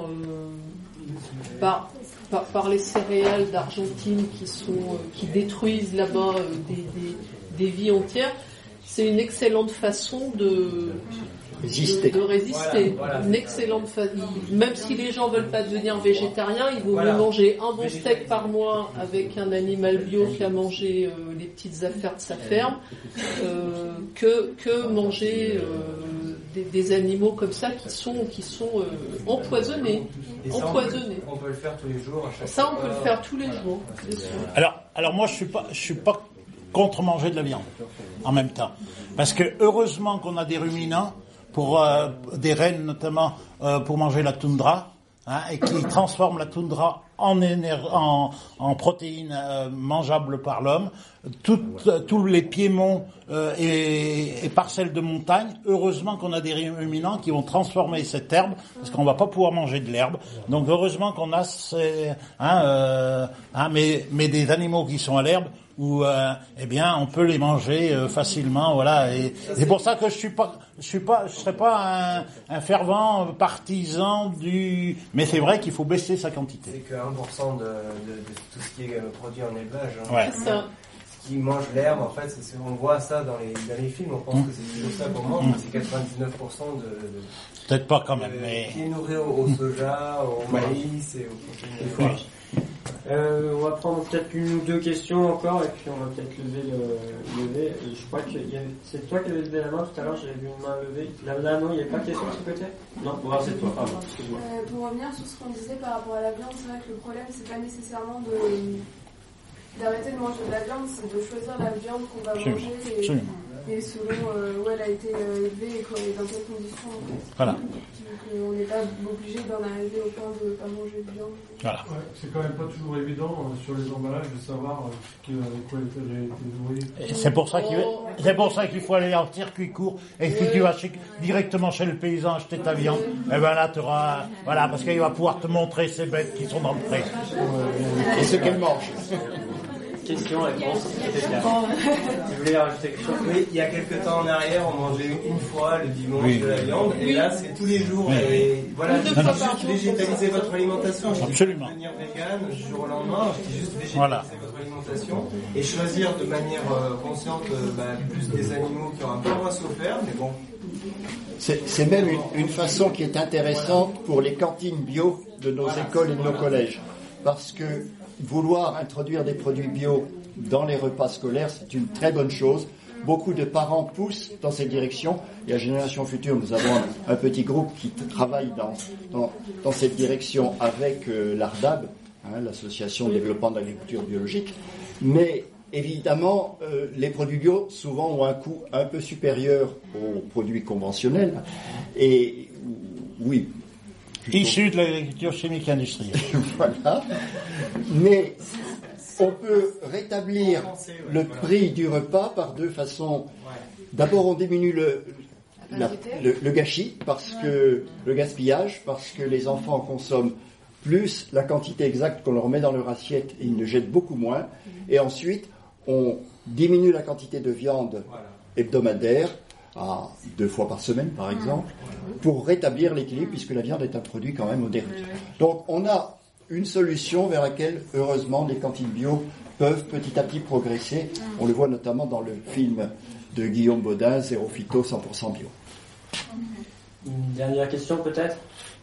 [SPEAKER 4] les céréales d'Argentine qui détruisent là-bas des vies entières, c'est une excellente façon de résister. Voilà. Une excellente façon. Même si les gens veulent pas devenir végétariens, il vaut mieux manger un bon steak par mois avec un animal bio qui a mangé les petites affaires de sa ferme que manger des animaux comme ça qui sont empoisonnés. Empoisonnés.
[SPEAKER 5] On peut le faire tous les jours. À chaque
[SPEAKER 4] ça, on peut le faire tous les jours. Bien sûr.
[SPEAKER 9] Alors moi, je suis pas contre manger de la viande en même temps, parce que heureusement qu'on a des ruminants pour des rennes notamment pour manger la toundra, et qui transforment la toundra en protéines mangeables par l'homme. Tous les piémonts et parcelles de montagne, heureusement qu'on a des ruminants qui vont transformer cette herbe, parce qu'on va pas pouvoir manger de l'herbe. Donc heureusement qu'on a mais des animaux qui sont à l'herbe, où on peut les manger facilement, voilà. Et c'est pour ça que je serais pas un fervent partisan mais c'est vrai qu'il faut baisser sa quantité.
[SPEAKER 5] C'est que 1% de tout ce qui est produit en élevage.
[SPEAKER 4] C'est ça.
[SPEAKER 5] Ce qui mange l'herbe, en fait, on voit ça dans les films, on pense que c'est toujours ça qu'on mange, mais c'est 99% de
[SPEAKER 9] peut-être pas quand même,
[SPEAKER 5] qui est nourri au soja, au maïs et aux protéines.
[SPEAKER 11] On va prendre peut-être une ou deux questions encore et puis on va peut-être lever. Et je crois que c'est toi qui avais levé la main tout à l'heure, j'avais vu une main levée. Là, non, il n'y avait pas de question de ce côté? Non, bon, c'est toi. Pardon, excuse-moi.
[SPEAKER 17] Pour revenir sur ce qu'on disait par rapport à la viande, c'est vrai que le problème, c'est pas nécessairement d'arrêter de manger de la viande, c'est de choisir la viande qu'on va manger et selon où elle a été élevée et dans quelles conditions. En fait.
[SPEAKER 9] Voilà.
[SPEAKER 17] Donc on n'est pas obligé d'en arriver au point de ne pas manger de viande.
[SPEAKER 9] Voilà.
[SPEAKER 15] Ouais, c'est quand même pas toujours évident sur les emballages de savoir avec quoi elle a été nourrie.
[SPEAKER 9] Et c'est pour ça qu'il faut aller en circuit court. Et si tu vas directement chez le paysan acheter ta viande, et ben là tu auras, voilà, parce qu'il va pouvoir te montrer ces bêtes qui sont dans le pré.
[SPEAKER 3] Et ce qu'elles mangent.
[SPEAKER 11] Question, réponse. Tu voulais rajouter quelque chose?
[SPEAKER 5] Oui, il y a quelques temps en arrière, on mangeait une fois le dimanche de la viande, et là c'est tous les jours. Et voilà, je dis juste végétaliser votre alimentation. Je dis
[SPEAKER 9] absolument.
[SPEAKER 5] Devenir vegan du jour au lendemain, je dis juste végétaliser votre alimentation et choisir de manière consciente plus des animaux qui ont un peu moins souffert, mais bon.
[SPEAKER 3] C'est même une façon qui est intéressante pour les cantines bio de nos écoles et de nos collèges, parce que vouloir introduire des produits bio dans les repas scolaires, c'est une très bonne chose. Beaucoup de parents poussent dans cette direction. Et à Génération Future, nous avons un petit groupe qui travaille dans cette direction avec l'ARDAB, l'Association de développement de l'agriculture biologique. Mais évidemment, les produits bio, souvent, ont un coût un peu supérieur aux produits conventionnels. Et oui,
[SPEAKER 9] issus de l'agriculture chimique industrielle.
[SPEAKER 3] Voilà. Mais on peut rétablir le prix du repas par deux façons. D'abord, on diminue le gâchis, parce que le gaspillage, parce que les enfants consomment plus la quantité exacte qu'on leur met dans leur assiette et ils ne jettent beaucoup moins. Et ensuite, on diminue la quantité de viande hebdomadaire à 2 fois par semaine, par exemple, pour rétablir l'équilibre, puisque la viande est un produit quand même modéré. Donc, on a une solution vers laquelle, heureusement, les cantines bio peuvent petit à petit progresser. On le voit notamment dans le film de Guillaume Baudin, Zéro Phyto, 100% bio.
[SPEAKER 11] Une dernière question, peut-être?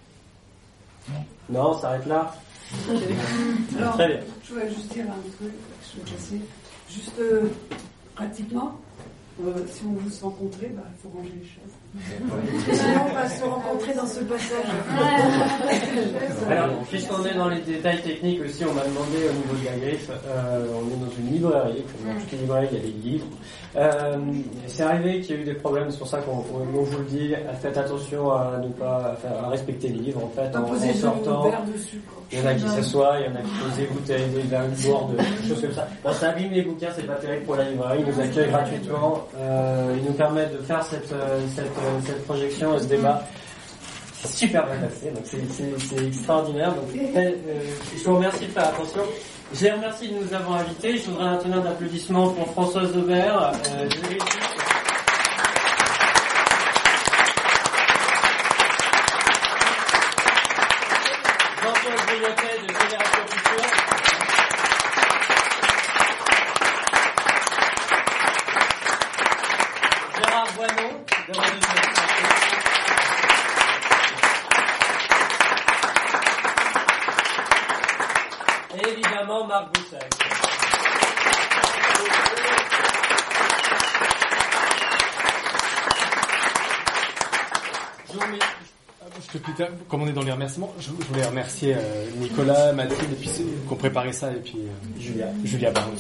[SPEAKER 11] Non, on s'arrête là.
[SPEAKER 14] Alors,
[SPEAKER 11] très bien.
[SPEAKER 14] Je voudrais juste dire un truc, je vais passer. Juste pratiquement, si on veut se rencontrer, il faut ranger les chaises. Sinon, on va se rencontrer dans ce passage.
[SPEAKER 11] Alors, puisqu'on est dans les détails techniques aussi, on m'a demandé au niveau de la griffe, on est dans une librairie, comme dans toutes les librairies, il y a des livres. C'est arrivé qu'il y a eu des problèmes, c'est pour ça qu'on vous le dit, faites attention à ne pas à respecter les livres, en fait, en sortant. Il y en a qui s'assoient, il y en a qui posent des bouteilles, des verres de bord, des choses comme ça. Bon, ça abîme les bouquins, c'est pas terrible pour la librairie, ils nous accueillent gratuitement, ils nous permettent de faire cette projection et ce débat. C'est super bien passé, donc c'est extraordinaire. Donc, je vous remercie de faire attention. Je les remercie de nous avoir invités. Je voudrais un tonnerre d'applaudissements pour Françoise Aubert, Jean-Paul Briotet de Génération Future, Gérard Boineau de Radio et évidemment Marc Boussac.
[SPEAKER 2] Comme on est dans les remerciements, je voulais remercier Nicolas, Mathilde, et puis qu'on préparait ça, et puis Julia Baron.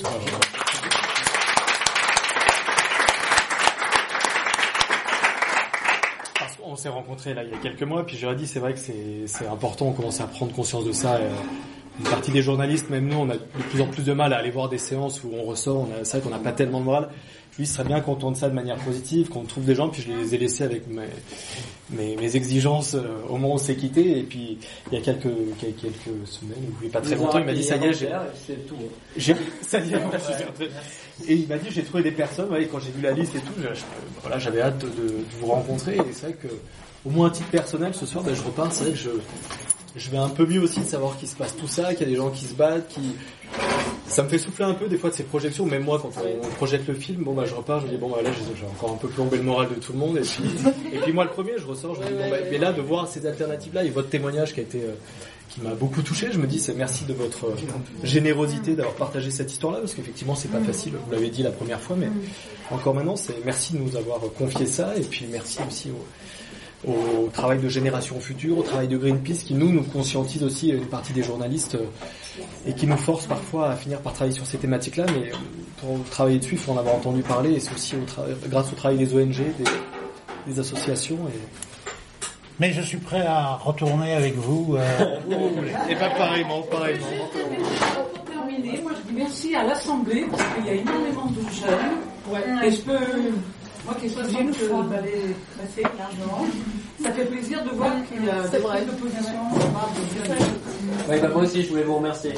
[SPEAKER 2] Parce qu'on s'est rencontrés là il y a quelques mois, et puis je leur ai dit c'est vrai que c'est important, on commence à prendre conscience de ça. Une partie des journalistes, même nous, on a de plus en plus de mal à aller voir des séances où on ressort, c'est vrai qu'on n'a pas tellement de morale. Je lui dis, ce serait bien qu'on tourne ça de manière positive, qu'on trouve des gens, puis je les ai laissés avec mes exigences au moment où on s'est quitté, et puis il y a quelques semaines, ou pas très longtemps, il m'a dit, ça y est, ça y est, et il m'a dit, j'ai trouvé des personnes, ouais, quand j'ai vu la liste et tout, j'avais hâte de vous rencontrer, et c'est vrai que, au moins à titre personnel, ce soir, je repars, c'est vrai que je vais un peu mieux aussi de savoir qu'il se passe tout ça, qu'il y a des gens qui se battent, ça me fait souffler un peu des fois de ces projections, même moi quand on projette le film, je repars, je me dis là j'ai encore un peu plombé le moral de tout le monde, et puis moi le premier je ressors, je me dis mais là de voir ces alternatives là et votre témoignage qui a qui m'a beaucoup touché. Je me dis, c'est merci de votre générosité d'avoir partagé cette histoire-là, parce qu'effectivement, c'est pas facile. Vous l'avez dit la première fois, mais encore maintenant, c'est merci de nous avoir confié ça, et puis merci aussi au travail de Génération Future, au travail de Greenpeace, qui nous conscientise aussi, une partie des journalistes, et qui nous force parfois à finir par travailler sur ces thématiques-là, mais pour travailler dessus, il faut en avoir entendu parler, et c'est aussi grâce au travail des ONG, des associations.
[SPEAKER 9] Mais je suis prêt à retourner avec vous.
[SPEAKER 2] Et pas pareillement.
[SPEAKER 14] Pour terminer, moi je dis merci à l'Assemblée, parce qu'il y a énormément de jeunes. Ouais. Et je peux, moi qui ai 60 balais passés largement, ça fait plaisir de voir qu'il y a des prises de position.
[SPEAKER 11] Ouais, moi aussi je voulais vous remercier.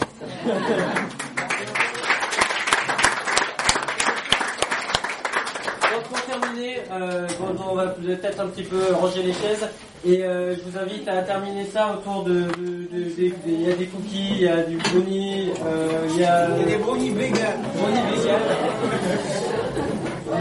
[SPEAKER 11] Pour terminer, on va peut-être un petit peu ranger les chaises et je vous invite à terminer ça autour il y a des cookies, il y a du brownie, il y a des brownies vegan.